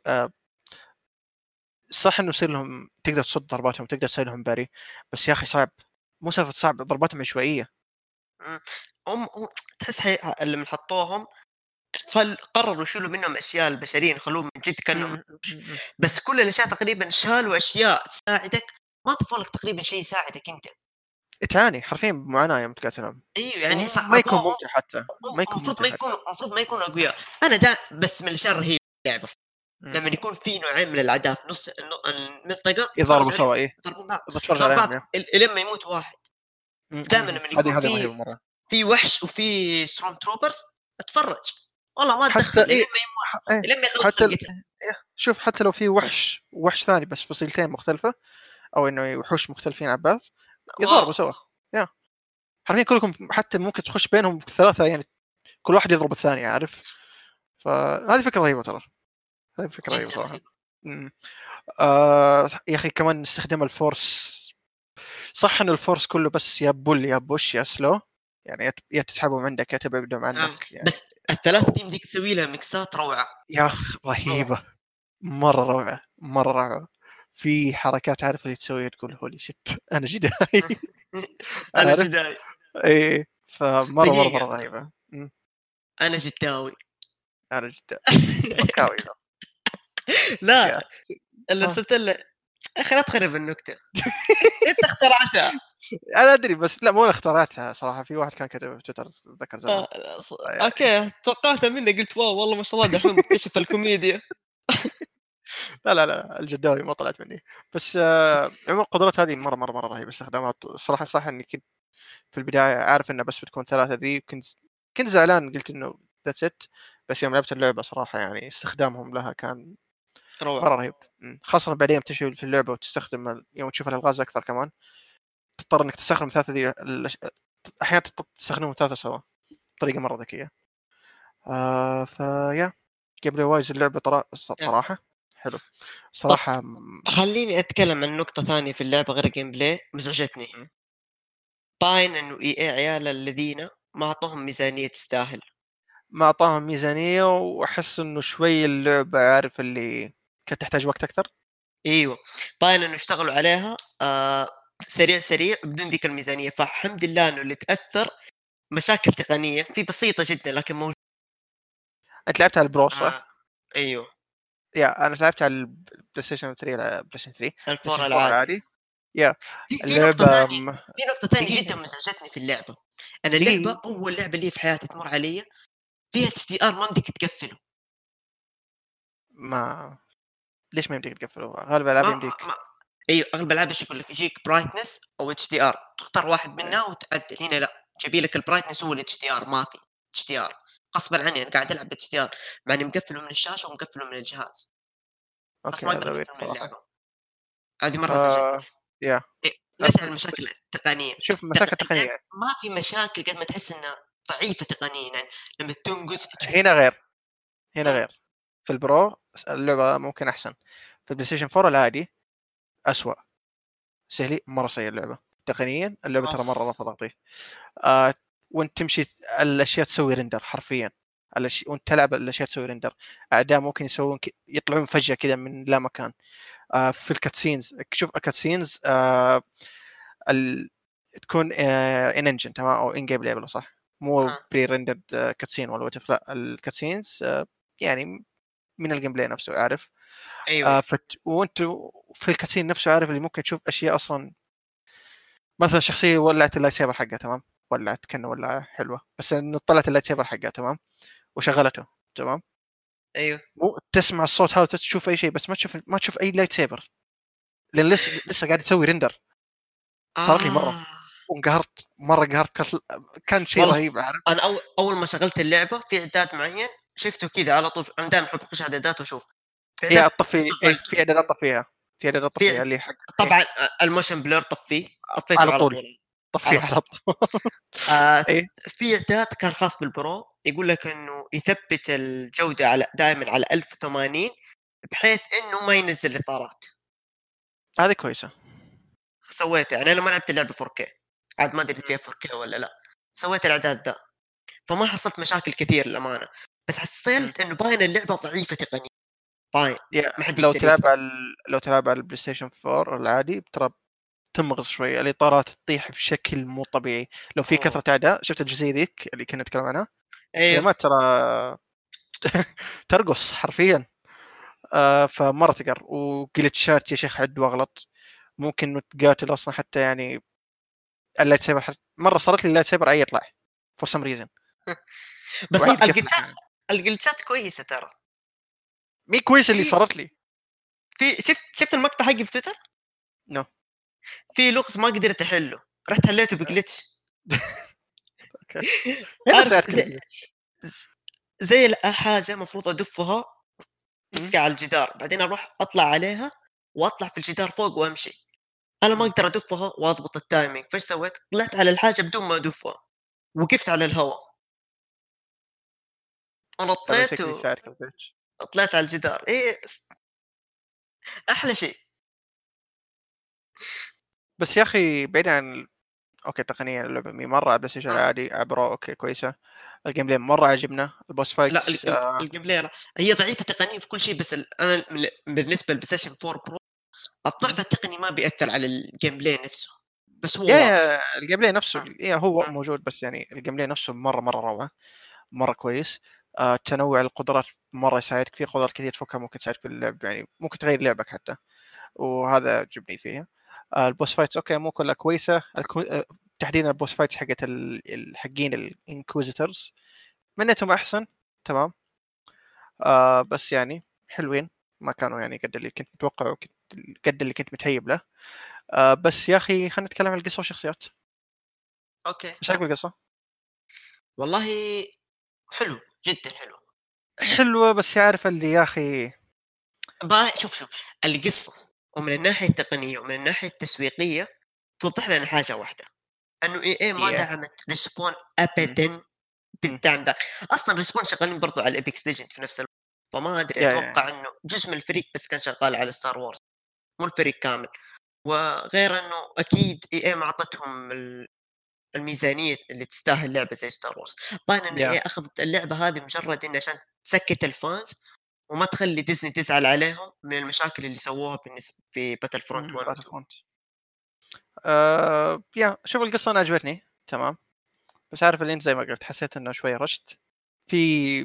صح انه يصير لهم تقدر تصد ضرباتهم، تقدر تسوي لهم باري، بس يا اخي صعب، مو سالفه صعب، ضرباتهم عشوائيه. مم. تحس اللي حطوهم قرروا يشيلوا منهم اشياء البشريين يخلوهم من جد كانهم وحوش. بس كل الاشياء تقريبا شالوا اشياء تساعدك، ما ضافوا لك تقريبا شيء يساعدك انت. تعاني حرفيا بمعاناه يوم تقاتلهم، ايوه يعني وما يكون صعبوهم. ممتع حتى، ما يكون المفروض ممتع ما حتى. يكونوا المفروض ما يكونوا اقوياء. انا دا بس من الاشياء الرهيبه اللعبه مم. لما يكون في نوعين من الأعداء في نص المنطقة يضربوا اتفرج عليهم سوا ايه، يضربون بعض، بتفرج ضرب بعض عليهم يا لما يموت واحد. دائما لما يكون هذه في رهيبه مره. وحش وفي ستروم تروبرز اتفرج والله ما حتى اتدخل لما ايه يموت، إيه لما يخلص حتى القتل. إيه شوف حتى لو في وحش ثاني بس فصيلتين مختلفه، او انه وحوش مختلفين عباس، واو. يضربوا سوا. يا حرفيا كلكم حتى ممكن تخش بينهم ثلاثه، يعني كل واحد يضرب الثاني عارف. فهذه فكره رهيبه ترى، هذه فكره رهيبه جدا صراحه. رهيب. مم. يا اخي كمان استخدام الفورس، صح ان الفورس كله بس يا بول يا بوش يا سلو، يعني يا تسحبهم عندك يا تبعدهم عنك يعني. بس الثلاث أو تيم ديك تسوي لها ميكسات روعة. يا اخ روعة. رهيبه، مره روعه مره روعه. في حركات عارف اللي تسويها تقول هولي شت انا جداي. انا عارف جداي. ايه، فمره مره مره دقيقة رهيبه. انا جداوي. انا جدا مكاوي ذا. لا يا اللي ها ارسلت له أخي لا تخرب النكتة. أنت اخترعتها. انا ادري بس لا مو انا اخترعتها صراحه، في واحد كان كتبها في تويتر اتذكر زمان. آه، يعني أوكي توقعتها منك، قلت واو والله ما شاء الله دحين مكتشف الكوميديا. لا الجداوي ما طلعت مني. بس عموما القدرات هذه مره رهيبه استخدامها الصراحه. صح اني كنت في البدايه عارف انها بس بتكون ثلاثه ذي، كنت زعلان قلت انه ذاتس ات. بس يوم لعبت اللعبه صراحه يعني استخدامهم لها كان روعة. مره رهيب. خاصه بعدين تمشي في اللعبه وتستخدم يوم تشوف الالغاز اكثر كمان تضطر انك تستخدم الثلاثه ذي احيانا تستخدمهم ثلاثه سوا بطريقه مره ذكيه. فيا جيم بلاي وايز اللعبه صراحه حلو طب صراحه. خليني أتكلم عن نقطة ثانية في اللعبة غير الجيم بلاي مزعجتني. باين إنه إي عيال الذين ما أعطوهم ميزانية تستاهل. ما اعطاهم ميزانيه واحس انه شوي اللعبه عارف اللي كانت تحتاج وقت اكثر. أيوه، باين إنه اشتغلوا عليها سريع بدون ذيك الميزانية، فالحمد لله إنه اللي تأثّر مشاكل تقنية في بسيطة جدًا لكن موجودة. انت لعبت على البرو صح؟ آه، أيوه، انا لعبت على البلاي ستيشن 3 بلاي ستيشن 3 بلاي الفور ستيشن 4 العادي. العادي. يا في نقطة اللعبه ثانية، في نقطة ثانية جدًا دقيقه مزعجتني في اللعبة. أنا اللعبة دقيقه أول لعبة لي في حياتي تمُر عليَّ فيها HDR ما بدك تقفّله. ما ليش ما يمديك تقفله؟ غالب الالعاب ما يمديك. ما أيوه، أغلب الألعاب إيش يقول لك يجيك brightness أو HDR، تختار واحد منها وتعدل. هنا لأ، جايبين لك الbrightness هو الHDR ما في HDR. غصبًا عني أنا قاعد ألعب HDR مع إني مقفله من الشاشة ومقفله من الجهاز، بس اوكي ما أقدر هذا ويرد أقفله من صراحه. اللعبة. هذه مرة أزعجتني. آه يا نرجع للمشاكل التقنية. شوف مشاكل اللعبة تقنيه ما في مشاكل قد ما تحس إنها ضعيفة تقنيًا، يعني لمّا تنقز تشوف. هنا غير هنا إمم، غير في البرو اللعبه ممكن احسن. في البلاي ستيشن 4 العادي اسوء. سهلي مره سيء اللعبه تقنيا. اللعبه ترى مره أوف! رفض اعطيه. آه وانت تمشي الاشياء تسوي ريندر حرفيا. وانت تلعب الاشياء تسوي ريندر. اعداء ممكن يسوون يطلعون فجاه كذا من لا مكان. في الكاتسينز شوف الكاتسينز ال... تكون ان انجن تمام او ان جيم ليبل صح. مو أها، بري ريندرد كاتسين ولا وات لا الكاتسينز يعني من الجيم بلاي نفسه عارف. أيوه، وانت في الكاتسين نفسه عارف اللي ممكن تشوف اشياء اصلا. مثلا شخصيه ولعت اللايت سيبر حقها تمام. ولعت كانه ولا حلوه بس انه طلعت اللايت سيبر حقها تمام وشغلته تمام. أيوه. مو تسمع الصوت هذا تشوف اي شيء بس ما تشوف اي لايت سيبر لان لسه قاعد تسوي ريندر. صارت لي مره آه. وانقهرت مره قهرت كان شيء والله رهيب عارف. أنا أول ما شغلت اللعبة في إعداد معين شفته كذا على طول، أنا دائما أحب أخش إعدادات وأشوف، في إعداد هي تطفي شغلته. في اعدادات طفيها. في اعدادات في طفيها اللي حق طبعًا الmotion blur طفيته على على طول طول. على طفيها على طول. طول. آآ ايه في إعداد كان خاص بالبرو يقول لك إنه يثبت الجودة دائمًا على 1080 بحيث إنه ما ينزّل إطارات. هذه كويسه. سويته، يعني أنا ما لعبت اللعبة 4K، عاد ما أدري مم. فيها 4K والّا لأ. سويت الإعداد ده، فما حصلت مشاكل كثير للأمانة، بس مم. حصلت إنه باين اللعبة ضعيفة تقنيًا. باين، ما حد لو يقدر تلعب يكذب. على لو تلعب على البلاي ستيشن 4 العادي ترى تمغص شوي الاطارات تطيح بشكل مو طبيعي. لو في أوه! كثره اعداء شفت الجزئيه ذيك اللي كنا نتكلم عنها أيوه. فريمات ترى ترقص حرفيا. فمره تقر وجلتشات يا شيخ عد واغلط. ممكن انه تقاتل اصلا حتى يعني اللايت سيبر مره صارت لي اللايت سيبر عيط طلع فور سم ريزن بس وعيد قفل الجلتشات كمان. الجلتشات كويسة ترى. مي كويس اللي في صارت لي. شفت المقطع حقي في تويتر؟ نو في لغز ما قدرت أحله، رحت حليته بglitch. اوكي هنا عارف ساعات كذا ز زي حاجة مفروض أدفّها م- تثقل على الجدار، بعدين أروح أطلع عليها وأطلع في الجدار فوق وأمشي. أنا ما م. أقدر أدفّها وأضبط الtiming، فإيش سويت؟ طلعت على الحاجة بدون ما أدفّها، وقفت على الهوا هذا ونطيت شكلي ساعات كذا. وطلعت على الجدار. أحلى شيء. بس يا اخي بعيد عن اوكي تقنيا اللعبه مره على البلاي ستيشن آه. العادي عبره اوكي كويسه. الجيم بلاي مره عجبنا البوس لأ فايتس الgameplay لأ، هي ضعيفة تقنيًا في كل شيء، بس أنا بالنسبة للPlayStation 4 Pro الضعف التقني ما بيأثّر على الgameplay نفسه، بس هو واضح. يا الجيم بلاي نفسه آه، هو آه، موجود بس يعني الجيم بلاي نفسه مره روعه مره كويس. تنوع القدرات مره يساعدك في قدرات كثير تفكها ممكن تساعدك في اللعب يعني ممكن تغير لعبك حتى. وهذا عجبني فيها. البوس فايتس اوكي مو كلها كويسه، تحديدا البوس فايتس حقت الحقين الانكوزيتورز منتهم احسن. تمام. بس يعني حلوين، ما كانوا يعني قد اللي كنت متوقع قد اللي كنت متهيب له. بس يا اخي خلينا نتكلم عن القصه والشخصيات. اوكي ايش رايك بالقصه؟ والله حلو جدا حلو. حلوه بس يعرف اللي يا اخي. شوف القصة ومن الناحية التقنية ومن الناحية التسويقية توضح لنا حاجة واحدة، انه اي ما ايه. دعمت ريسبون مم. ابدا مم. بالدعم ذا. اصلا ريسبون شغالين برضو على الابيكس ليجند في نفس الوقت، فما ادري اتوقع يا انه جزء من الفريق بس كان شغال على ستار وورز، مو الفريق كامل. وغير انه اكيد اي ما اعطتهم الميزانيه اللي تستاهل لعبه زي ستار وورز. باين ان اي يا اخذت اللعبه هذه مجرد انه عشان تسكت الفانز وما تخلي ديزني تزعل عليهم من المشاكل اللي سووها بالنسبه في باتل فرونت 1 و باتل 2. فرونت. يا شوف القصه انا عجبتني تمام، بس عارف اللي انت زي ما قلت حسيت انه شوي رشت في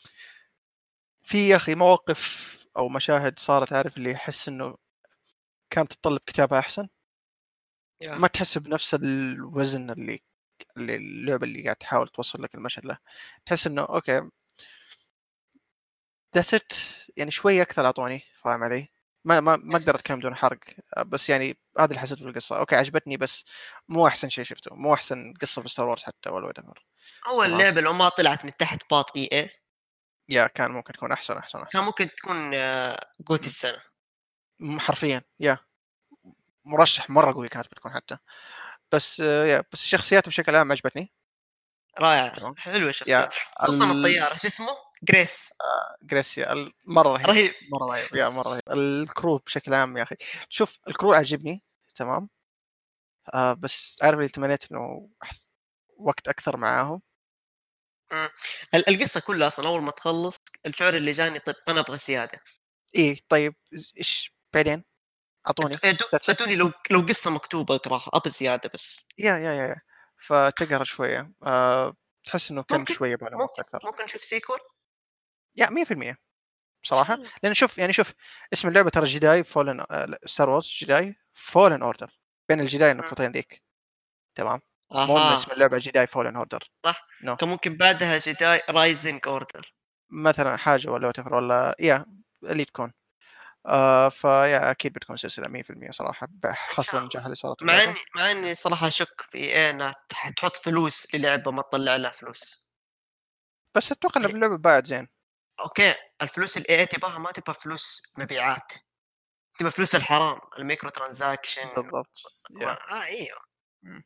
يا اخي مواقف او مشاهد صارت، عارف اللي يحس انه كانت تتطلب كتابه احسن. يا ما تحس بنفس الوزن اللي اللعبه اللي قاعد تحاول توصل لك المشهد له. تحس انه اوكي ذاتس ات، يعني شوي اكثر اعطوني، فاهم علي؟ ما يس اقدر يس. اتكلم بدون حرق. بس يعني هذا اللي حسيته في القصه، اوكي عجبتني بس مو احسن شيء شفته، مو احسن قصه في ستار وورز حتى ولا whatever. اول تمام. لعبه لو ما طلعت من تحت باط اي يا كان ممكن تكون احسن احسن كان احسن. ممكن تكون قوت م. السنه. حرفيا يا مرشح مره قوي كانت بتكون حتى. بس يا بس الشخصيات بشكل عام عجبتني. رائعه تمام. حلوه يا الشخصيات، خصوصا الطياره شو اسمه جريس. جريسيا مره رهيب، رهيب. مره رهيب، يا مره رهيب الكرو بشكل عام يا اخي. شوف الكرو عجبني تمام. بس عارف اللي تمنيت انه وقت اكثر معاهم. مم. القصه كلها اصلا اول ما تخلص الشعور اللي جاني، طيب انا ابغى زياده. ايه طيب ايش بعدين اعطوني. ذاتس ات. ادوني لو قصه مكتوبه اقراها ابى زياده بس. يا فتقهر شويه. تحس انه كان ممكن شويه بعد وقت ممكن اكثر. ممكن نشوف سيكول يا 100% ان شاء بصراحه. الله. لان شوف يعني شوف اسم اللعبه ترى جداي فولن، ستار وورز جداي فولن اوردر، بين الجداي مم. النقطتين ذيك. تمام. مو من اها اسم اللعبه جداي فولن اوردر. صح. نو كان ممكن بعدها جداي رايزنج اوردر. مثلا حاجه ولا وتفر ولا اللي تكون. فيا اكيد بتكون سلسله 100% صراحه، ان خاصه شاء الله. النجاح اللي صارت مع اللعبه. اني مع اني صراحه اشك في ايه انها تحط فلوس للعبه ما تطلع لها فلوس. بس اتوقع ان اللعبه باعت زين. اوكي الفلوس اللي ايه تبغاها ما تبغى فلوس مبيعات، تبغى فلوس الحرام الميكرو ترانزاكشن. بالضبط ايوه. مم.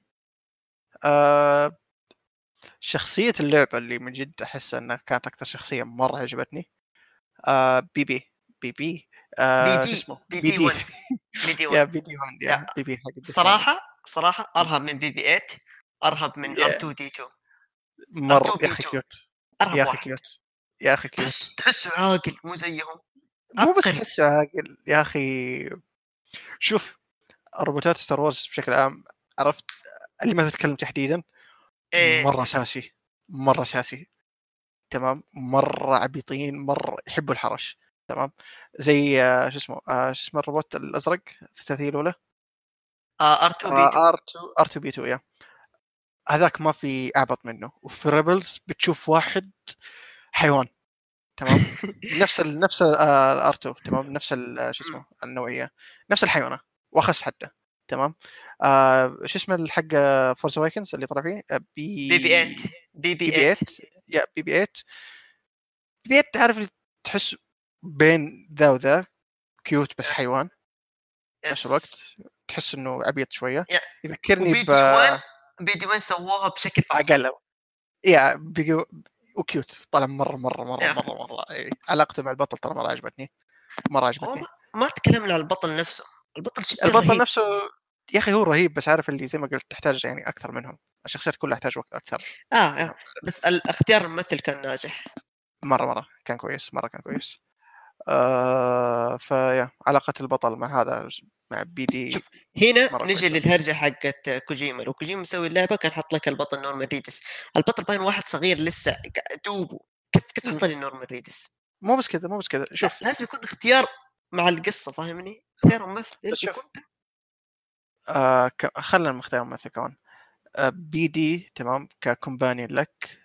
آه شخصية اللعبة اللي من جد أحس أنها كانت أكثر شخصية مرة عجبتني. بيبي. بيبي. بي شو دي اسمه بي دي بيبي. 1 بي دي 1. يا بيبي وان، يا يا بيبي حق الديثلاند. صراحه ارهب من بي بي 8، ارهب من ار يا 2 دي 2. ار مرة 2 يا بي أخي 2 كيوت. يا ارهب أخي واحد. كيوت. يا أخي كيوت. تحسه عاقل مو زيهم. مو بس عبقري. تحسه عاقل يا أخي. شوف روبوتات ستار وورز بشكل عام، عرفت اللي ما تتكلم تحديدا، ايه مرة ساسي، مرة ساسي. تمام. مرة عبيطين، مرة يحبوا الحرش. تمام. زي شو اسمه الروبوت الأزرق في الثلاثية الأولى. ار 2 بي 2. R2 B2 يا هذاك ما في أعبط منه. وفي ريبلز بتشوف واحد حيوان. تمام. نفس R2 تمام، نفس شو اسمه النوعية، نفس الحيوانة وأخس حتى. تمام. شو اسمه الحق فورس أواكنز اللي طلع فيه بي بي 8 بي بي بي 8. 8. يا بي 8. بي 8 تعرف اللي تحس بين ذا وذا، كيوت بس حيوان في نفس الوقت. يس. تحس انه عبيط شويه. يا يذكرني وبي دي 1 بي دي 1 سووها بشكل افضل. بعقله. يا بيجو وكيوت طلع مره يا مره مره إيه. علاقته مع البطل ترى مره عجبتني، مره هو عجبتني. ما تكلمنا عن البطل نفسه، البطل جدا البطل رهيب. نفسه يا اخي هو رهيب، بس عارف اللي زي ما قلت تحتاج يعني اكثر منهم. الشخصيات كلها تحتاج وقت اكثر اه منهم. بس الاختيار الممثل كان ناجح. مره كان كويس، مره كان كويس. فيا علاقه البطل مع هذا مع بي دي شوف هنا مره نجي كويسه. للهرجة حقت كوجيما. لو كوجيما مسوي اللعبة كان حط لك البطل نورمان ريدس. البطل باين واحد صغير لسه دوبه. كيف تحط لي نورمان ريدس؟ مو بس كذا، مو بس كذا. لا شوف لازم يكون اختيار مع القصة، فاهمني؟ اختيار ممثل بس بيكون. شوف، خلينا نختار ممثل كمان. بي دي تمام ككومبانيون لك،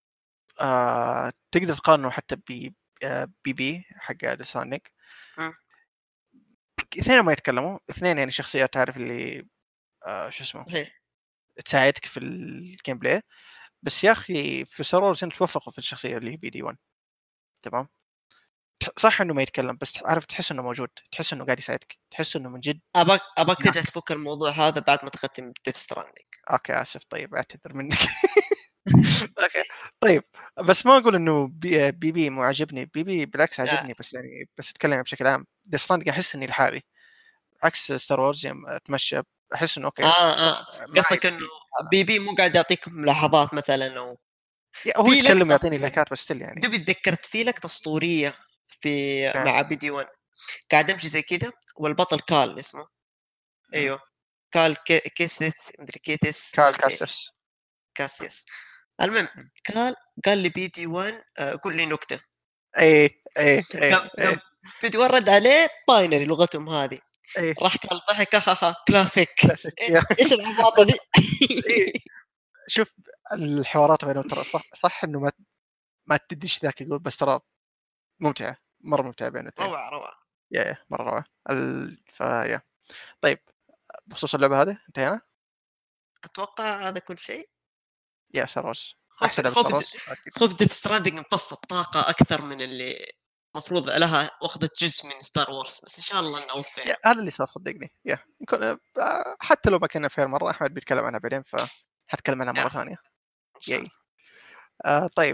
تقدر تقارنه حتى بي بي حق سونيك. مم. اثنين ما يتكلموا، اثنين يعني شخصيات تعرف اللي شو اسمه صحيح. تساعدك في الجيم بلاي. بس يا اخي في سرور توفقوا في الشخصيه اللي هي بي دي 1 تمام. صح انه ما يتكلم بس عارف تحس انه موجود، تحس انه قاعد يساعدك، تحس انه من جد اباك ترجع يناسب. تفك الموضوع هذا بعد ما تختم ديث ستراندنج. اوكي اسف، طيب اعتذر منك. اوكي طيب. بس ما اقول انه بي مو عاجبني، بي بالعكس عاجبني، بس يعني بس اتكلم بشكل عام. ديستراند احس اني لحالي عكس ستار وورز يوم اتمشى احس انه اوكي اه معي قصدك انه بي. بي بي مو قاعد يعطيك ملاحظات مثلا، او هو في يتكلم لقطة يعطيني لايكات بس ستيل يعني. دبي تذكرت في لقطة أسطورية في اوكي. مع بي دي 1. قاعد امشي زي كذا، والبطل كال اسمه، أمم. ايوه كال كيسث مدري كيتس ما كارل ادري ايش. كاستس. كاسيس. المهم، أمم. قال قال لي بي دي 1 قول لي نكتة. ايه قام بي دي 1 رد عليه باينري لغتهم هذه. ايه راح قال ضحك ها كلاسيك. كلاسيك يا. ايش العباطة دي؟ ايه شوف الحوارات بينهم ترى صح انه ما تديش ذاك يقول، بس ترى ممتعه مره ممتعه بين الاثنين. روعة روعة. يا مره روعه فيا. طيب بخصوص اللعبه هذه انتهينا. اتوقع هذا كل شيء. يا سروس خوف احسن لعبه خوف سروس اكيد. خوف ديث ستراندنج مقص الطاقة أكثر من اللي مفروض لها، وأخذت جزء من ستار وورز، بس إن شاء الله إنه يا فير. هذا اللي صار صدقني. يا يكون حتى لو ما كنا فير مره احمد بيتكلم عنها بعدين فحتكلم عنها يا مره ثانيه. إن شاء ياي. الله. طيب.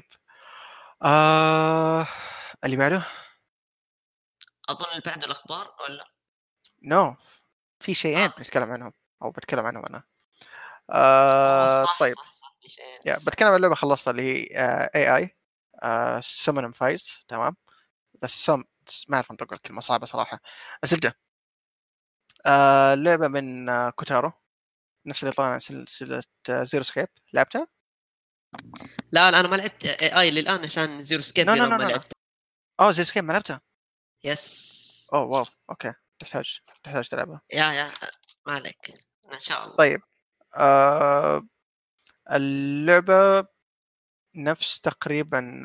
آه اللي بعده. أظن اللي بعد الأخبار ولا؟ نو في شيئين آه بنتكلم عنهم او بتكلم عنهم انا. أوه صح طيب. صح صح، في شيء يا لسه. بتكلم عن لعبه خلصتها اللي هي اي اي سمن فايز تمام. بس ما اعرف انطق الكلمه صعبه صراحه. الزبده لعبه من كوتارو، نفس اللي طلع سلسله زيرو سكيب. لعبتها؟ لا أنا ما لعبت اي اي للآن عشان زيرو سكيب نو نو يوم نو ما نو نو. لعبت. زيرو سكيب ما لعبتها. يس. اوه واو اوكي. تحتاج تلعبها. يا ما عليك، إن شاء الله. طيب. آه اللعبه نفس تقريبا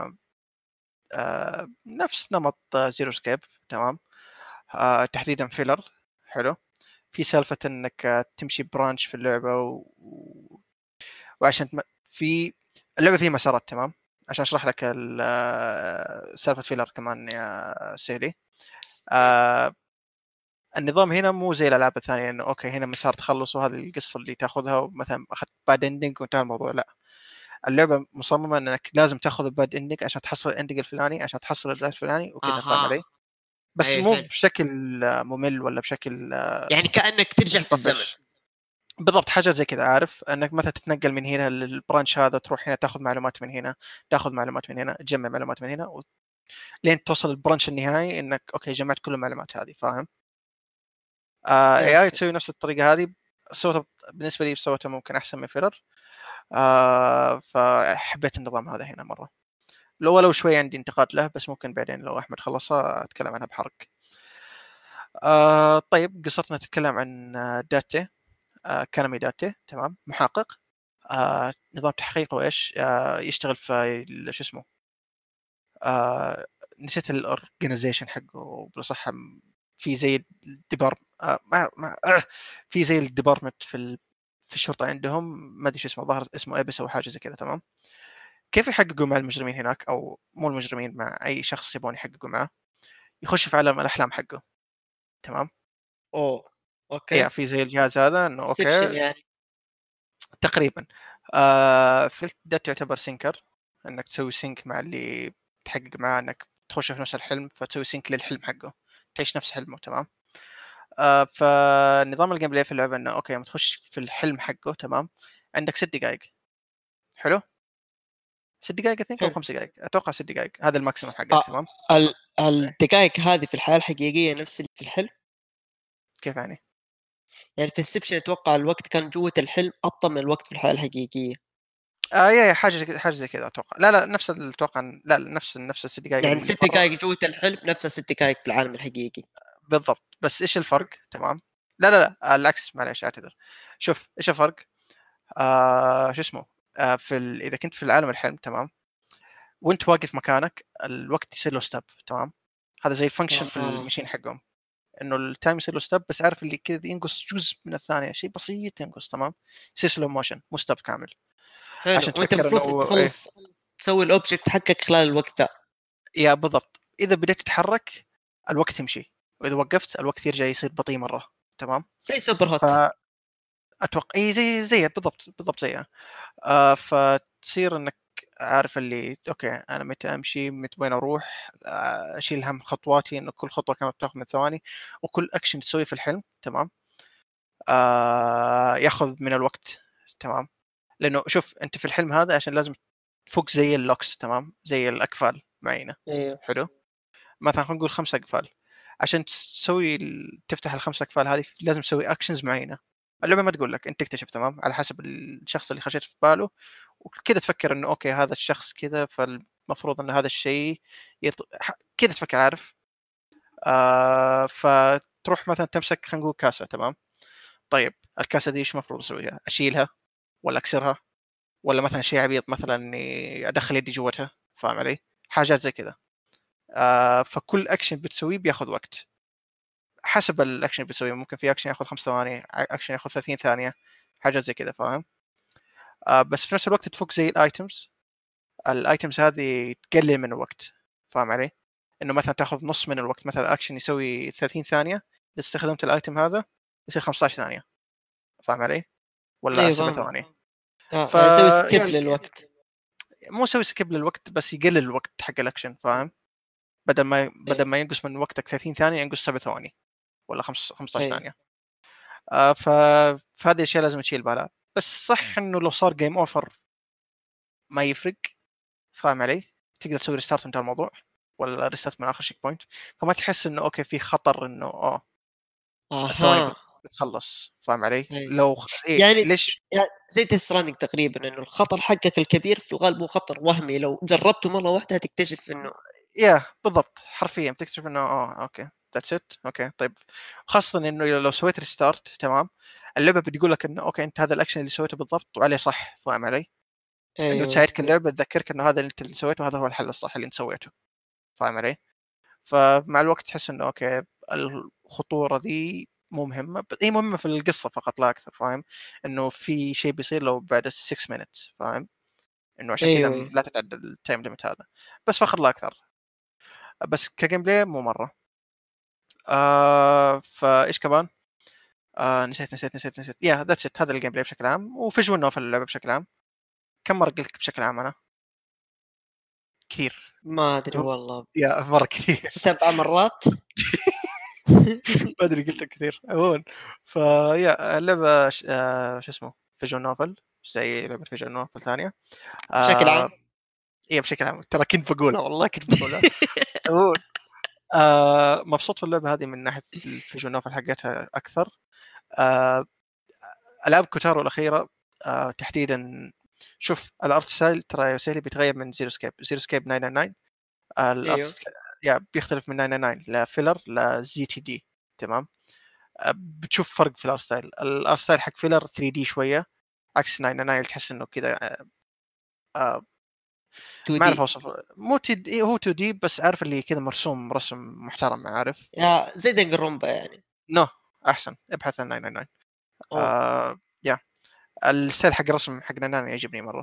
نفس نمط زيرو سكيب تمام. تحديدا فيلر. حلو. في سالفه انك تمشي برانش في اللعبه وعشان في اللعبه فيها مسارات تمام. عشان اشرح لك سالفه فيلر كمان يا سيلي. مم. آه النظام هنا مو زي الالعاب الثانيه انه اوكي هنا مسار تخلص وهذه القصه اللي تاخذها ومثلا اخذت باد اندنج وانتهى الموضوع، لا. اللعبه مصممه انك لازم تاخذ الباد اندنج عشان تحصل الاندنج الفلاني عشان تحصل الذات الفلاني وكذا، فاهم أها. علي؟ بس أي مو حلو. بشكل ممل ولا بشكل يعني كأنك ترجع في الزمن. مطبش. بالضبط حاجه زي كذا، عارف انك مثلا تتنقل من هنا للبرانش هذا، تروح هنا تاخذ معلومات من هنا، تاخذ معلومات من هنا، تجمع معلومات من هنا لين توصل البرانش النهائي انك اوكي جمعت كل المعلومات هذه، فاهم؟ اي اي يس تسوي نفس الطريقه هذه. سوتها بالنسبه لي سوتها ممكن احسن من فيلر. فحبيت النظام هذا هنا مره. لو شوي عندي انتقاد له بس ممكن بعدين لو احمد خلصها اتكلم عنها بحرق. طيب قصتنا تتكلم عن داتي. كانامي داتي تمام، محقق. نظام تحقيقه ايش؟ يشتغل في شو اسمه. آه نسيت الاورجنايزيشن حقه بالصح. في زي الديبار في زي الديبارتمنت في الشرطه عندهم، ما ادري شو اسمه، ظهر اسمه ايبس او حاجه زي كذا تمام. كيف يحققوا مع المجرمين هناك او مو المجرمين، مع اي شخص يبغون يحققوا معه؟ يخش في عالم الاحلام حقه تمام. أوه أوكي. في زي الجهاز هذا انه انسبشن اوكي يعني. تقريبا. ده تعتبر سينكر، انك تسوي سينك مع اللي تحقق معاه، انك تخش في نفس الحلم فتسوي سينك للحلم حقه، تعيش نفس حلمه تمام. فنظام الجيم بلاي في اللعبه انه اوكي لما تخش في الحلم حقه تمام عندك 6 دقائق. حلو. 6 دقائق اثنين او حلو. 5 دقائق، اتوقع 6 دقائق هذا الماكسيموم حقك آه تمام. اوكي. الدقائق هذه في الحياة الحقيقية نفس اللي في الحلم؟ كيف يعني؟ يعني في السبشن اتوقع الوقت كان جوة الحلم ابطأ من الوقت في الحياة الحقيقية. يا حاجه زي كذا اتوقع. لا نفس اتوقع، لا نفس 6 دقائق يعني اللي 6 برا. دقائق جوة الحلم نفسها 6 دقائق في العالم الحقيقي. بالضبط، بس ايش الفرق؟ تمام. لا العكس، معليش اعتذر. شوف ايش الفرق. شو اسمه. اذا كنت في العالم الحلم، تمام، وانت واقف مكانك الوقت يصير له ستوب، تمام. هذا زي الفانكشن في آه. المشين حقهم، انه التايم يصير له ستوب، بس عارف اللي كذا ينقص جزء من الثانيه، شيء بسيط ينقص، تمام. يصير سلو موشن مو ستوب كامل. حلو، عشان وانت تفكر المفروض انه ايه. تخلص تسوي الاوبجكت حقك خلال الوقت ذا. يا بالضبط، اذا بديت تتحرك الوقت يمشي، واذا وقفت الوقت يرجع يصير بطيء مره، تمام. زي سوبر هوت. فاتوقع اي زي بالضبط زيها. فتصير انك عارف اللي اوكي انا متى امشي، متى وين اروح، اشيل هم خطواتي، انه كل خطوه كانت بتاخذ من ثواني، وكل اكشن تسويه في الحلم، تمام، ياخذ من الوقت، تمام. لانه شوف انت في الحلم هذا عشان لازم تفك زي اللوكس، تمام، زي الاقفال معينه. ايوه. حلو. مثلا خلينا نقول 5 اقفال. عشان تسوي تفتح ال5 اقفال هذه لازم تسوي اكشنز معينه. اللعبه ما تقول لك، انت تكتشف، تمام، على حسب الشخص اللي خشيت في باله، وكذا تفكر انه اوكي هذا الشخص كذا، فالمفروض ان هذا الشيء كذا تفكر، عارف. فتروح مثلا تمسك خلينا نقول كاسه، تمام. طيب الكاسه دي ايش المفروض اسويها؟ اشيلها ولا اكسرها، ولا مثلا شيء عبيط مثلا اني ادخل يدي جوتها، فاهم علي؟ حاجات زي كذا. فكل اكشن بتسويه بياخذ وقت حسب الاكشن اللي بتسويه. ممكن في اكشن ياخذ 5 ثواني، اكشن ياخذ 30 ثانيه، حاجات زي كذا، فاهم. بس في نفس الوقت تفك زي الايتمز هذه تقلل من الوقت، فاهم علي؟ انه مثلا تاخذ نص من الوقت، مثلا اكشن يسوي 30 ثانيه، اذا استخدمت الايتم هذا يصير 15 ثانيه، فاهم علي؟ ولا ايوه 7 فاهم. ثواني يعني يسوي ف سكيب يعني للوقت. مو يسوي سكيب للوقت، بس يقلل الوقت حق الاكشن، فاهم. بدل ما ايوه. ينقص من وقتك 30 ثانيه ينقص 7 ثواني ولا 15 ايوه. ثانيه. آه ف... فهذه الاشياء لازم تشيل بالها. بس صح انه لو صار جيم اوفر ما يفرق، فاهم علي؟ تقدر تسوي ريستارت انتهى الموضوع، ولا ريستارت من اخر شيك بوينت. فما تحس انه اوكي في خطر انه الثواني اها. بتخلص، فاهم علي؟ ايوه. لو ايه يعني ليش. يعني زي تسترانينج تقريبا، انه الخطر حقك الكبير في الغالب هو خطر وهمي، لو جربته مره واحده هتكتشف انه. بالضبط، حرفيا تكتشف انه اوكي ذاتس ات، اوكي طيب. خاصه انه لو سويت ريستارت، تمام، اللعبه بتقول لك انه اوكي انت هذا الاكشن اللي سويته بالضبط وعليه صح، فاهم علي؟ انه ايوه. تساعدك اللعبه تذكرك انه هذا اللي انت اللي سويته، وهذا هو الحل الصح اللي انت سويته، فاهم علي؟ فمع الوقت تحس انه اوكي الخطوره ذي مو مهمه، هي مهمه في القصه فقط لا اكثر، فاهم. انه في شيء بيصير لو بعد 6 minutes، فاهم. انه عشان كذا ايوه. ايوه. لا تتعدى التايم ليمت هذا، بس فقط لا اكثر. بس كجيم بلاي مو مره. فايش كمان. نسيت يا ذاتس ات، هذا الجيم بلاي بشكل عام، وفيجوال نوفل اللعبه بشكل عام. كم مره قلت بشكل عام انا؟ كثير. ما ادري والله. يا مره كثير. 7 مرات. ما ادري قلت كثير عموما. فيا اللعبه شو اسمه فيجوال نوفل، زي لعبه فيجوال نوفل ثانيه. بشكل آه عام. هي بشكل عام، ترى كنت بقولها والله كنت بقولها. عموما مبسوط في اللعبه هذه من ناحيه الفيجوال نوفل حقتها اكثر. آه العاب كوتارو الاخيره تحديدا. شوف الارت ستايل ترى يا سيري بيتغير من زيرو سكيب 999. الارت ايوه. ستايل بيختلف من 999 لفيلر لزي تي دي، تمام. بتشوف فرق في الارت ستايل حق فيلر 3 دي شويه، عكس 999 تحس انه كذا. آه 2 ما دي. اعرف اوصف، مو هو 2 دي، بس عارف اللي كذا مرسوم رسم محترم، عارف. يا زي دنجرومبا يعني. نو احسن، ابحث عن 999. اوه. يا الستايل حق الرسم حق 999 يعجبني مره.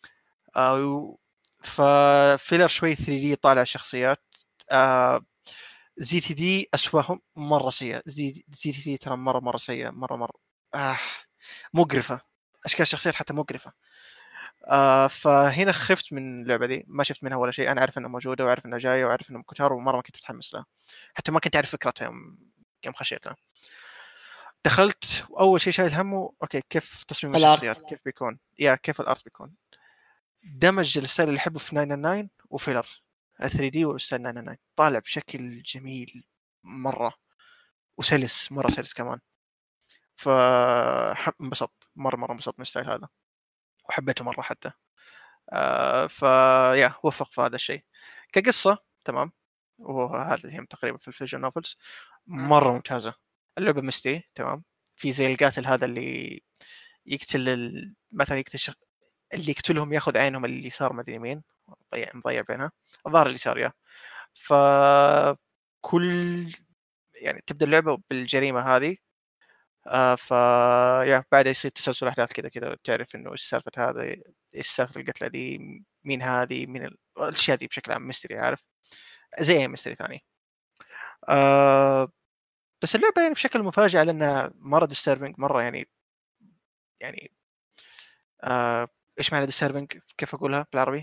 ففيلر شوي 3 دي طالع الشخصيات. آه زي تي دي اسوأهم مره سيئه. زي تي دي ترى مره سيئه، مره مقرفه. اشكال الشخصيات حتى مقرفه. فهنا خفت من اللعبه دي، ما شفت منها ولا شيء. انا عارف انها موجوده، وعارف انها جايه، وعارف انها كوتارو، ومره ما كنت متحمس لها. حتى ما كنت اعرف فكرتها يوم خشيتها. دخلت واول شيء شايل همه اوكي كيف تصميم الشخصيات، الارت. كيف بيكون، كيف الارت بيكون. دمج الستايل اللي احبه في 999 وفيلر 3 دي والستايل 999 طالع بشكل جميل مره، وسلس مره سلس كمان. انبسطت مره انبسطت من الستايل هذا، وحبيته مره حتى. فيا وفق في هذا الشيء. كقصه تمام، وهذا هي تقريبا في الفيجن نوفلز مره ممتازه. اللعبه مستري تمام، في زي القاتل هذا اللي يقتل مثلا يقتل اللي يقتلهم ياخذ عينهم اليسار ما ادري يمين، مضيع بينها الظاهر اليسار يا. فكل يعني تبدا اللعبه بالجريمه هذه. ف يا بعد يصير تسلسل احداث كذا كذا، تعرف انه ايش سالفه هذا، ايش سالفه القتله دي، مين هذه، مين الاشياء دي بشكل عام ميستري، عارف زي اي ميستري ثاني. آه بس اللعبه يعني بشكل مفاجئ لانها مره ديستربنج مره يعني آه ايش معنى ديستربنج، كيف اقولها بالعربي؟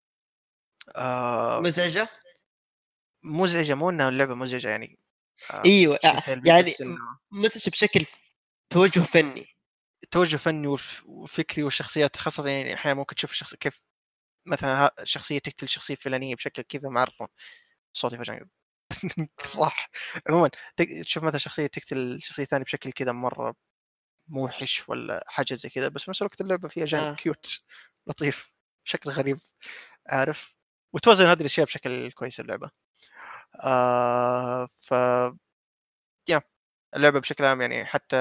آه مزعجة. مزعجه، مو انها اللعبه مزعجه يعني ايوه شيء سلبي، يعني بس انه مزعجة بشكل توجه فني. توجه فني وفكري، والشخصيات خاصه يعني احيانا ممكن تشوف الشخص كيف مثلا شخصيه تقتل شخصيه فلانيه بشكل كذا معرض. صوتي فجاه راح. عموما تشوف مثلا شخصيه تقتل شخصيه ثانيه بشكل كذا مره موحش ولا حاجه زي كذا، بس في نفس الوقت اللعبه فيها جانب آه. كيوت لطيف بشكل غريب، عارف، وتوازن هذه الاشياء بشكل كويس اللعبه. ف يا اللعبه بشكل عام يعني حتى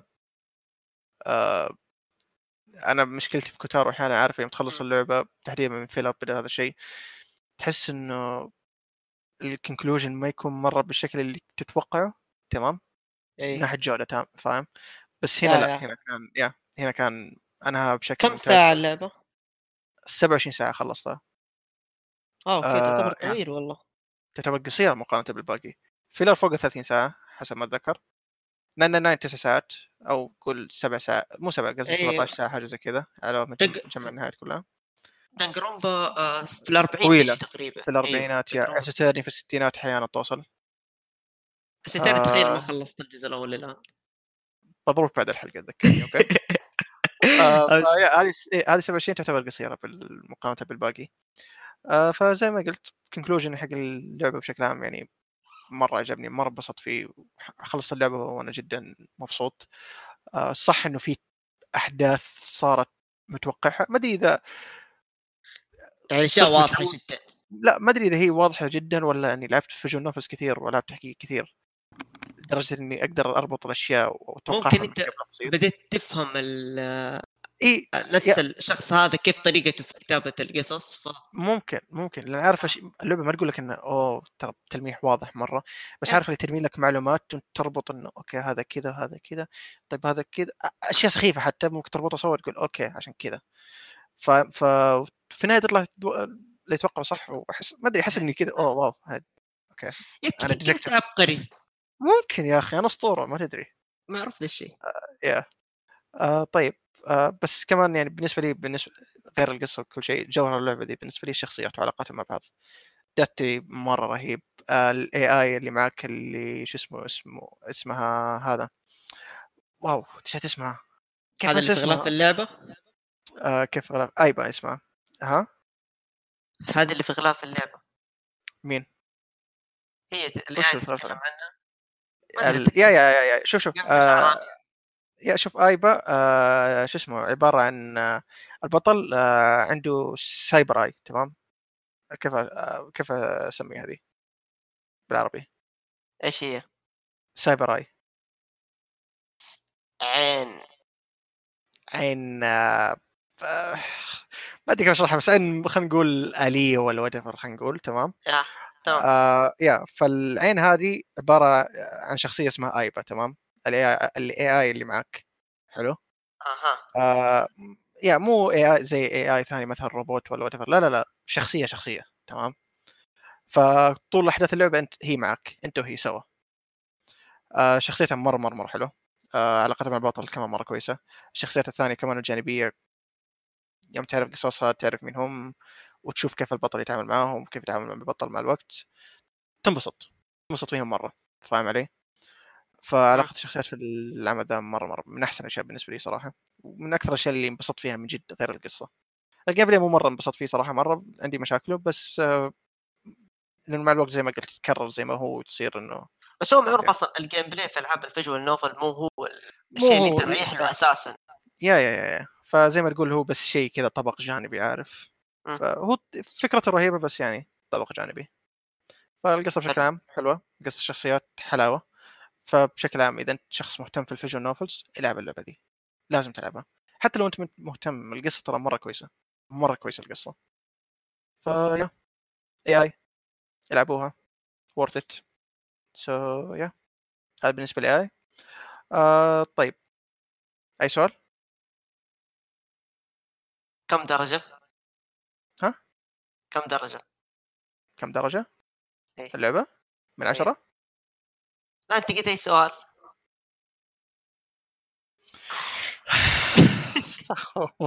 آه انا مشكلتي في كوتارو احيانا، عارف يوم تخلص اللعبه تحديدا من فيلر بدا هذا الشيء، تحس انه الكونكلوجن ما يكون مره بالشكل اللي تتوقعه تمام من اي ناحيه جوده تام فاهم. بس هنا لا، يا هنا كان انهى بشكل كم ممتاز. ساعة اللعبة؟ 27 ساعه خلصتها. اوكي تعتبر يعني طويل والله. تعتبر قصيره مقارنه بالباقي. فيلر فوق 30 ساعه حسب ما اتذكر. 999 9 ساعات، او قول 7 ساعات، مو 7 قصدي اي 17 ساعه حاجه زي كذا على ما دق نجمع النهايات كلها. دنجرومبا في الأربعين تجي طويله تقريبا. في ايوه الاربعينات، يا دنجرومبا. اساسيرني في الستينات احيانا توصل. بس تاني تخيل ما آه خلصت الجزء الأول الآن. بضربك بعد الحلقه تذكرني اوكي. هذه 27 تعتبر قصيره بالمقارنه بالباقي. فزي ما قلت كونكلوجن حق اللعبه بشكل عام يعني مره عجبني، مره انبسطت فيه. خلصت اللعبه وانا جدا مبسوط. صح انه في احداث صارت متوقعها، ما ادري اذا يعني أشياء صرت واضحة متعود، جدا. لا ما ادري اذا هي واضحه جدا ولا اني لعبت فيجوال نوفلز كثير ولعبت تحقيق كثير لدرجه اني اقدر اربط الاشياء ممكن واتوقعها من أنت قبل لا تصير. بديت تفهم اي نفس الشخص هذا كيف طريقته في كتابة القصص ممكن لان عارف اللعبه ما تقول لك انه اوه ترى تلميح واضح مره، بس يب. عارف اللي ترمي لك معلومات تربط انه اوكي هذا كذا هذا كذا. طيب هذا كذا، اشياء سخيفه حتى ممكن تربطها سوا تقول اوكي عشان كذا. في النهايه تطلع اللي يتوقع صح، واحس ما ادري احس اني كذا اوه واو اوكي انا يمكن أنت ديتكتيف. عبقري. ممكن يا اخي انا اسطوره ما تدري. ما أعرف ذا الشيء. يا طيب. بس كمان يعني بالنسبه لي، بالنسبه غير القصه وكل شيء، جوهر اللعبه دي بالنسبه لي الشخصيات وعلاقاتهم مع بعض. داتي مرة رهيب. الاي اي اللي معك اللي شو اسمها هذا، واو نسيت اسمها، كيف هذا اللي انسى في غلاف اسمها؟ اللعبة. كيف غلاف ايبا اسمها. ها هذا اللي في غلاف اللعبة. مين؟ هي اللي وش قاعد الغلاف تتكلم هذا؟ عنها. ما أدري أتذكر. يا شوف قصدي شعراني. يا شوف ايبا شو اسمه عبارة عن البطل عنده سايبر اي تمام. كيف اسمي هذه بالعربي؟ إيش هي؟ سايبر اي، عين. عين ف- ما ادري كيف اشرحها، بس عين خلينا نقول آلية ولا وات ايفر خلينا نقول تمام. يا تمام. فالعين هذه عبارة عن شخصية اسمها ايبا تمام. الاي اي اللي معك حلو. أها. آه مو اي اي زي اي اي ثاني مثلا روبوت ولا وات ايفر، لا لا لا شخصية تمام. فطول احداث اللعبة انت هي معك، انت وهي سوا. شخصيتها مرة حلو. علاقتها مع البطل كمان مرة كويسة. الشخصيات الثانية كمان الجانبية يوم تعرف قصصها تعرف مين هم، وتشوف كيف البطل يتعامل معاهم وكيف يتعامل مع البطل مع الوقت، تنبسط فيهم مرة، فاهم علي؟ مم. فعلاقة الشخصيات في العمل ذا مرة من أحسن الأشياء بالنسبة لي صراحة، ومن أكثر الأشياء اللي انبسطت فيها من جد غير القصة. الجيم بلاي مو مرة انبسطت فيه صراحة، مرة عندي مشاكله، بس لأنه مع الوقت زي ما قلت يتكرر زي ما هو وتصير إنه بس هو معروف يعني أصلا الجيم بلاي في ألعاب الفيجوال نوفل مو هو مو الشيء اللي هو أنت رايح له أساسا. يا فزي ما تقول هو بس شيء كذا طبق جانبي عارف. فهو فكرته رهيبه بس يعني طبق جانبي. فالقصه بشكل عام حلوه، قصه الشخصيات حلاوه. فبشكل عام اذا انت شخص مهتم في الفيجوال نوفلز العب اللعبه دي، لازم تلعبها. حتى لو انت مهتم، القصه ترى مره كويسه، مره كويسه القصه. فيا اي العبوها worth it. so yeah هذا بالنسبه لي اي. طيب اي سؤال؟ كم درجة؟ ها كم درجة؟ كم درجه ايه اللعبه من ايه 10؟ لا انت قلت اي سؤال. استغفر الله.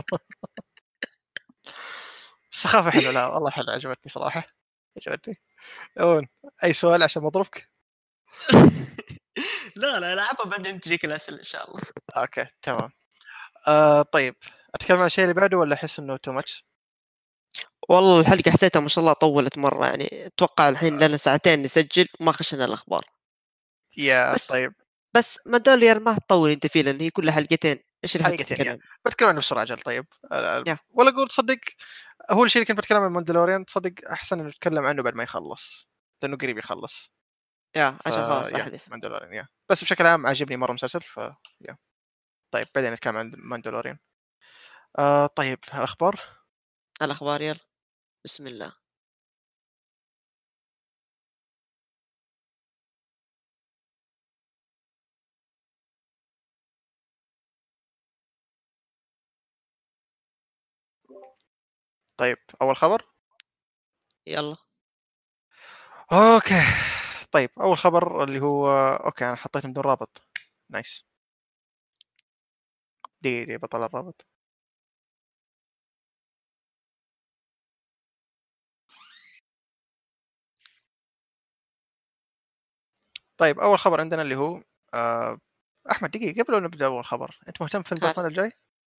السخافه حلوه، لا والله حلوه، عجبتني صراحه، عجبتني. أون. اي سؤال عشان ما اضربك؟ لا لا العبها بعدين تجيك الاسئله ان شاء الله. اوكي تمام. طيب اتكلم عن الشيء اللي بعده ولا احس انه تو ماتش؟ والله الحلقه حسيتها ما شاء الله طولت مره، يعني اتوقع الحين لنا ساعتين نسجل وما خشنا الاخبار. يا بس طيب بس ماندالوريان ما تطول انت فيه لان هي كلها حلقتين، ايش اللي حلقتين يا حتتكلم؟ بتكلم عنه بسرعه اجل. طيب يا ولا اقول تصدق، هو الشيء اللي كنت بتكلم عن ماندلوريان تصدق احسن انه نتكلم عنه بعد ما يخلص، لانه قريب يخلص. يا عشان خلاص فيا احذف. ماندلوريان يا بس بشكل عام عجبني مره مسلسل يا. طيب بعدين نتكلم عن ماندلوريان. طيب الاخبار. الاخبار يلا، بسم الله. طيب اول خبر. يلا اوكي طيب اول خبر اللي هو اوكي انا حطيته بدون رابط. نايس. دقيقة بطل الرابط. طيب اول خبر عندنا اللي هو آه احمد دقيقة قبل لا نبدا اول خبر، انت مهتم فيلم هلا. باتمان الجاي؟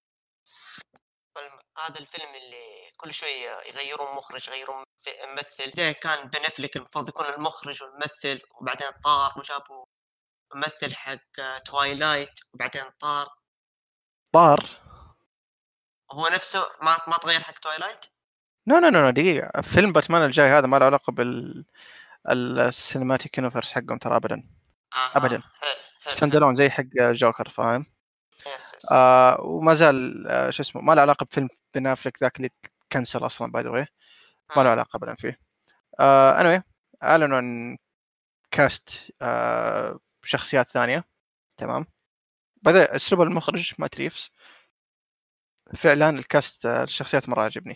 هذا الفيلم اللي كل شويه يغيرون مخرج يغيرون ممثل، ده كان بنفلك المفروض يكون المخرج والممثل وبعدين طار وجابوا ممثل حق توايلايت وبعدين طار. طار. هو نفسه ما تغير حق توايلايت. نو دقيقة، فيلم باتمان الجاي هذا ما له علاقة السينماتيك يونيفرس حقهم ترى ابدا. اها ابدا. حلو حلو ستاند حلو. الون زي حق جوكر فاهم. يس يس. وما زال شو اسمه ما له علاقة بفيلم بن افلك ذاك اللي كنسل اصلا باي ذا واي. ما له علاقة ابدا فيه. anyway اعلنوا عن كاست شخصيات ثانية. تمام. بدأ اسلوب المخرج مات ريفز في اعلان الكاست الشخصيات مرة عجبني.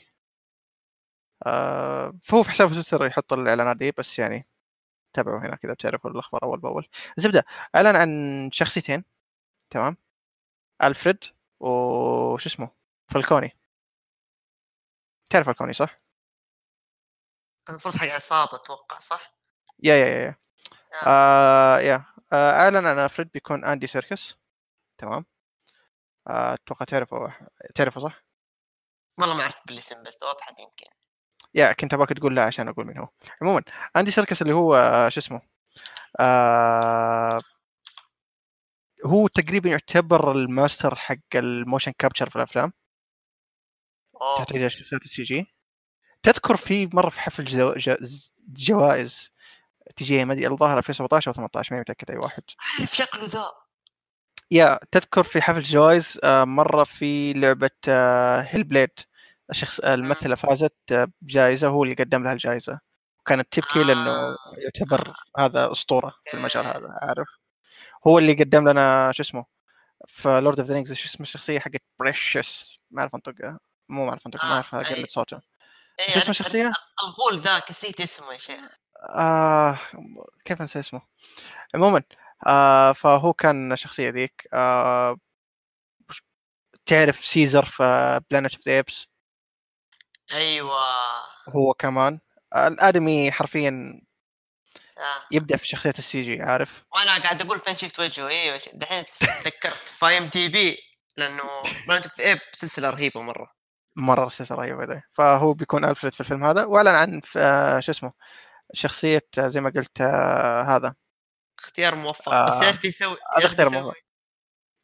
فهو في حسابه تويتر يحط الاعلانات دي بس يعني تابعوا هنا كذا بتعرفوا الاخبار اول باول. زبده اعلن عن شخصيتين. تمام. الفريد وش اسمه فالكوني. تعرف فالكوني صح؟ المفروض حق عصابة اتوقع صح؟ يا آه. يا اعلن عن الفريد بيكون اندي سيركس. تمام. اتوقع تعرفه صح؟ والله ما اعرف بالاسم بس ابحث يمكن. يا كنت ابغاك تقول لا عشان اقول من هو. عموما اندي سيركس اللي هو شو اسمه هو تقريبا يعتبر الماستر حق الموشن كابتشر في الافلام. اوه. تحتاج شخصيات السي جي. تذكر في مره في حفل جوائز تجي ما ادري الظاهر 2017 او 18 ماني متاكد اي واحد. اعرف شكله ذا. يا تذكر في حفل جوائز مره في لعبه هيل بليد الممثله فازت بجائزه، هو اللي قدم لها الجائزه. وكانت تبكي لانه يعتبر هذا اسطوره في المجال اوكي. هذا عارف. هو اللي قدم لنا شو اسمه في لورد اوف ذا رينجز شو اسمه الشخصيه حقت بريشس ما اعرف انطقها. مو ما اعرف انطقها ما اعرف اي اقلد صوته. اي شو اسمه عرفت الشخصيه؟ الغول ذاك نسيت اسمه يا شيخ. آه كيف انسى اسمه. عموما فهو كان الشخصيه ذيك تعرف سيزر في بلانت اوف ذا ايبس. ايوه. هو كمان الادمي حرفيا آه. يبدا في شخصيه السي جي عارف. وانا قاعد اقول فين شفت وجهه، ايوه دحين تذكرت في ام تي بي لانه بلانت اوف ايب سلسله رهيبه مره. مره رهيبه رهيبه ذا. فهو بيكون الفريد في الفيلم هذا، واعلن عن شو اسمه شخصيه زي ما قلت هذا اختيار موفق بس آه يعرف يسوي هذا يعرف اختيار يسوي. موضوع.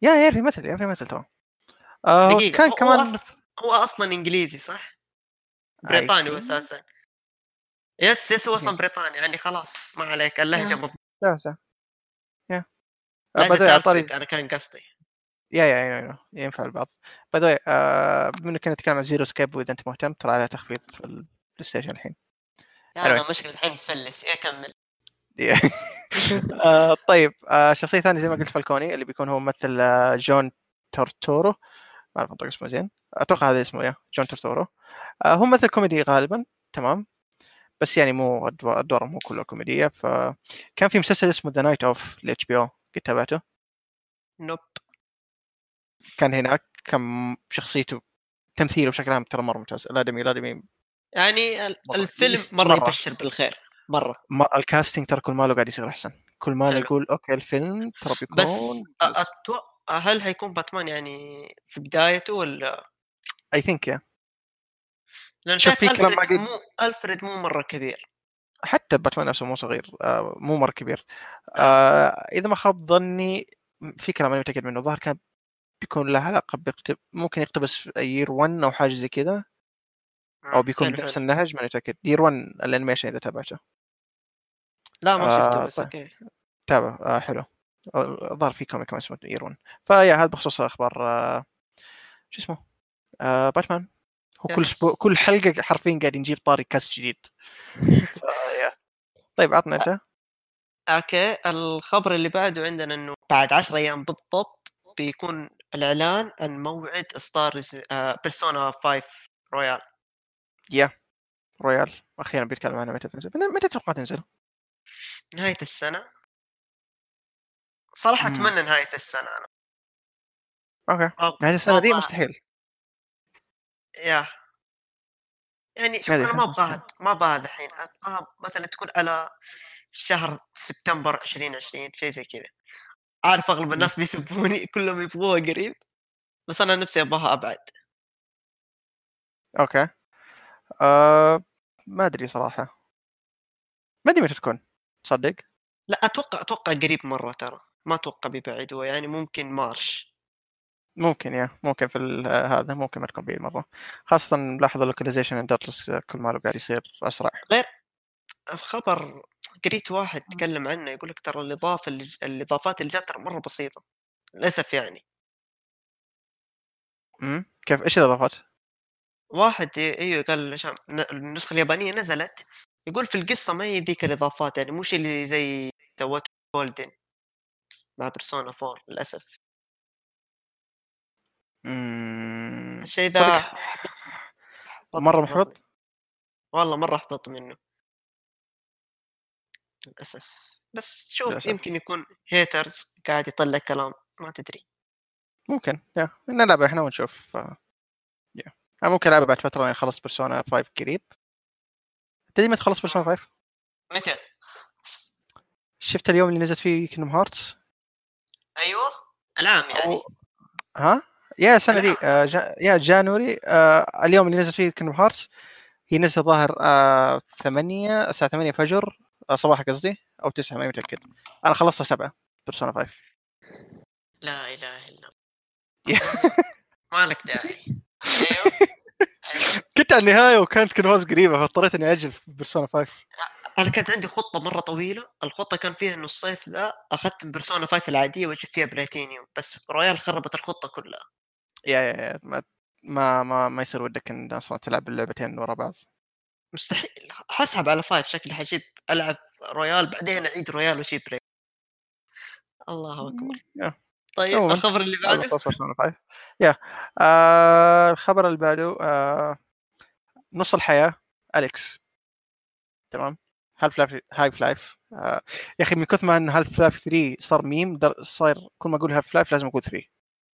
يعرف يمثل ترى. دقيقه كان هو كمان هو اصلا انجليزي صح؟ I بريطاني think اساسا. يس هو هي اصلا بريطاني يعني، خلاص ما عليك اللهجه يا مضبوط. جاهزة يا لهجه بدوي عطاري الفريد انا كان قصدي. يا ينفع البعض. بدوي بما انك كنا نتكلم عن زيرو سكيب، واذا انت مهتم ترى عليها تخفيض في البلاي ستيشن الحين. يا anyway. انا مشكله الحين مفلس، ايه كمل. طيب شخصية ثانية زي ما قلت فالكوني، اللي بيكون هو ممثل جون تورتورو، ما اعرف انطق اسمه زين، اتوقع هذا اسمه جون تورتورو. هو ممثل كوميدي غالبا، تمام، بس يعني مو ادواره مو كلها كوميديه. فكان في مسلسل اسمه ذا نايت اوف لاتش بي او، قد تابعته؟ نوب. كان هناك كم شخصيته، تمثيله بشكل عام ترى مره ممتاز. الادمي يعني مره الفيلم مره مره يبشر بالخير مره. الكاستنج ترى كل ماله قاعد يصير احسن، كل ماله حلو. يقول اوكي الفيلم ترى بس بيكون ممتاز. هل حيكون باتمان يعني في بدايته ولا؟ اي ثينك يا لأن شوف شايف في كلام ما قد، ألفريد مو مرة كبير. حتى باتمان نفسه مو صغير، مو مره كبير. آه. اذا ما خاب ظني في كلام انا متاكد منه، ظهر كان بيكون له علاقه ممكن يقتبس في يير 1 او حاجه زي كذا، او بيكون حلو بنفس حلو. النهج، ما متاكد. يير 1 الانيميشن اذا تابعته. لا ما شفته بس طيب أوكي. تابع حلو. ظهر في كوميك كمان اسمه يير 1. فيا هذا بخصوص اخبار شو اسمه باتمان. هو كل اسبوع يس. كل حلقه حرفيا قاعد نجيب طاري كاس جديد. فيا طيب عطنا انت. أوكي الخبر اللي بعده عندنا إنه بعد 10 أيام بالضبط بيكون الإعلان عن موعد إصدار بيرسونا 5 رويال. يا رويال اخيرا بيتكلم عنها. متى تنزل؟ متى تتوقع تنزل؟ نهاية السنة. صراحة امم أتمنى نهاية السنة أنا. اوكي ما نهايه ما السنه دي أبغى. مستحيل. يا يعني شوف هذه أنا ما احس مستحيل. أبغاها الحين، أبغاها مثلا تكون على شهر سبتمبر 2020 شيء زي كذا. عارف أغلب مم. الناس بيسبوني كلهم يبغوها قريب، بس أنا نفسي أبغاها أبعد. اوكي ما ادري صراحه، ما ادري متى تكون، تصدق. لأ أتوقع قريب مرة ترى، ما أتوقع بيبعدوا يعني ممكن مارش. ممكن ممكن في هذا ممكن ما تكون بعيد مرة، خاصة ملاحظ اللوكاليزيشن عند أطلس كل ما له قاعد يصير أسرع. غير خبر قريت واحد تكلم عنه يقول لك ترى الإضافات اللي جات ترى مرة بسيطة للأسف يعني. كيف إيش الإضافات؟ واحد أيوه قال عشان النسخة اليابانية نزلت، يقول في القصة ما هي ذيك الإضافات يعني مش اللي زي سوته جولدن مع بيرسونا 4 للأسف. الشيء صدق ذا مرة أحبطني، محبط والله مرة أحبط منه للأسف. بس شوف للأسف. يمكن يكون haters قاعد يطلع كلام ما تدري. ممكن نلعب إحنا ونشوف يا أنا ممكن ألعب بعد فترة، يعني خلصت بيرسونا 5 قريب. تدري متى خلص بيرسونا 5؟ متى؟ شفت اليوم اللي نزلت فيه كينوم هارتس؟ أيوه العام يعني. أو ها يا السنة دي العام ترى. يا جانوري اليوم اللي نزلت فيه كينوم هارتس. هي نزلت ظاهر 8 الساعة 8 فجر صباح قصدي، أو 9 ماني متأكد. أنا خلصتها 7 بيرسونا 5. لا إله إلا الله. ما لك داعي. أيوه. أيوه. كنت على النهاية وكانت كنواز قريبة، فاضطريت إني أجل في بيرسونا 5. أنا كانت عندي خطة مرة طويلة، الخطة كان فيها إنه الصيف ذا أخذت بيرسونا 5 العادية وأجيب فيها بلاتينيوم، بس رويال خربت الخطة كلها. يا ما يصير ودك إن أصلا تلعب اللعبتين ورا بعض. مستحيل حاسحب على 5 شكلي حجيب ألعب رويال بعدين أعيد رويال وأجيب الله أكبر. يا طيب عموما الخبر اللي هذا بعده. بخصوص بيرسونا 5. يا الخبر اللي بعده نص الحياة أليكس، تمام. هالف لايف يا اخي من كثر ما ان هالف لايف 3 صار ميم صاير كل ما اقول هالف لايف لازم اقول 3.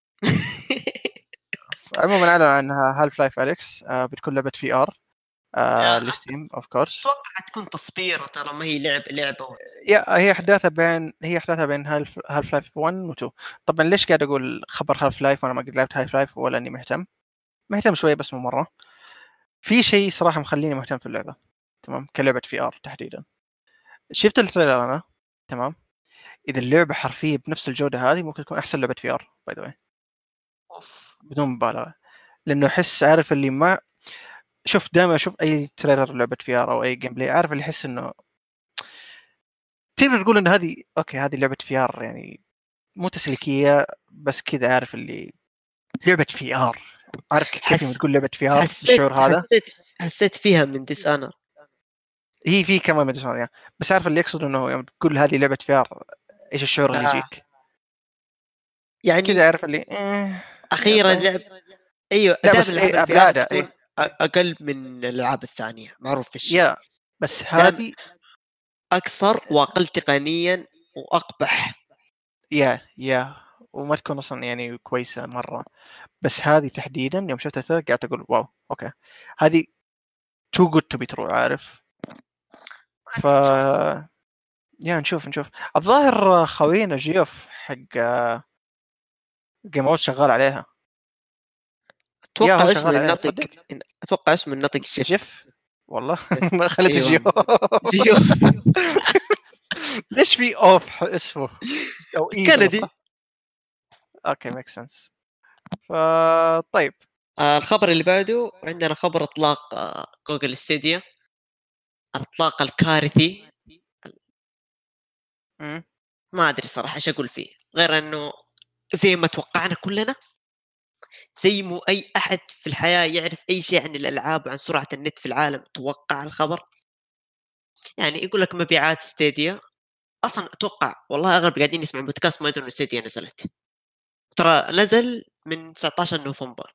عموما اعلن عنها هالف لايف اليكس بتكون لعبه في ار يا لستيم اوف كورس. أتوقع حتكون تصبيرة ترى ما هي لعبة. هي احداثها بين هالف لايف 1 و 2. طبعا ليش قاعد اقول خبر هالف لايف وانا ما قد لعبت هالف لايف ولا اني مهتم شويه بس مو مره. في شيء صراحه مخليني مهتم في اللعبه، تمام، كلعبه في ار تحديدا. شفت التريلر انا، تمام. اذا اللعبه حرفيا بنفس الجوده هذه ممكن تكون احسن لعبه في ار باي ذا، أوف. بدون مبالغه. لانه احس عارف اللي ما شوف دائما اشوف اي تريلر لعبه في ار او اي جيم بلاي، عارف اللي يحس انه تقدر تقول ان هذه اوكي هذه لعبه في ار يعني مو تسليكيه بس كذا، عارف اللي لعبه في ار، عارف كيف لما حس تقول لعبه في ار حسيت بالشعور هذا. حسيت حسيت فيها من ديس انا. هي في كمان ما ادري يعني. بس عارف اللي يقصد انه يوم تقول هذه لعبه في ار ايش الشعور اللي آه. يجيك يعني كذا، عارف اللي يا اخيرا طيب. لعب. ايوه، لا دائما بس الالعاب ايه الفي ار ابلادها تكون ايه. اقل من الالعاب الثانيه، معروف في الشيء. يا بس دائما هذه اقصر واقل تقنيا واقبح. يا وما تكون اصلا يعني كويسه مره. بس هذه تحديدا يوم شفتها قاعد اقول واو اوكي هذه تو جود تو بي ترو، عارف. ما ف ادري، نشوف. يا نشوف الظاهر خوينا جيوف حق جيم اوت شغال عليها. يا هو اتوقع اسمه شغال عليها النطق. تصدق. اتوقع اسمه النطق شيف. جيف والله. يس. ما خليته جيو. ايوه. جيو. ليش في اوف اسمه او اي كندي. بالاصح. اوكي ميك سنس. فطيب. الخبر اللي بعده عندنا خبر اطلاق جوجل ستيديا، الاطلاق الكارثي. امم ما ادري صراحه ايش اقول فيه، غير انه زي ما توقعنا كلنا، زي مو اي احد في الحياه يعرف اي شيء عن الالعاب وعن سرعه النت في العالم توقع الخبر. يعني يقول لك مبيعات ستيديا. اصلا اتوقع والله اغلب قاعدين يسمعوا بودكاست ما يدرون إن ستيديا نزلت. ترى نزل من 19 نوفمبر،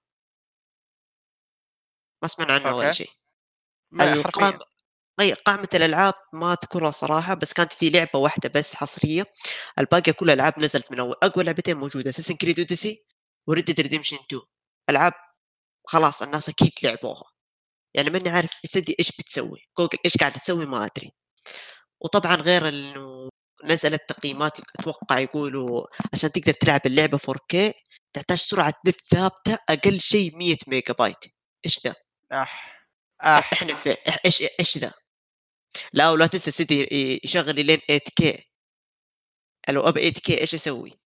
ما سمعنا عنه ولا اوكي شيء. ما القام حرفيا. أي قائمة الألعاب ما أذكرها صراحة، بس كانت في لعبة واحدة بس حصرية. الباقي كل الألعاب نزلت من أول. أقوى لعبتين موجودة Assassin's Creed Odyssey و Red Dead Redemption 2. ألعاب خلاص الناس أكيد لعبوها. يعني ماني عارف يسدي إيش بتسوي جوجل، إيش قاعدة تسوي ما أدري. وطبعا غير إنه نزلت تقييمات، أتوقع يقولوا عشان تقدر تلعب اللعبة 4K تحتاج سرعة نت ثابتة أقل شيء 100 ميجا بايت. إيش ذا؟ اح اح إحنا في إيش ذا؟ لا ولا تنسى سيدي يشغل لين 8K. لو ابى 8K ايش اسوي؟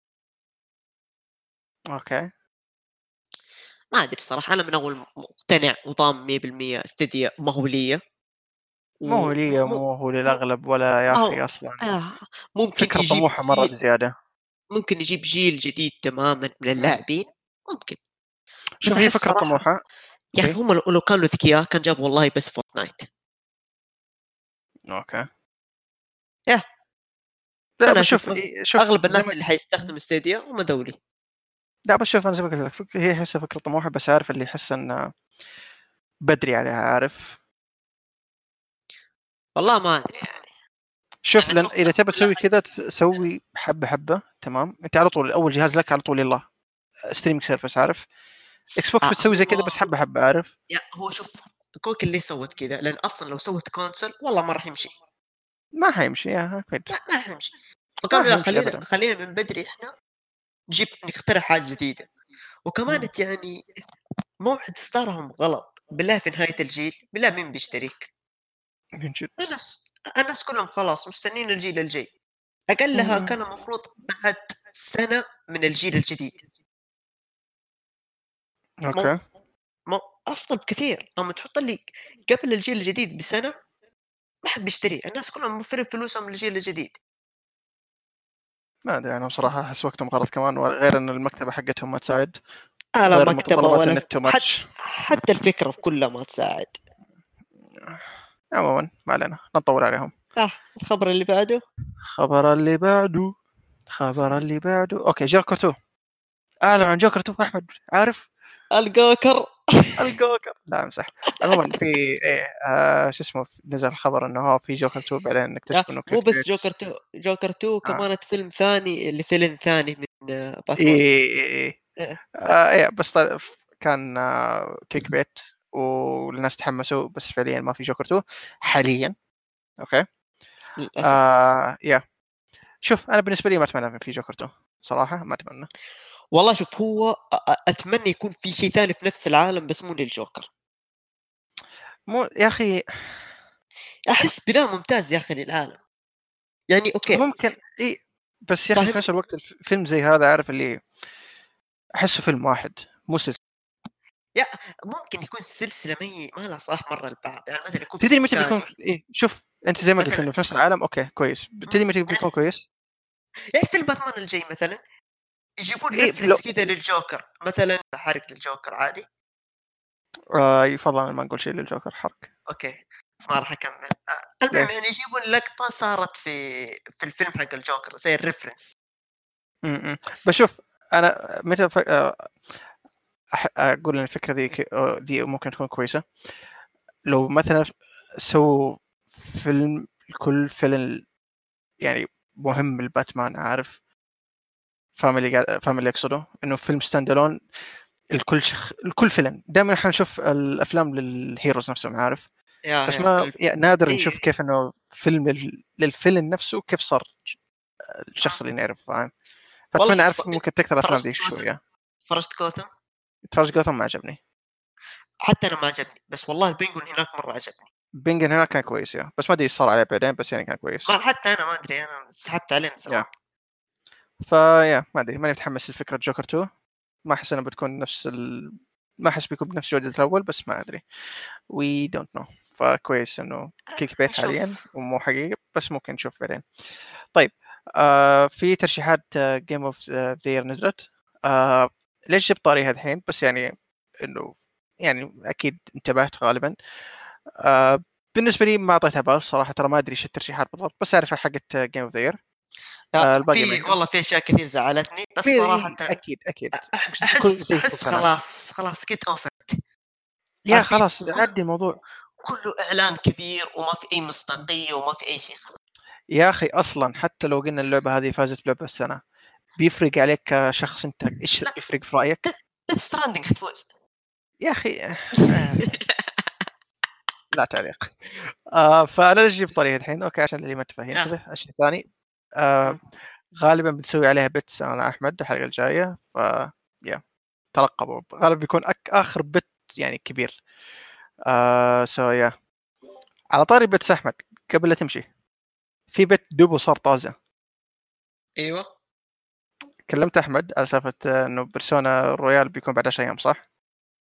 اوكي ما ادري صراحه. انا من اول مقتنع وضام 100% استديا ما هو لي. مو هو لي ومو مو هو للاغلب ولا يا ما اخي هو اصلا. ممكن فكرة يجيب طموحة مرة جيل. بزيادة. ممكن يجيب جيل جديد تماما من مم. اللاعبين. ممكن. بس شوف هي احس فكرة صراحه طموحة. يا اخي ايه هم لو كانوا ذكياء كان جابوا والله بس فورتنايت. اوكي. يا لا انا بس اشوف شوف شوف اغلب زي الناس ما اللي حيستخدم ستيديا هم ذولي. لا بس شوف انا زي ما قلت لك هي احسها فكرة طموحة، بس عارف اللي يحس انه بدري عليها، عارف. والله ما ادري يعني. شوف انا لان اتوقع اذا تبى لا. تسوي كذا سوي حبة حبة تمام. انت على طول اول جهاز لك على طول يلا ستريمينج سيرفيس، عارف. اكس بوكس بتسوي زي كذا هو بس حبة حبة، عارف. هو شوف، كوكي ليه سوت كذا؟ لان اصلا لو سوت كونسل والله ما راح يمشي. ما حيمشي يا اكيد. ما راح يمشي. ما فقالوا لا، حيمشي خلينا ابدا. خلينا من بدري احنا نجيب نخترع حاجه جديده. وكمان يعني موعد اصدارهم غلط بالله. في نهايه الجيل بالله مين بيشتريك؟ من جد. الناس كلهم خلاص مستنين الجيل الجاي. اقلها م- كان المفروض بعد سنه من الجيل الجديد. مو اوكي. مو افضل بكثير. اما تحط لي قبل الجيل الجديد بسنه، ما حد بيشتري. الناس كلهم موفرين فلوسهم للجيل الجديد. ما ادري انا بصراحة احس وقتهم غلط كمان، وغير ان المكتبة حقتهم ما تساعد. لا وغير مكتبة متطلبات ولا النت تو حتى ماتش. الفكرة كلها ما تساعد. عموما ما علينا نطول عليهم. الخبر اللي بعده. خبر اللي بعده. خبر اللي بعده اوكي جوكر 2. اعلن عن جوكر 2 احمد، عارف. الجوكر. الجوكر لا امزح. عموما في ايه شو اسمه نزل خبر انه هو في جوكر 2 بعدين نكتشف انه مو كليك بس بيت. جوكر 2. جوكر 2 آه. كمان فيلم ثاني، اللي فيلم ثاني من باتمان. إيه. إيه. إيه بس كان كليك بيت والناس تحمسوا، بس فعليا ما في جوكر 2 حاليا. اوكي. بس للأسف. يا شوف انا بالنسبه لي ما اتمنى في جوكر 2 صراحه، ما اتمنى. والله شوف، هو أتمنى يكون في شيء ثاني في نفس العالم بس مو للجوكر. مو يا اخي. أحس بناء ممتاز يا أخي للعالم. يعني أوكي. ممكن اي. بس يا اخي في فاهمني. نفس الوقت الفيلم زي هذا، عارف اللي احسه فيلم واحد مو سلسله. يا ممكن يكون سلسلة ما لها صلاح مرة البعض، يعني مثلًا يكون تدري فيلم متى بيكون كامل إيه شوف أنت زي ما قلت مثلًا إنه في نفس العالم أوكي كويس، تدري متى أنا بيكون كويس؟ يعني فيلم باتمان الجاي مثلًا يجيبون إيه لو reference كذا للجوكر، مثلًا حرق للجوكر عادي، يفضل ما نقول شيء للجوكر حرق. أوكي، ما راح أكمل. المهم ليه؟ يعني يجيبون لقطة صارت في الفيلم حق الجوكر زي الreference بس. بشوف أنا متى أقول إن الفكرة ذي ممكن تكون كويسة لو مثلا سووا فيلم كل فيلم يعني مهم لباتمان عارف فاهم اللي أقصده إنه فيلم ستاند ألون الكل فيلم دائما احنا نشوف الافلام للهيروز نفسهم عارف بس يا ما نادر إيه، نشوف كيف انه فيلم للفيلم نفسه كيف صار الشخص اللي إمم، نعرف فاهم والله فاتمنى اعرف ممكن تكثر الافلام اتفرجت ذي Gotham شويه اتفرجت Gotham تفرج جوثم ما عجبني حتى أنا ما عجبني، بس والله البنجوين هناك مرة عجبني، بينجن هنا كان كويس بس ما ادري ايش صار عليه بعدين بس يعني كان ما كويس حتى أنا ما أدري أنا سحبت عليه من يا زمان. ما ادري ماني متحمس لفكره جوكر 2 ما احس انها بتكون ما احس بيكون بنفس جوده الاول بس ما ادري وي دونت نو فكويس انه كيك بيت حاليا نشوف. ومو حقيقي بس ممكن نشوف بعدين طيب في ترشيحات جيم اوف ذا يير نزلت آه ليش جبت طاريها الحين بس يعني انه يعني اكيد انتبهت غالبا آه بالنسبه لي ما اعطيتها بال صراحه ترى ما ادري ايش الترشيحات بالضبط بس اعرف حقت جيم اوف ذا يير الباقي ما في ادري والله في أشياء كثير زعلتني، بس صراحةً اكيد كل زي كل أحس سنه خلاص كنت أوفرت. يا عارفين خلاص عدي الموضوع كله إعلان كبير وما في أي مصداقية وما في أي شيء خلاص. يا اخي اصلا حتى لو قلنا اللعبه هذه فازت بلعبه السنه بيفرق عليك كشخص انت ايش لا يفرق في رايك Death Stranding حتفوز. يا اخي لا تعليق فانا اجي بطريقه الحين اوكي عشان اللي ما انتبه يا ينتبه الشيء الثاني آه إمم، غالبا بنسوي عليها بت انا احمد الحلقه الجايه يا ترقبوا غالبا بيكون اخر بت يعني كبير يا على طاري بت احمد قبل لا تمشي في بت دوبو صار طازه أيوه. كلمت احمد على سالفه انه بيرسونا رويال بيكون بعد 10 ايام صح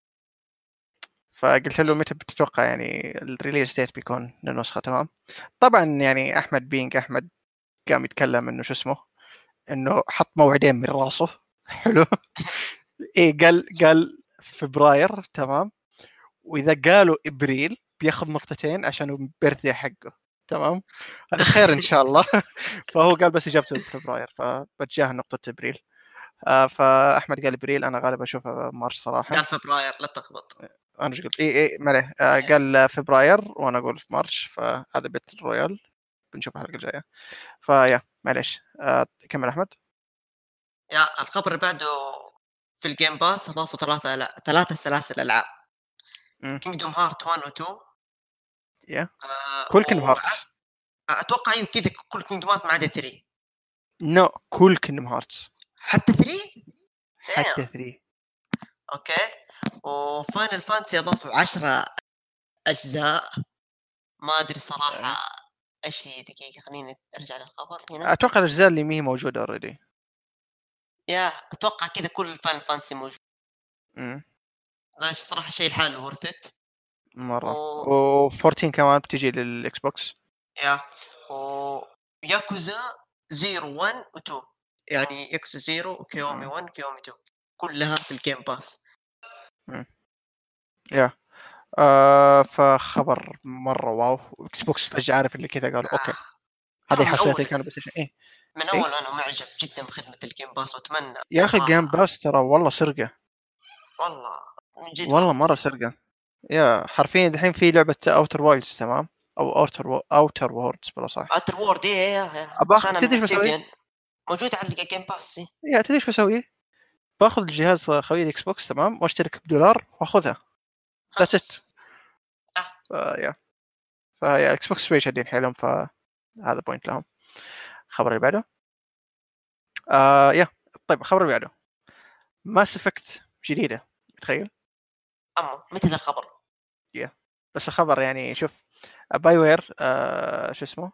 فقلت له متى بتتوقع يعني الريليز ديت بيكون للنسخه تمام طبعا يعني احمد بينج احمد قام يتكلم انه شو اسمه انه حط موعدين من راسه حلو ايه قال فبراير تمام واذا قالوا ابريل بياخذ نقطتين عشان البيرثدي حقه تمام هذا خير ان شاء الله فهو قال بس اجابته بفبراير فبتجاه نقطه ابريل فاحمد قال ابريل انا غالبا اشوفه مارس صراحه قال فبراير لا تلخبط. انا ايش قلت اي ما عليه قال فبراير وانا اقول في مارش فهذا بيت الرويال بنشوف الحلقه الجايه معليش كمل احمد يا الخبر اللي بعده في الجيم باس أضافوا 3 سلاسل ألعاب امم Kingdom Hearts 1 و2 يا كل كينجدم و هارتس أتوقع أيوه كذا كل كينجدومات ما عدا 3. نو كل كينجدم هارتس حتى 3؟ حتى damn. 3 أوكي. وفاينل فانتسي أضافوا 10 أجزاء، ما أدري صراحة إيش هي. دقيقة خليني أرجع للخبر هنا. اتوقع الاجزاء اللي مي موجوده اوريدي يا أتوقع كذا كل فاينل فانتسي موجود. امم هذا الصراحة شيء لحاله worth it. مره و و14 كمان بتجي للاكس بوكس يا وياكوزا 0 1 و2، يعني ياكوزا 0 وكيومي امم 1 وكيومي 2 كلها في الجيم باس. أمم. يا فخبر مره واو اكس بوكس فجاه عارف اللي كذا قالوا اوكي هذه ترى من الحصريات أول اللي كانوا بلاي ستيشن ايه من ايه أول أنا معجب جدًا بخدمة الجيم باس وأتمنى يا اخي الجيم صراحة. باس ترى والله سرقه والله من جد والله والله مره سرقه حرفيا الحين في لعبه اوتر وايلدز تمام او اوتر ووردز بلا صح Outer World إيه ابغى عشانها تدري من ايش بسوي؟ Obsidian موجودة على الجيم باس إيه. تدري ايش بسوي؟ باخذ الجهاز خوي الاكس بوكس تمام واشترك بدولار واخذها ذاتس ات بس آه يا فيا اكس بوكس شوي شادين حيلهم فهذا بوينت لهم الخبر اللي بعده يا طيب الخبر اللي بعده ماس افكت جديده تخيل متى ذا الخبر؟ يا بس الخبر يعني شوف باي وير شو اسمه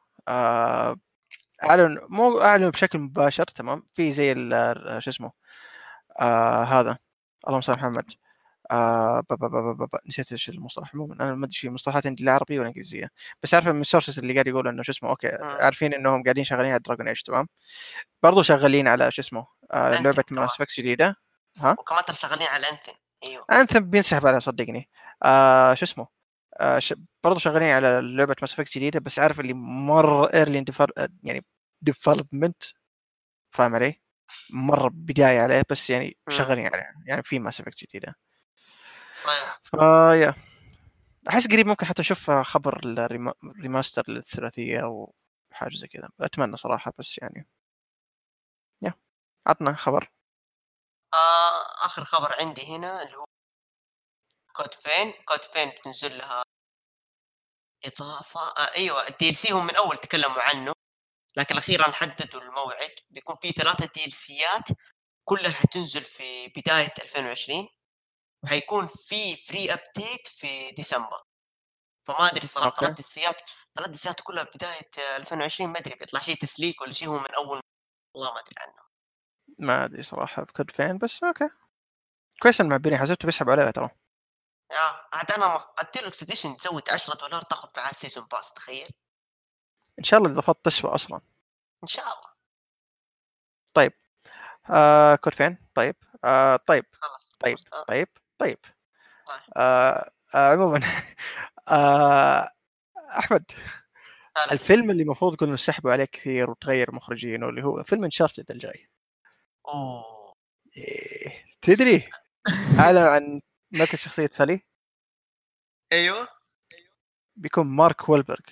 مو اعلنوا بشكل مباشر تمام في زي شو اسمه هذا اللهم صل على محمد نسيت ايش المصطلح. عموما انا ما ادري في مصطلحات عندي لا عربيه ولا انجليزيه، بس عارف من السورسز اللي قاعد يقول انه شو اسمه اوكي، مم. عارفين انهم قاعدين شغالين على دراجون ايج، تمام. برضو شغالين على شو اسمه انثم لعبه كمان، ماس افكت جديده. ها، وكمان ترى شغالين على انثم. ايوه. انثم بينسحب عليها صدقني. شو اسمه برضو شغالين على لعبه ماس افكت جديده، بس عارف اللي مره ايرلي يعني ديفلوبمنت، فاهم علي؟ مره بدايه عليه، بس يعني مم. شغالين عليه، يعني في ماس افكت جديده. طيب. فيا احس قريب ممكن حتى نشوف خبر الريماستر للثلاثيه او حاجه زي كذا، اتمنى صراحه، بس يعني يا عطنا خبر. اخر خبر عندي هنا اللي هو كود فين بتنزل لها اضافه. ايوه، الدي ال سي هم من اول تكلموا عنه، لكن اخيرا حددوا الموعد. بيكون في 3 دي ال سيات كلها حتنزل في بدايه 2020، وحيكون في فري ابديت في ديسمبر. فما ادري صراحه، اوكي، 3 دي سيات كلها بدايه 2020. ما ادري بيطلع شيء تسليك ولا شيء هو من اول. والله ما ادري عنه. ما ادري صراحه بكود فين، بس اوكي كويس المعبرين، حسبته بيسحب عليها ترى. عاد انا الديلوكس اديشن تزود $10 تاخذ معاه سيزون باس، تخيل. ان شاء الله الاضافات تسوى اصلا. ان شاء الله. طيب كود فين، طيب طيب خلاص طيب خلصت. طيب طيب طيب. عموما آه احمد، هلا. الفيلم اللي المفروض كنا نسحبوا عليه كثير وتغير مخرجينه، اللي هو فيلم انشارتد الجاي، اوه. تدري اعلن عن مثل شخصيه سالي؟ ايوه. بيكون مارك وولبرغ،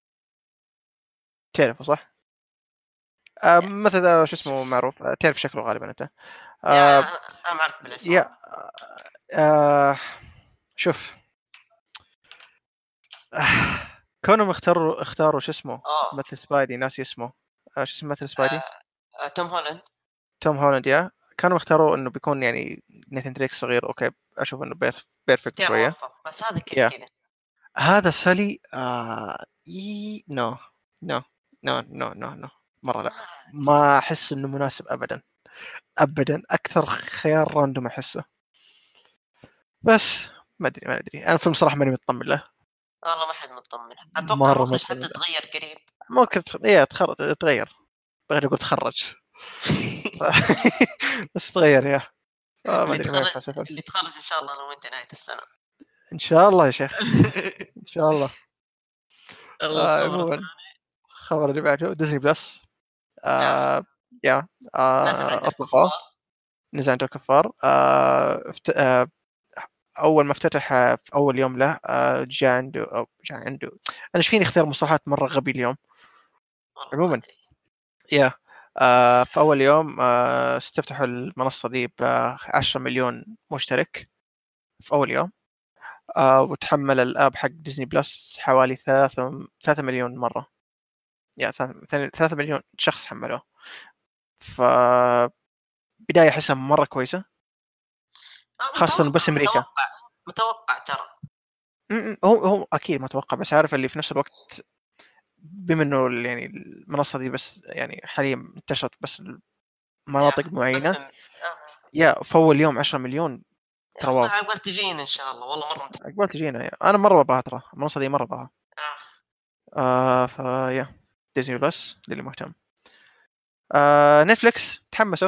تعرفه صح؟ يا مثل ذا شو اسمه شوف، معروف، تعرف شكله غالبا انت. يا آه انا ما اعرف بالاسماء. يا آه شوف كونهم اختاروا شو اسمه اه. مثل سبايدي، ناس اسمه شو اسمه مثل سبايدي؟ توم هولاند. توم هولاند. يا كانوا اختاروا انه بيكون يعني نيثن دريك صغير، اوكي اشوف انه بيرفكت اختيار شويه. موفق، بس هذا كيف يا كذا؟ هذا سالي نو نو نو مره لا، ما ادري. ما احس انه مناسب ابدا، ابدا اكثر خيار راندوم احسه. بس ما ادري انا الفيلم صراحه ماني مطمن له، والله ما حد مطمن. اتوقع مره المخرج مطمن حتى له. تغير قريب. ممكن تغير، بغير اقول تخرج. ف... بس تغير يا ما اللي ادري، ما تخرج، ينفع سفل. اللي تخرج ان شاء الله انا وانت نهايه السنه. ان شاء الله يا شيخ، ان شاء الله. الخبر عموما الخبر اللي بعده ديزني بلس. نعم. آه يا نزل عند اطلقوه، الكفار. نزل عند الكفار. اول ما افتتح في اول يوم له جاء عنده انا ايش فيني اختار مصطلحات مره غبي اليوم. والله ما عموما ادري. يا في اول يوم استفتحوا المنصه دي ب 10 مليون مشترك في اول يوم. وتحمل الاب حق ديزني بلس حوالي 3 مليون مره، يا 3 مليون شخص حملوه. فبدايه احسها مره كويسه، خاصه إنه متوقع بس امريكا. متوقع متوقع ترى. هو اكيد متوقع، بس عارف اللي في نفس الوقت بما انه يعني المنصه دي بس يعني حاليا انتشرت بس يا مناطق بس معينه. في يا في اول يوم 10 مليون، يا ترى الله واو. عقبال تجينا ان شاء الله. والله مره عقبال تجينا انا مره ببغاها، ترى المنصه دي مره ببغاها. فيا ديزني بلس للي مهتم. نتفليكس تحمسوا.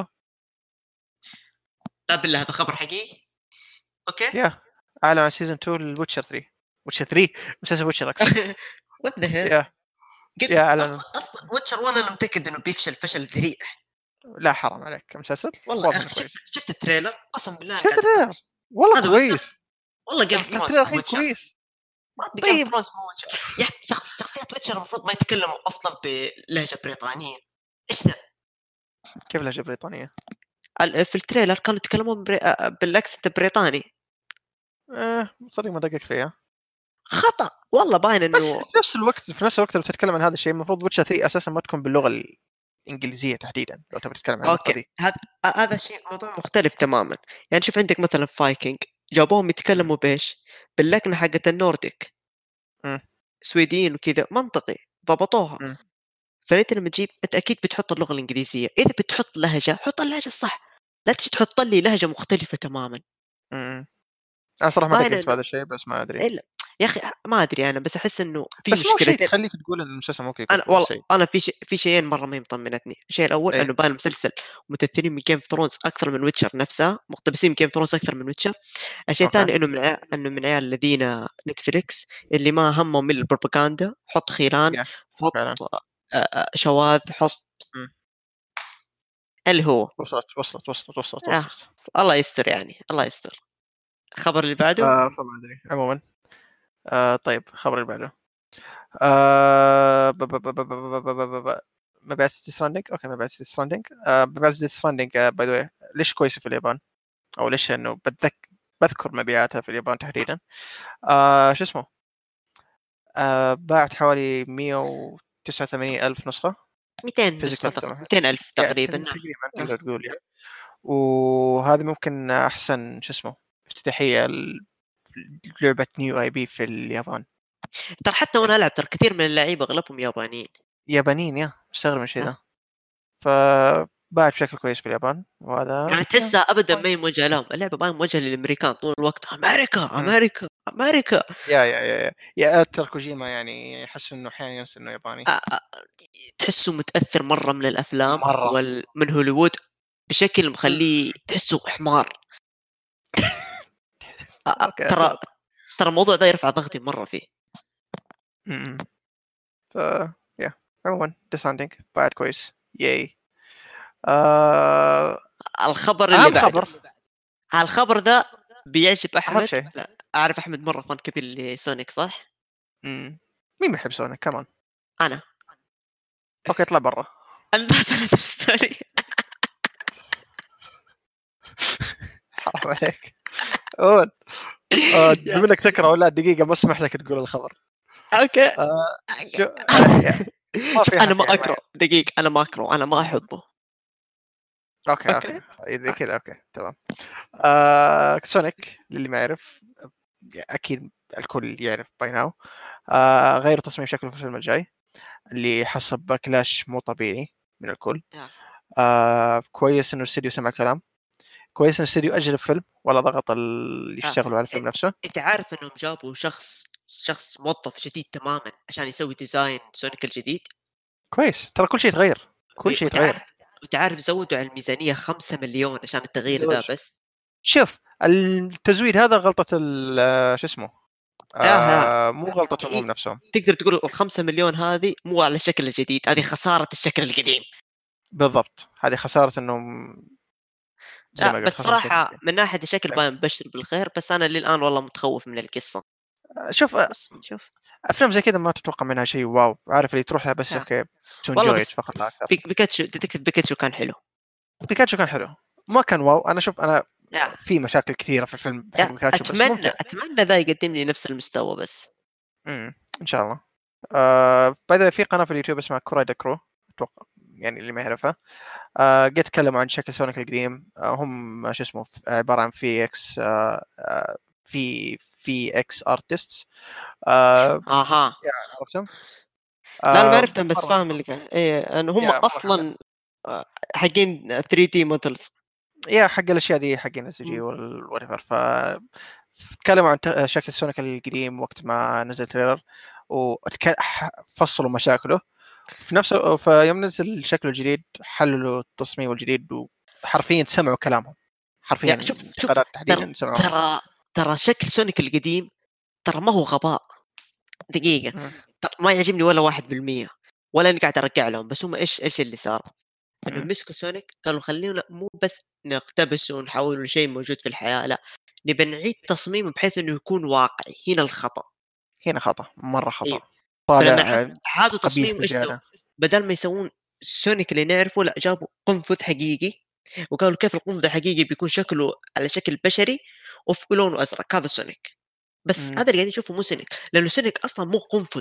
لا بالله هذا خبر حقيقي. اوكي. يا اعلن عن سيزون 2 للويتشر 3. ويتشر 3، مسلسل ويتشر اقصد. وات ذا هيل. يا قلت يا اعلن. اصلا ويتشر 1 انا متاكد انه بيفشل فشل ذريع. لا حرام عليك، مسلسل والله يا واضح انه اخي، شفت كويس. شفت التريلر، قسم بالله انا شفت قاعد التريلر، اطنش. والله هذا ويتشر. كويس. والله جيم اوف ثرونز التريلر مو الحين ويتشر. كويس. ما جيم اوف طيب ثرونز مو ويتشر. يا أخي، شخصيات ويتشر المفروض ما يتكلموا اصلا بلهجه بريطانيه. ايش ذا؟ كيف لهجه بريطانيه؟ في التريلر كانوا يتكلمون بالاكسنت البريطاني. صدق ما دقق فيها. خطا والله، باين بس انه. في نفس الوقت لو تتكلم عن هذا الشيء المفروض ويتشر 3 اساسا ما تكون باللغه الانجليزيه تحديدا، لو تبي تتكلم عن النقطه اوكي، دي. هذا شيء موضوع مختلف تماما. يعني شوف عندك مثلا فايكنج، جابوهم مم. يتكلموا بايش؟ باللكنه حقت النورديك، مم. سويديين وكذا، منطقي، ضبطوها. مم. فانت لما تجيب، انت اكيد بتحط اللغه الانجليزيه. اذا بتحط لهجه حط اللهجه الصح، لا تجي تحط لي لهجه مختلفه تماما. مم. انا صراحه ما ما دققت أنا في هذا الشيء بس ما ادري. إلا يا أخي ما أدري أنا، بس أحس إنه في بس مو شيء مشكلتين. تخليك تقول ان المسلسل ممكن يكون أنا والله سيء. أنا في شيئين مرة ما هي مطمنتني. الشيء الأول ايه. إنه بان المسلسل ممثلين من Game of Thrones أكثر من Witcher نفسها، مقتبسين من Game of Thrones أكثر من Witcher. الشيء اوكي. الثاني إنه من عيال الذين نتفليكس اللي ما همهم إلا البروباغندا، حط خيران، يا حط فعلا. شواذ، حط مم. اللي هو آه. وصلت. الله يستر يعني، الله يستر. الخبر اللي بعده فما ادري عموما. طيب خبر اللي بعده. مبيعات ديث ستراندنج. اوكي مبيعات ديث ستراندنج. مبيعات ديث ستراندنج باي ذا واي ليش كويسه في اليابان، او ليش انه بذكر مبيعاتها في اليابان تحديدا. شو اسمه، باعت حوالي 189 ألف نسخة 200 نسخة فيزيكال تقريبا، طبعا. 200 ألف يعني تقريبا. نعم. تقريبا آه. تقدر تقول يعني. وهذه ممكن أحسن شو اسمه افتتاحية لعبة نيو اي بي في اليابان. ترى حتى وانا العب ترى كثير من اللعيبه اغلبهم يابانيين. يابانيين يا مستغرب من الشيء آه. ذا. فباعت بشكل كويس في اليابان وهذا يعني تحسها ابدا ما هي موجهه لهم، اللعبه ما هي موجهه للامريكان طول الوقت، امريكا مم. امريكا امريكا. ترى كوجيما يعني يحس انه احيانا ينسى انه ياباني. آه. تحسه متاثر مره من الافلام مرة. من هوليوود بشكل مم. مخليه تحسه حمار. اوكي ترى اتفق. الموضوع ده يرفع ضغطي مره فيه. مم. ف يا عموما ديساندينج بعد كويس. ياي. آه... الخبر اللي اهم بعده، خبر. الخبر ده بيعجب اهم احمد. شيء. لا اعرف احمد مره فان كبير لسونيك صح؟ مين ما يحب سونيك كمان. انا اوكي اطلع برا. انبهت الستوري. حرام عليك. أول. بما انك تكره ولا دقيقة ما اسمح لك تقول الخبر. اوكي. آه... شو ما شوف في انا احد ما يعني اكره دقيقة، انا ما اكره، انا ما احبه. اوكي اوكي. اذا اوكي. كذا اوكي تمام. سونيك للي ما يعرف اكيد الكل يعرف باي ناو. غير تصميم شكله في الفيلم الجاي اللي حصل باكلاش مو طبيعي من الكل. آه. كويس انه الاستديو سمع الكلام، كويس ان الاستديو اجل الفيلم ولا ضغط اللي آه. يشتغلوا على الفيلم نفسه. انت عارف انهم جابوا شخص موظف جديد تماما عشان يسوي ديزاين سونيك الجديد. كويس ترى كل شيء يتغير، كل شيء يتغير. وتعرف زودوا على الميزانية 5 مليون عشان التغيير ذا زواج. بس. شوف التزويد هذا غلطة شو اسمه، اه مو غلطتهم إيه، هم نفسهم. تقدر تقول ال5 مليون هذه مو على الشكل الجديد، هذه خسارة الشكل القديم. بالضبط هذه خسارة انهم زي ما قلت بس خسارة شكل صراحة كبير. من ناحية الشكل بشر بالخير، بس أنا للآن والله متخوف من القصة. شوف بس شوف. افلام زي كذا ما تتوقع منها شيء واو، عارف اللي تروح لها بس آه. اوكي تو والله انجوي بس فقط لا اكثر. بيكاتشو ديتكتيف بيكاتشو كان حلو. بيكاتشو كان حلو، ما كان واو. انا شوف انا يا في مشاكل كثيرة في الفيلم حق بيكاتشو بس ممتع. أتمنى ذا يقدم لي نفس المستوى بس. ان شاء الله. باي ذا في قناه في اليوتيوب اسمها كورايدا كرو، اتوقع يعني اللي ما يعرفها. قد تكلموا عن شكل سونيك القديم. هم شو اسمه عباره عن في اكس في اكس ارتستس. أها. عرفتم. لا أنا ما عرفتهم بس مره فاهم اللي كان إيه، أن هم مره حلو. أصلا حقين 3D مودلز. حق الاشياء دي حقين اس جي والوات ف تكلموا عن شكل سونيك القديم وقت ما نزل تريلر وفصلوا مشاكله في نفس فيوم نزل شكله الجديد حللوا التصميم الجديد وحرفيا سمعوا كلامهم. يا حرفيا شوف الانتقادات ترى تحديدا سمعوها. ترى ترى شكل سونيك القديم ترى ما هو غباء. دقيقة. مم. ترى ما يعجبني ولا 1%، ولا إني قاعد أرجع لهم، بس هم إيش اللي صار؟ إنهم مم. مسكوا سونيك قالوا خلينا مو بس نقتبس ونحوله لشيء موجود في الحياة، لا نبي نعيد تصميمه بحيث إنه يكون واقعي. هنا الخطأ. هنا خطأ مرة أيوه. خطأ. فلأن طالع عادوا قبيح تصميمه إيش سووا؟ بزيادة. بدل ما يسوون سونيك اللي نعرفه، لأ جابوا قنفذ حقيقي، وقالوا كيف القنفذ الحقيقي بيكون شكله على شكل بشري وفي لونه أزرق، هذا سونيك. بس مم. هذا اللي قاعدين نشوفه مو سونيك، لأنه سونيك أصلًا مو قنفذ.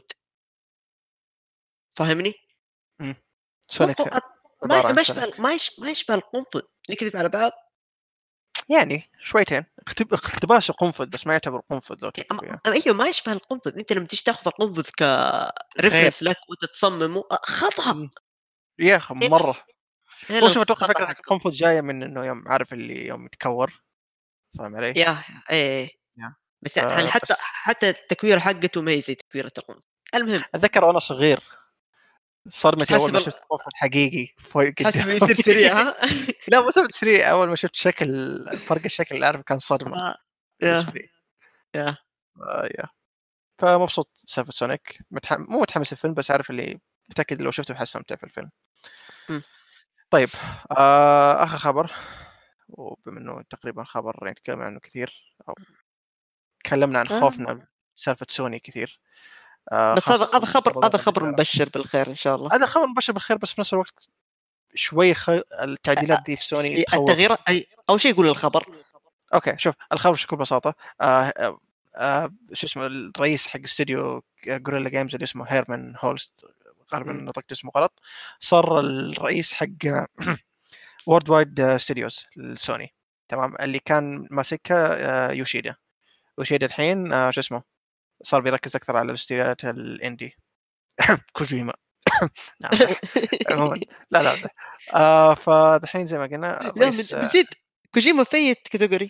فاهمني؟ مم. مو سونيك عبارة عن ما يشبه سونيك ما يشبه القنفذ، نكذب على بعض. يعني شويتين اقتباس قنفذ بس ما يعتبر قنفذ لو يعني تكتب يعني. أيوه ما يشبه القنفذ. أنت لما تيجي تاخذ القنفذ غير. كreference لك وتتصممه خطأ. مم. يا أخي هنا مرة. هو هنا شوف اتوقع الخطأ فكرة حقهم. القنفذ جاية من انه يوم عارف اللي يوم يتكور، فاهم علي؟ ياه إيه. يا. بس يعني حتى بس حتى التكوير حقته ما هي زي تكويرة العنف. المهم اتذكر وانا صغير صدمتي اول تحسب ما شفت الطفل الحقيقي فوق تحسب قدامي. يصير سريع ها. لا مو سالفه سريع، اول ما شفت شكل فرق الشكل اللي اعرف كان صدمه آه. يا بالنسبه لي. يا يا. فمبسوط سالفه سونيك، مو متحمس الفيلم بس عارف اللي متاكد لو شفته حستمتع في الفيلم. مم. طيب اخر خبر، وبما انه تقريبا خبر يعني تكلمنا عنه كثير او تكلمنا عن آه. خوفنا سالفه سوني كثير، بس هذا خاصه هذا المفاوضات اللي خبر صايره. مبشر بالخير ان شاء الله. هذا خبر مبشر بالخير، بس في نفس الوقت شوي التعديلات دي في سوني التغييرات تخوف. اي اول شيء يقول الخبر. اوكي شوف الخبر بكل بساطه، شو اسمه الرئيس حق استوديو جوريلا جيمز اللي اسمه هيرمان هولست، غالبا مم. نطقت اسمه غلط، صار الرئيس حق وورد وايد ستوديوز للسوني. تمام، اللي كان ماسكها يوشيدا. يوشيدا الحين شو اسمه صار بيركز اكثر على الاستديوهات الاندي. كوجيما. نعم مزح. عموما لا لا مزح. فدحين زي ما قلنا لا الرئيس من جد كوجيما فيت كاتيجوري.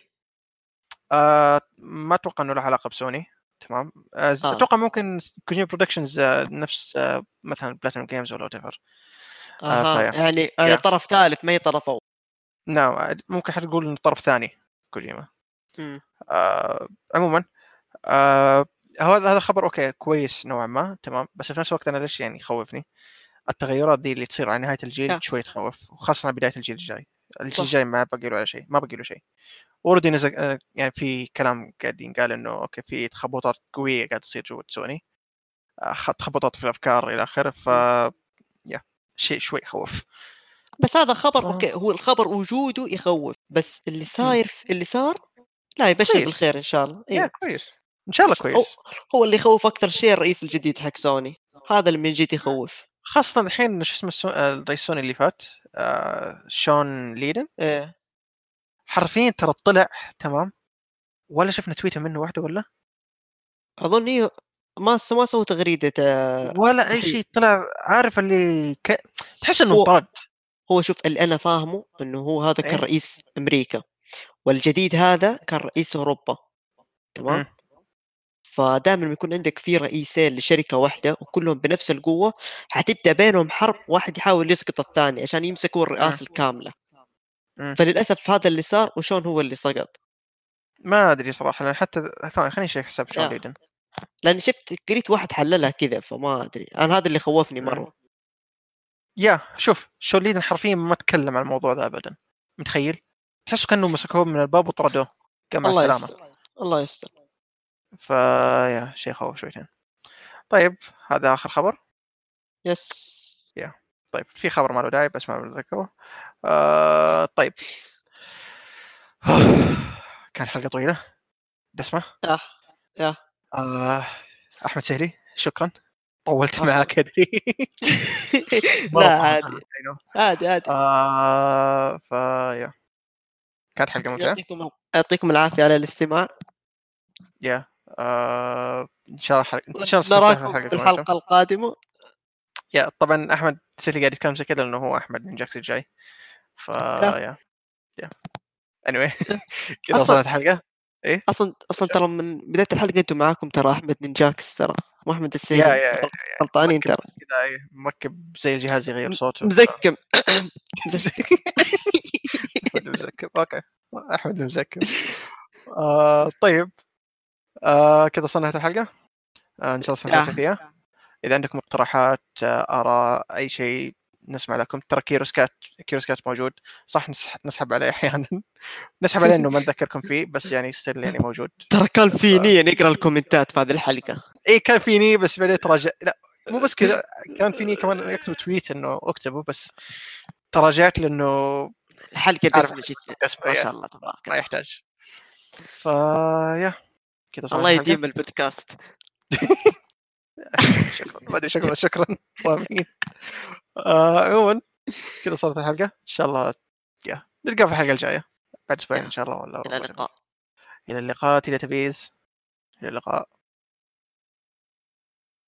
ما اتوقع انه له علاقه بسوني. تمام، اه اتوقع ممكن كوجيما برودكشنز نفس مثلا بلاتينوم جيمز ولا وات ايفر. اها فيا يعني يا طرف ثالث ما هي طرف اول. نعم، ممكن حد يقول انه طرف ثاني كوجيما. مم. عموما آه هذا خبر اوكي كويس نوعا ما، تمام، بس في نفس الوقت انا ليش يعني يخوفني التغيرات دي اللي تصير على نهايه الجيل، يا شوي تخوف، وخاصه على بدايه الجيل الجاي. الجيل صح. الجاي ما باقي له على شيء، ما باقي له شيء. اوريدي نزل يعني في كلام قاعدين قال انه اوكي في تخبطات قويه قاعده تصير جوه سوني، تخبطات في الافكار الى اخره. مم. يا شيء شوي يخوف. بس هذا ف خبر اوكي، هو الخبر وجوده يخوف، بس اللي مم. صاير اللي صار لا يبشر كويس. بالخير ان شاء الله. يا ايوه كويس، ان شاء الله هو كويس. هو اللي يخوف اكثر شيء الرئيس الجديد حق سوني، هذا اللي من جد يخوف. خاصه الحين شو اسمه الرئيس سوني اللي فات شون ليدن، ايه حرفيا ترى طلع تمام، ولا شفنا تويته منه واحده ولا اظن إيه ما سووا تغريده ولا اي تحيه. شيء طلع. عارف اللي تحس انه هو انطرد. هو شوف اللي انا فاهمه انه هو هذا كان ايه. رئيس امريكا، والجديد هذا كان رئيس اوروبا. تمام. مم. فدائما بيكون عندك في رئيسين لشركة واحدة وكلهم بنفس القوة، حتبدأ بينهم حرب، واحد يحاول يسقط الثاني عشان يمسكوا مم. الرئاسة الكاملة. مم. فللأسف هذا اللي صار، وشون هو اللي سقط. ما ادري صراحه، لأن حتى ثاني خليني اشيك حساب شون يا ليدن. لأني شفت قريت واحد حللها كذا، فما أدري أنا هذا اللي خوفني مم. مرة. يا شوف شون ليدن حرفيا ما تكلم عن الموضوع ذا ابدا، متخيل؟ تحسه كانه مسكوه من الباب وطردوه، قال مع الله السلامه. يستر الله يستر. فيا شيء خوف شويتين. طيب هذا اخر خبر. يس. يا طيب في خبر ما له داعي بس ما بتذكره. طيب. كانت حلقه طويله دسمه. يا يا آه احمد سهلي شكرا، طولت عفوا. معك ادري. مره لا طولت عادي معك I know. عادي عادي. فيا كانت حلقه ممتعه. يعطيكم العافية على الاستماع. يا ان شاء الله ان شاء الله استمتعت في نراكم الحلقه في كمان انتم. الحلقة القادمة. يا طبعا احمد سهلي قاعد يتكلم زي كذا لانه هو احمد من جاكس الجاي. يا فيا يا anyway. يا. كذا أصلا وصلت الحلقه. ايه. اصلا ترى من بدايه الحلقه انتم معاكم ترى احمد نينجاكس ترى، مو احمد يا السهلي، يا غلطانين مركب ترى. بس كذا، ايه مركب زي الجهاز يغير صوته مزكم. مزكم. احمد المزكم اوكي. احمد المزكم. طيب كذا وصلنا نهايه الحلقه. ان شاء الله استمتعتوا يا فيها. اذا عندكم اقتراحات اراء اي شيء نسمع لكم. ترى كيروسكات موجود صح، نسحب عليه احيانا. نسحب عليه انه ما نذكركم فيه، بس يعني ستيل يعني موجود. ترى كان ف في نية نقرا الكومنتات في هذه الحلقه. اي كان فيني بس بعدين تراجع، لا مو بس كذا، كان فيني كمان يكتب تويت انه اكتبه بس تراجعت لانه الحلقه عارف دسمه جدا. اسمه ما يا شاء الله تبارك ما الله. يحتاج. يا كذا صارت الله الحلقه. يديم البودكاست. شكرا ما ادري شكرا وامين. عموما كذا صارت الحلقه ان شاء الله. نلقى في الحلقه الجايه بعد اسبوعين ان شاء الله ولا الى whatever. اللقاء. الى اللقاء تيلي تبيز. الى اللقاء.